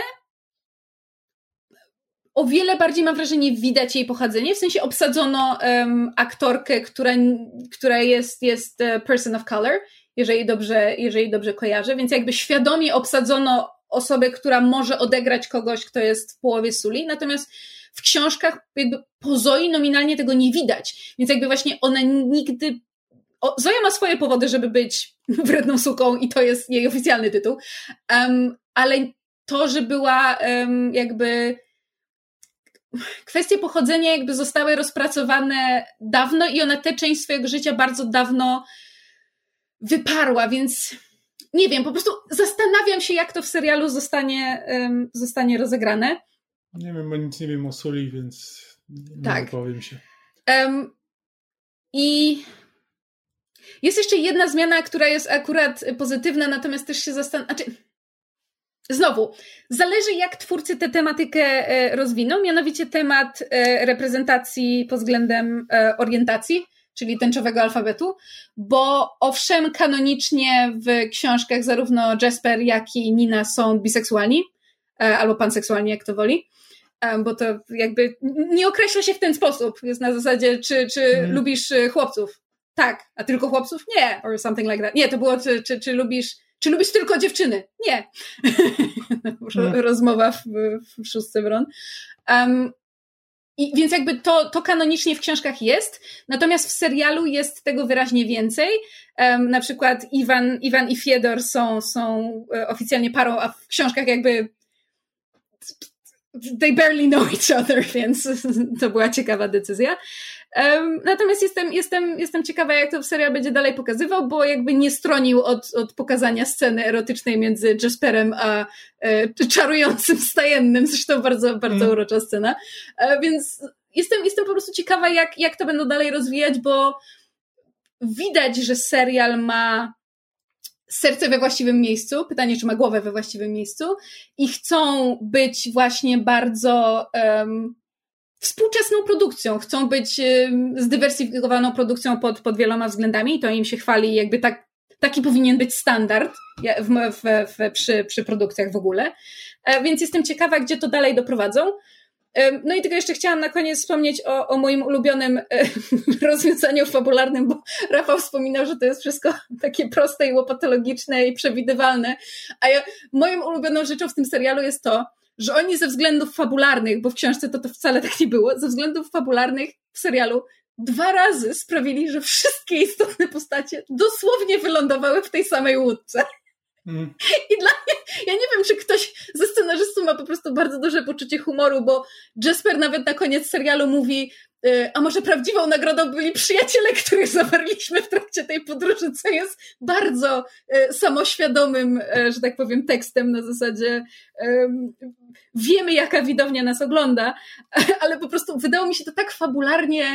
o wiele bardziej, mam wrażenie, widać jej pochodzenie, w sensie obsadzono aktorkę, która jest person of color, jeżeli dobrze kojarzę, więc jakby świadomie obsadzono osobę, która może odegrać kogoś, kto jest w połowie suli, natomiast w książkach jakby po Zoi nominalnie tego nie widać, więc jakby właśnie ona nigdy... Zoja ma swoje powody, żeby być wredną suką i to jest jej oficjalny tytuł, ale to, że była jakby... Kwestie pochodzenia jakby zostały rozpracowane dawno i ona tę część swojego życia bardzo dawno wyparła, więc nie wiem, po prostu zastanawiam się, jak to w serialu zostanie rozegrane. Nie wiem, bo nic nie wiem o Suli, więc nie powiem się. I jest jeszcze jedna zmiana, która jest akurat pozytywna, natomiast też się znowu, zależy jak twórcy tę tematykę rozwiną, mianowicie temat reprezentacji pod względem orientacji, czyli tęczowego alfabetu, bo owszem, kanonicznie w książkach zarówno Jasper, jak i Nina są biseksualni, albo panseksualni, jak to woli, bo to jakby nie określa się w ten sposób. Jest na zasadzie, czy lubisz chłopców? Tak. A tylko chłopców? Nie. Or something like that. Nie, to było, czy lubisz tylko dziewczyny? Nie. Rozmowa w szóstce Bron. I więc jakby to kanonicznie w książkach jest, natomiast w serialu jest tego wyraźnie więcej. Na przykład Iwan i Fiedor są oficjalnie parą, a w książkach jakby they barely know each other, więc to była ciekawa decyzja. Natomiast jestem ciekawa, jak to serial będzie dalej pokazywał, bo jakby nie stronił od pokazania sceny erotycznej między Jasperem a czarującym stajennym, zresztą bardzo, bardzo urocza scena. Więc jestem po prostu ciekawa, jak to będą dalej rozwijać, bo widać, że serial ma serce we właściwym miejscu. Pytanie, czy ma głowę we właściwym miejscu. I chcą być właśnie bardzo współczesną produkcją. Chcą być zdywersyfikowaną produkcją pod wieloma względami i to im się chwali. Jakby taki powinien być standard przy produkcjach w ogóle. Więc jestem ciekawa, gdzie to dalej doprowadzą. No i tylko jeszcze chciałam na koniec wspomnieć o moim ulubionym rozwiązaniu fabularnym, bo Rafał wspominał, że to jest wszystko takie proste i łopatologiczne i przewidywalne, a moją ulubioną rzeczą w tym serialu jest to, że oni ze względów fabularnych, bo w książce to wcale tak nie było, ze względów fabularnych w serialu 2 razy sprawili, że wszystkie istotne postacie dosłownie wylądowały w tej samej łódce. I dla mnie, ja nie wiem, czy ktoś ze scenarzystów ma po prostu bardzo duże poczucie humoru, bo Jasper nawet na koniec serialu mówi, a może prawdziwą nagrodą byli przyjaciele, których zawarliśmy w trakcie tej podróży, co jest bardzo samoświadomym, że tak powiem, tekstem na zasadzie wiemy, jaka widownia nas ogląda, ale po prostu wydało mi się to tak fabularnie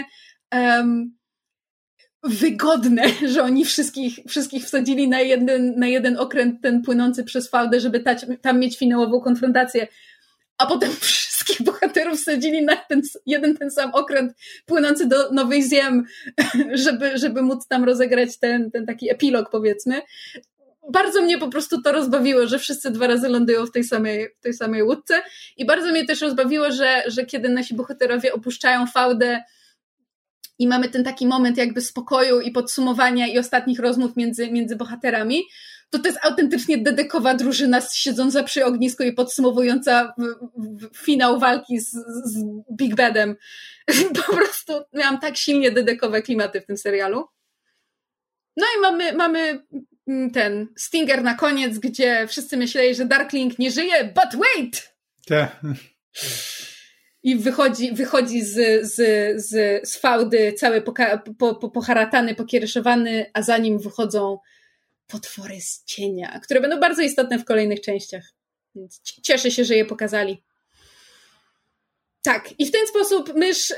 wygodne, że oni wszystkich wsadzili na jeden okręt, ten płynący przez fałdę, żeby tam mieć finałową konfrontację, a potem wszystkich bohaterów wsadzili na ten sam okręt płynący do Nowej Ziem, żeby móc tam rozegrać ten taki epilog, powiedzmy. Bardzo mnie po prostu to rozbawiło, że wszyscy 2 razy lądują w tej samej łódce i bardzo mnie też rozbawiło, że kiedy nasi bohaterowie opuszczają fałdę i mamy ten taki moment jakby spokoju i podsumowania i ostatnich rozmów między bohaterami, to jest autentycznie dedykowa drużyna siedząca przy ognisku i podsumowująca finał walki z Big Badem. Po prostu miałam tak silnie dedykowe klimaty w tym serialu. No i mamy ten stinger na koniec, gdzie wszyscy myśleli, że Darkling nie żyje, but wait! Tak. I wychodzi z fałdy cały poharatany, pokiereszowany, a za nim wychodzą potwory z cienia, które będą bardzo istotne w kolejnych częściach. Więc cieszę się, że je pokazali. Tak, i w ten sposób mysz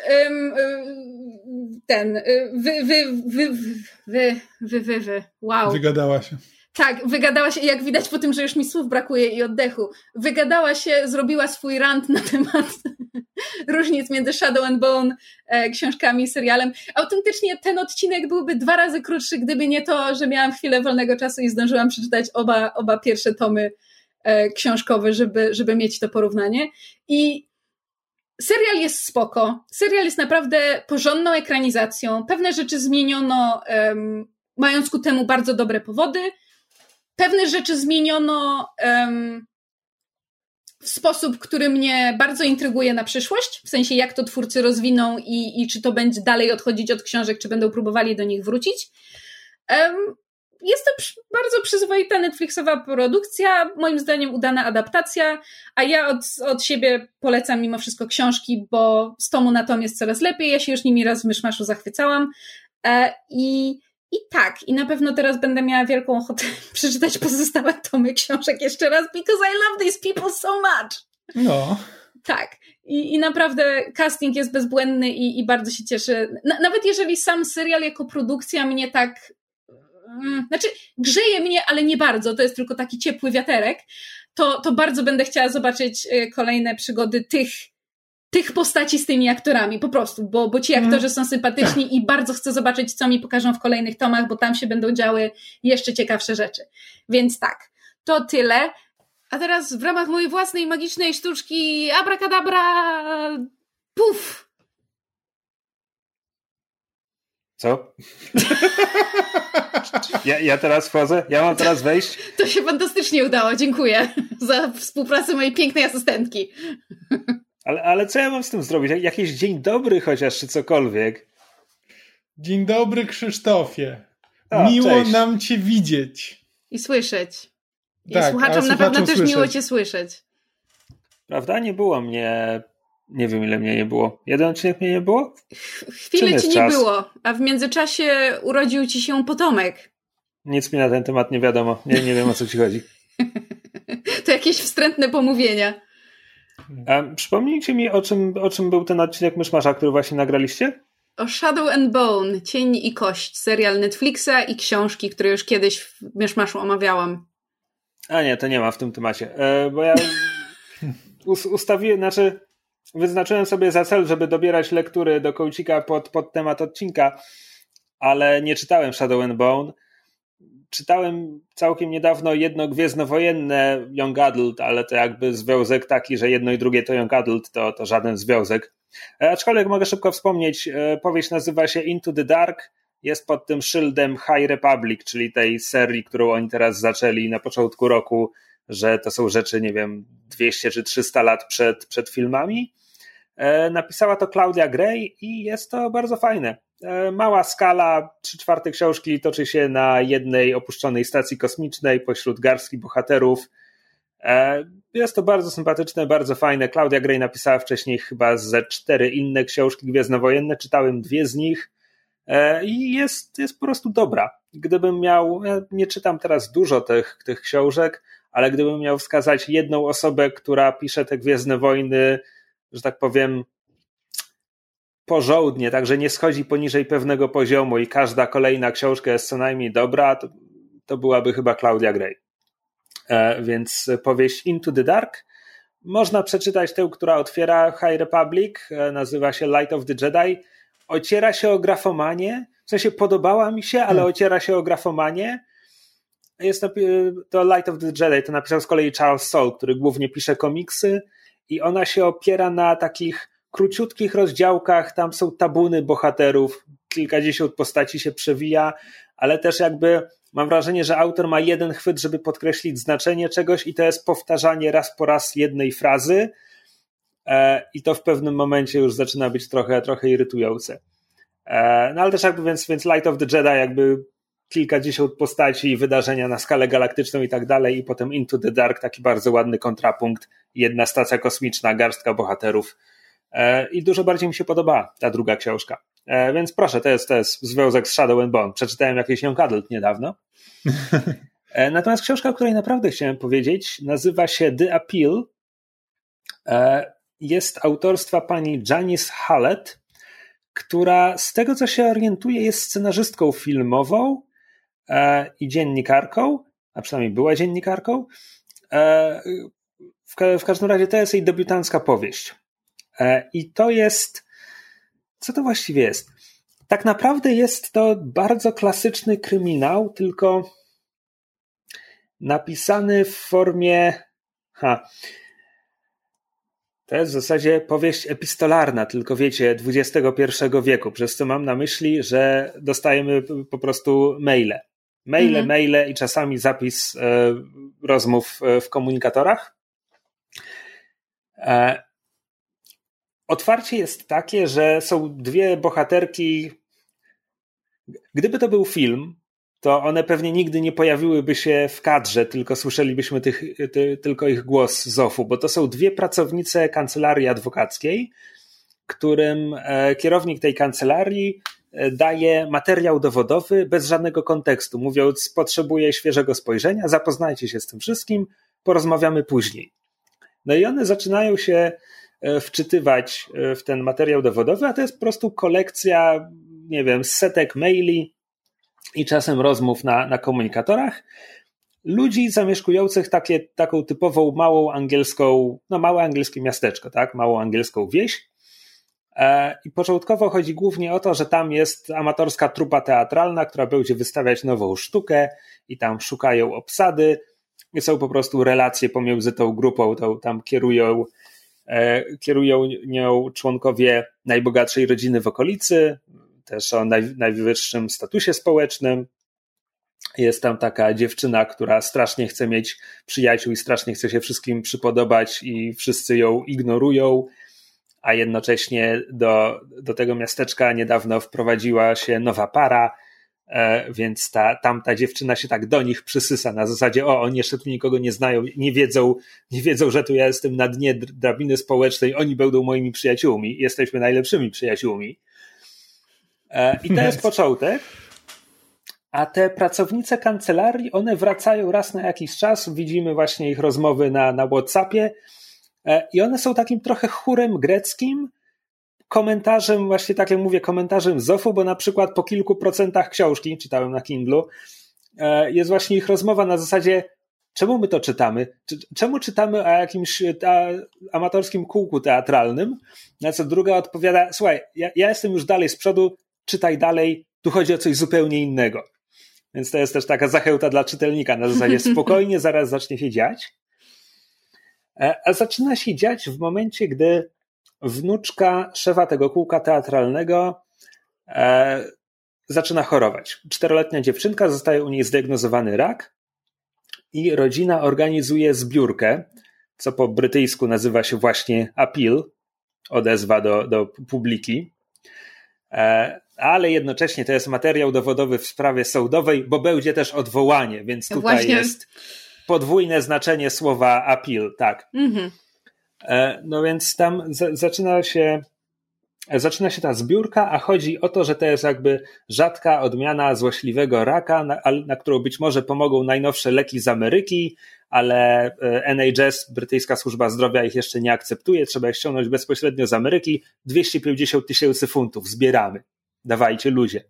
wow. Wygadała się. Tak, wygadała się, jak widać po tym, że już mi słów brakuje i oddechu, wygadała się, zrobiła swój rant na temat różnic między Shadow and Bone książkami i serialem. Autentycznie ten odcinek byłby 2 razy krótszy, gdyby nie to, że miałam chwilę wolnego czasu i zdążyłam przeczytać oba pierwsze tomy książkowe, żeby mieć to porównanie. I serial jest spoko. Serial jest naprawdę porządną ekranizacją. Pewne rzeczy zmieniono, mając ku temu bardzo dobre powody. Pewne rzeczy zmieniono w sposób, który mnie bardzo intryguje na przyszłość, w sensie jak to twórcy rozwiną i czy to będzie dalej odchodzić od książek, czy będą próbowali do nich wrócić. Jest to bardzo przyzwoita Netflixowa produkcja, moim zdaniem udana adaptacja, a ja od siebie polecam mimo wszystko książki, bo z tomu na tom jest coraz lepiej, ja się już nimi raz w myszmaszu zachwycałam i tak, i na pewno teraz będę miała wielką ochotę przeczytać pozostałe tomy książek jeszcze raz, because I love these people so much. No. Tak. I naprawdę casting jest bezbłędny i bardzo się cieszę. Nawet jeżeli sam serial jako produkcja mnie tak... Znaczy, grzeje mnie, ale nie bardzo. To jest tylko taki ciepły wiaterek. To bardzo będę chciała zobaczyć kolejne przygody tych postaci z tymi aktorami, po prostu, bo ci aktorzy są sympatyczni i bardzo chcę zobaczyć, co mi pokażą w kolejnych tomach, bo tam się będą działy jeszcze ciekawsze rzeczy. Więc tak, to tyle. A teraz w ramach mojej własnej magicznej sztuczki abracadabra, puf! Co? Ja teraz wchodzę? Ja mam teraz wejść? To się fantastycznie udało, dziękuję za współpracę mojej pięknej asystentki. Ale co ja mam z tym zrobić? Jakiś dzień dobry chociaż, czy cokolwiek? Dzień dobry, Krzysztofie. Miło cześć. nam cię widzieć. I słyszeć. I Tak, słuchaczom na pewno też miło cię słyszeć. Prawda? Nie było mnie... Nie wiem, ile mnie nie było. Jeden odcinek mnie nie było? Chwilę ci nie było, a w międzyczasie urodził ci się potomek. Nic mi na ten temat nie wiadomo. Nie wiem, o co ci chodzi. To jakieś wstrętne pomówienia. Przypomnijcie mi, o czym był ten odcinek Myszmasza, który właśnie nagraliście? O Shadow and Bone, Cień i Kość, serial Netflixa i książki, które już kiedyś w Myszmaszu omawiałam. A nie, to nie ma w tym temacie. Bo ja wyznaczyłem sobie za cel, żeby dobierać lektury do kołcika pod temat odcinka, ale nie czytałem Shadow and Bone. Czytałem całkiem niedawno jedno gwiezdnowojenne Young Adult, ale to jakby związek taki, że jedno i drugie to Young Adult, to żaden związek. Aczkolwiek mogę szybko wspomnieć, powieść nazywa się Into the Dark, jest pod tym szyldem High Republic, czyli tej serii, którą oni teraz zaczęli na początku roku, że to są rzeczy, nie wiem, 200 czy 300 lat przed filmami. Napisała to Claudia Gray i jest to bardzo fajne. Mała skala, 3/4 książki toczy się na jednej opuszczonej stacji kosmicznej pośród garstki bohaterów. Jest to bardzo sympatyczne, bardzo fajne. Claudia Gray napisała wcześniej chyba ze 4 inne książki gwiezdnowojenne, czytałem 2 z nich i jest po prostu dobra. Gdybym miał, ja nie czytam teraz dużo tych książek, ale gdybym miał wskazać jedną osobę, która pisze te Gwiezdne Wojny, że tak powiem, porządnie, także nie schodzi poniżej pewnego poziomu i każda kolejna książka jest co najmniej dobra, to byłaby chyba Claudia Gray. Więc powieść Into the Dark. Można przeczytać tę, która otwiera High Republic, nazywa się Light of the Jedi. Ociera się o grafomanię, w sensie podobała mi się, ale ociera się o grafomanię. Jest to Light of the Jedi, to napisał z kolei Charles Soule, który głównie pisze komiksy i ona się opiera na takich króciutkich rozdziałkach, tam są tabuny bohaterów, kilkadziesiąt postaci się przewija, ale też jakby mam wrażenie, że autor ma jeden chwyt, żeby podkreślić znaczenie czegoś i to jest powtarzanie raz po raz jednej frazy i to w pewnym momencie już zaczyna być trochę irytujące. No ale też jakby więc Light of the Jedi jakby kilkadziesiąt postaci, wydarzenia na skalę galaktyczną i tak dalej i potem Into the Dark, taki bardzo ładny kontrapunkt, jedna stacja kosmiczna, garstka bohaterów i dużo bardziej mi się podoba ta druga książka. Więc proszę, to jest związek z Shadow and Bone. Przeczytałem jakiś Young Adult niedawno. Natomiast książka, o której naprawdę chciałem powiedzieć, nazywa się The Appeal. Jest autorstwa pani Janice Hallett, która z tego, co się orientuje, jest scenarzystką filmową i dziennikarką a przynajmniej była dziennikarką. W każdym razie to jest jej debiutancka powieść. I to jest... Co to właściwie jest? Tak naprawdę jest to bardzo klasyczny kryminał, tylko napisany w formie... To jest w zasadzie powieść epistolarna, tylko wiecie, XXI wieku, przez co mam na myśli, że dostajemy po prostu maile i czasami zapis rozmów w komunikatorach. Otwarcie jest takie, że są dwie bohaterki. Gdyby to był film, to one pewnie nigdy nie pojawiłyby się w kadrze, tylko słyszelibyśmy tylko ich głos z OFF-u, bo to są dwie pracownice kancelarii adwokackiej, którym kierownik tej kancelarii daje materiał dowodowy bez żadnego kontekstu, mówiąc: potrzebuję świeżego spojrzenia, zapoznajcie się z tym wszystkim, porozmawiamy później. No i one zaczynają się wczytywać w ten materiał dowodowy, a to jest po prostu kolekcja, nie wiem, setek maili i czasem rozmów na komunikatorach ludzi zamieszkujących taką typową małą angielską, małe angielskie miasteczko, tak? Małą angielską wieś. I początkowo chodzi głównie o to, że tam jest amatorska trupa teatralna, która będzie wystawiać nową sztukę i tam szukają obsady. I są po prostu relacje pomiędzy tą grupą, tam kierują nią członkowie najbogatszej rodziny w okolicy, też o najwyższym statusie społecznym. Jest tam taka dziewczyna, która strasznie chce mieć przyjaciół i strasznie chce się wszystkim przypodobać i wszyscy ją ignorują, a jednocześnie do tego miasteczka niedawno wprowadziła się nowa para, więc tamta dziewczyna się tak do nich przysysa na zasadzie: oni jeszcze tu nikogo nie znają, nie wiedzą, że tu ja jestem na dnie drabiny społecznej, oni będą moimi przyjaciółmi, jesteśmy najlepszymi przyjaciółmi. I to jest początek. A te pracownice kancelarii, one wracają raz na jakiś czas, widzimy właśnie ich rozmowy na WhatsAppie i one są takim trochę chórem greckim, komentarzem, właśnie tak jak mówię, komentarzem z OFF-u, bo na przykład po kilku procentach książki, czytałem na Kindlu, jest właśnie ich rozmowa na zasadzie: czemu my to czytamy? Czemu czytamy o jakimś amatorskim kółku teatralnym? Na co druga odpowiada: słuchaj, ja jestem już dalej z przodu, czytaj dalej, tu chodzi o coś zupełnie innego. Więc to jest też taka zachęta dla czytelnika na zasadzie: spokojnie, zaraz zacznie się dziać. A zaczyna się dziać w momencie, gdy wnuczka szefa tego kółka teatralnego zaczyna chorować. 4-letnia dziewczynka, zostaje u niej zdiagnozowany rak i rodzina organizuje zbiórkę, co po brytyjsku nazywa się właśnie appeal, odezwa do publiki. Ale jednocześnie to jest materiał dowodowy w sprawie sądowej, bo będzie też odwołanie, więc tutaj właśnie jest podwójne znaczenie słowa appeal, tak. Mhm. No więc tam zaczyna się ta zbiórka, a chodzi o to, że to jest jakby rzadka odmiana złośliwego raka, na którą być może pomogą najnowsze leki z Ameryki, ale NHS, brytyjska służba zdrowia, ich jeszcze nie akceptuje, trzeba ich ściągnąć bezpośrednio z Ameryki. 250 000 funtów zbieramy. Dawajcie, ludzie.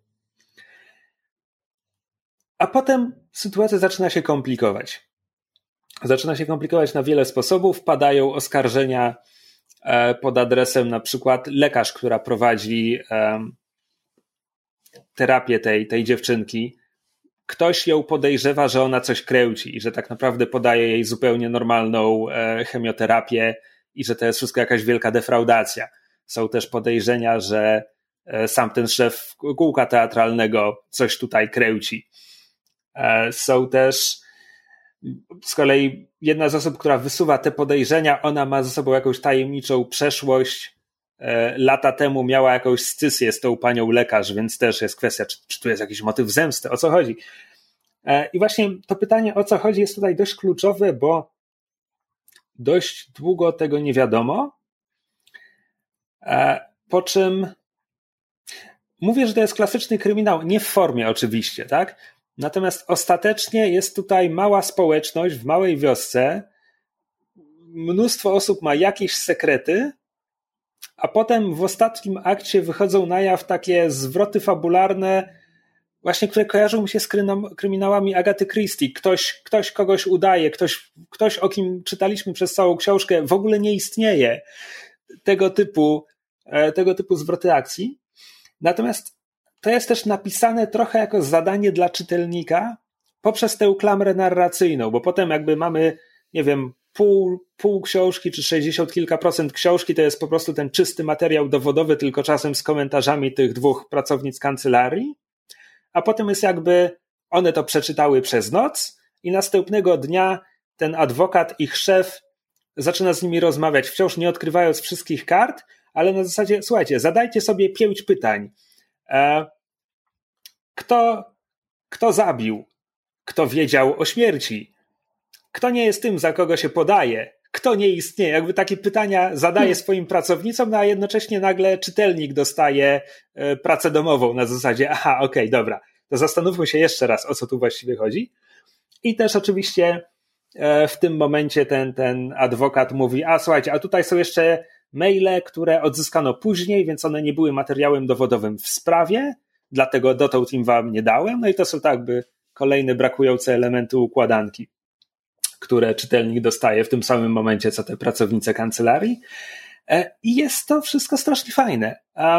A potem sytuacja zaczyna się komplikować. Zaczyna się komplikować na wiele sposobów. Padają oskarżenia pod adresem na przykład lekarz, która prowadzi terapię tej dziewczynki. Ktoś ją podejrzewa, że ona coś kręci i że tak naprawdę podaje jej zupełnie normalną chemioterapię i że to jest wszystko jakaś wielka defraudacja. Są też podejrzenia, że sam ten szef kółka teatralnego coś tutaj kręci. Są też z kolei jedna z osób, która wysuwa te podejrzenia, ona ma ze sobą jakąś tajemniczą przeszłość. Lata temu miała jakąś scysję z tą panią lekarz, więc też jest kwestia, czy tu jest jakiś motyw zemsty, o co chodzi. I właśnie to pytanie, o co chodzi, jest tutaj dość kluczowe, bo dość długo tego nie wiadomo. Po czym mówię, że to jest klasyczny kryminał, nie w formie oczywiście, tak? Natomiast ostatecznie jest tutaj mała społeczność w małej wiosce, mnóstwo osób ma jakieś sekrety, a potem w ostatnim akcie wychodzą na jaw takie zwroty fabularne, właśnie, które kojarzą mi się z kryminałami Agaty Christie. Ktoś kogoś udaje, ktoś, o kim czytaliśmy przez całą książkę, w ogóle nie istnieje. Tego typu zwroty akcji. Natomiast to jest też napisane trochę jako zadanie dla czytelnika poprzez tę klamrę narracyjną, bo potem jakby mamy, nie wiem, pół książki czy 60 kilka procent książki to jest po prostu ten czysty materiał dowodowy, tylko czasem z komentarzami tych dwóch pracownic kancelarii, a potem jest jakby one to przeczytały przez noc i następnego dnia ten adwokat, ich szef zaczyna z nimi rozmawiać, wciąż nie odkrywając wszystkich kart, ale na zasadzie, słuchajcie, zadajcie sobie 5 pytań. Kto zabił? Kto wiedział o śmierci? Kto nie jest tym, za kogo się podaje? Kto nie istnieje? Jakby takie pytania zadaje swoim pracownicom, no a jednocześnie nagle czytelnik dostaje pracę domową na zasadzie, okej, dobra, to zastanówmy się jeszcze raz, o co tu właściwie chodzi. I też oczywiście w tym momencie ten adwokat mówi, słuchajcie, a tutaj są jeszcze maile, które odzyskano później, więc one nie były materiałem dowodowym w sprawie, dlatego dotąd im wam nie dałem. No i to są tak jakby kolejne brakujące elementy układanki, które czytelnik dostaje w tym samym momencie, co te pracownice kancelarii. I jest to wszystko strasznie fajne.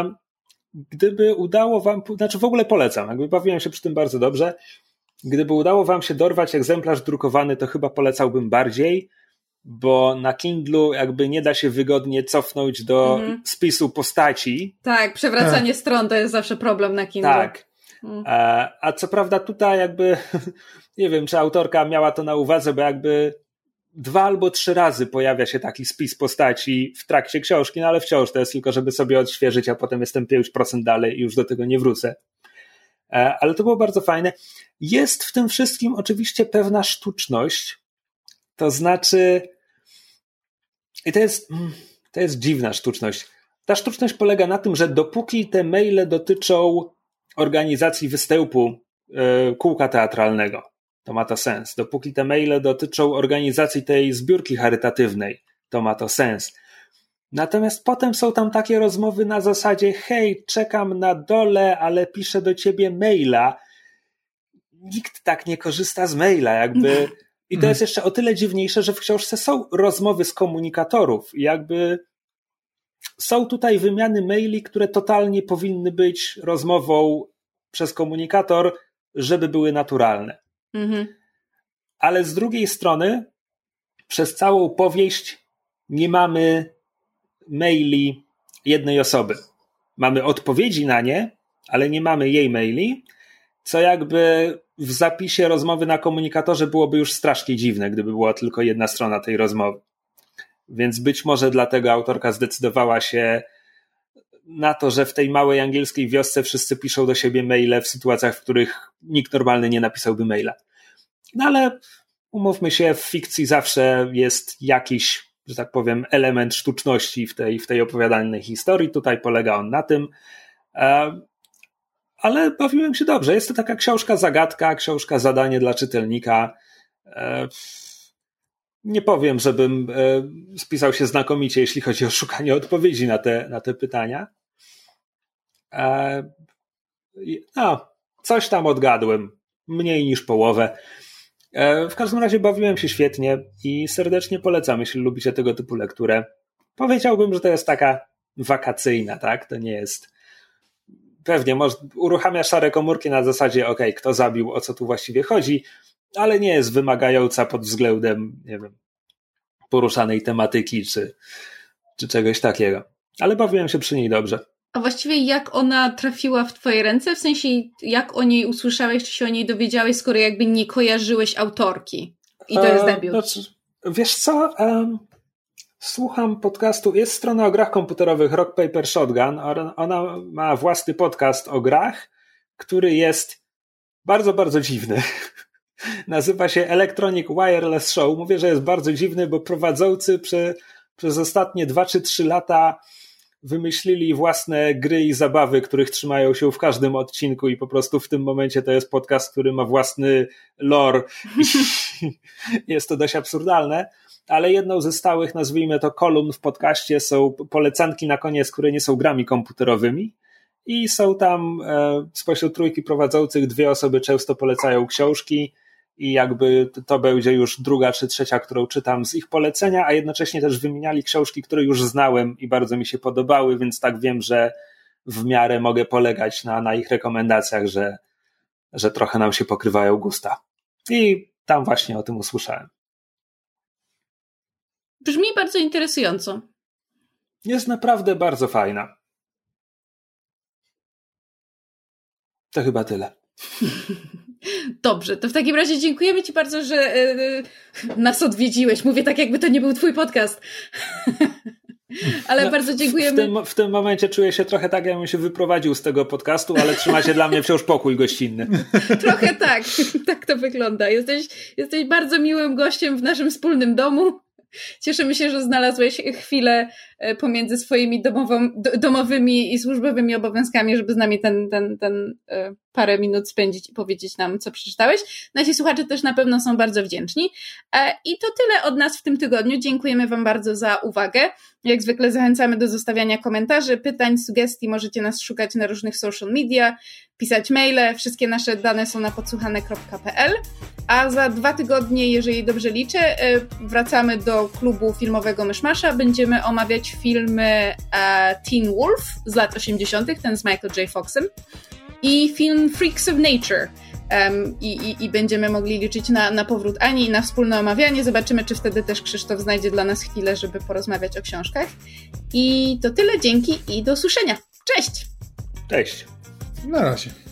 Gdyby udało wam, znaczy w ogóle polecam, jakby bawiłem się przy tym bardzo dobrze. Gdyby udało wam się dorwać egzemplarz drukowany, to chyba polecałbym bardziej, bo na Kindlu jakby nie da się wygodnie cofnąć do spisu postaci. Tak, przewracanie stron to jest zawsze problem na Kindle. Tak. A co prawda tutaj jakby nie wiem, czy autorka miała to na uwadze, bo jakby 2 albo 3 razy pojawia się taki spis postaci w trakcie książki, no ale wciąż to jest tylko, żeby sobie odświeżyć, a potem jestem 5% dalej i już do tego nie wrócę. Ale to było bardzo fajne. Jest w tym wszystkim oczywiście pewna sztuczność, to znaczy i to jest dziwna sztuczność. Ta sztuczność polega na tym, że dopóki te maile dotyczą organizacji występu kółka teatralnego, to ma to sens. Dopóki te maile dotyczą organizacji tej zbiórki charytatywnej, to ma to sens. Natomiast potem są tam takie rozmowy na zasadzie hej, czekam na dole, ale piszę do ciebie maila. Nikt tak nie korzysta z maila, jakby. I to jest jeszcze o tyle dziwniejsze, że w książce są rozmowy z komunikatorów i jakby są tutaj wymiany maili, które totalnie powinny być rozmową przez komunikator, żeby były naturalne. Ale z drugiej strony przez całą powieść nie mamy maili jednej osoby. Mamy odpowiedzi na nie, ale nie mamy jej maili, co jakby w zapisie rozmowy na komunikatorze byłoby już strasznie dziwne, gdyby była tylko jedna strona tej rozmowy. Więc być może dlatego autorka zdecydowała się na to, że w tej małej angielskiej wiosce wszyscy piszą do siebie maile w sytuacjach, w których nikt normalny nie napisałby maila. No ale umówmy się, w fikcji zawsze jest jakiś, że tak powiem, element sztuczności w tej opowiadanej historii. Tutaj polega on na tym. Ale bawiłem się dobrze. Jest to taka książka zagadka, książka zadanie dla czytelnika. Nie powiem, żebym spisał się znakomicie, jeśli chodzi o szukanie odpowiedzi na te pytania. Coś tam odgadłem. Mniej niż połowę. W każdym razie bawiłem się świetnie i serdecznie polecam, jeśli lubicie tego typu lekturę. Powiedziałbym, że to jest taka wakacyjna, tak? To nie jest... Pewnie uruchamia szare komórki na zasadzie kto zabił, o co tu właściwie chodzi, ale nie jest wymagająca pod względem, nie wiem, poruszanej tematyki czy czegoś takiego. Ale bawiłem się przy niej dobrze. A właściwie jak ona trafiła w twoje ręce? W sensie jak o niej usłyszałeś, czy się o niej dowiedziałeś, skoro jakby nie kojarzyłeś autorki? I to jest debiut. Wiesz co? Słucham podcastu, jest strona o grach komputerowych Rock Paper Shotgun. Ona ma własny podcast o grach, który jest bardzo, bardzo dziwny. Nazywa się Electronic Wireless Show. Mówię, że jest bardzo dziwny, bo prowadzący przez ostatnie 2 czy 3 lata wymyślili własne gry i zabawy, których trzymają się w każdym odcinku i po prostu w tym momencie to jest podcast, który ma własny lore. Jest to dość absurdalne, ale jedną ze stałych, nazwijmy to, kolumn w podcaście są polecanki na koniec, które nie są grami komputerowymi i są tam spośród trójki prowadzących 2 osoby często polecają książki i jakby to będzie już 2. czy 3, którą czytam z ich polecenia, a jednocześnie też wymieniali książki, które już znałem i bardzo mi się podobały, więc tak wiem, że w miarę mogę polegać na ich rekomendacjach, że trochę nam się pokrywają gusta. I tam właśnie o tym usłyszałem. Brzmi bardzo interesująco. Jest naprawdę bardzo fajna. To chyba tyle. Dobrze, to w takim razie dziękujemy Ci bardzo, że nas odwiedziłeś. Mówię tak, jakby to nie był Twój podcast. Ale bardzo dziękujemy. W tym momencie czuję się trochę tak, jakbym się wyprowadził z tego podcastu, ale trzymacie dla mnie wciąż pokój gościnny. Trochę tak. Tak to wygląda. Jesteś bardzo miłym gościem w naszym wspólnym domu. Cieszymy się, że znalazłeś chwilę pomiędzy swoimi domowymi i służbowymi obowiązkami, żeby z nami ten parę minut spędzić i powiedzieć nam, co przeczytałeś. Nasi słuchacze też na pewno są bardzo wdzięczni. I to tyle od nas w tym tygodniu. Dziękujemy Wam bardzo za uwagę. Jak zwykle zachęcamy do zostawiania komentarzy, pytań, sugestii. Możecie nas szukać na różnych social media, pisać maile. Wszystkie nasze dane są na podsłuchane.pl. A za 2 tygodnie, jeżeli dobrze liczę, wracamy do klubu filmowego Myszmasza. Będziemy omawiać filmy Teen Wolf z lat 80., ten z Michael J. Foxem, i film Freaks of Nature. I będziemy mogli liczyć na powrót Ani i na wspólne omawianie. Zobaczymy, czy wtedy też Krzysztof znajdzie dla nas chwilę, żeby porozmawiać o książkach. I to tyle, dzięki i do usłyszenia. Cześć! Cześć! Na razie.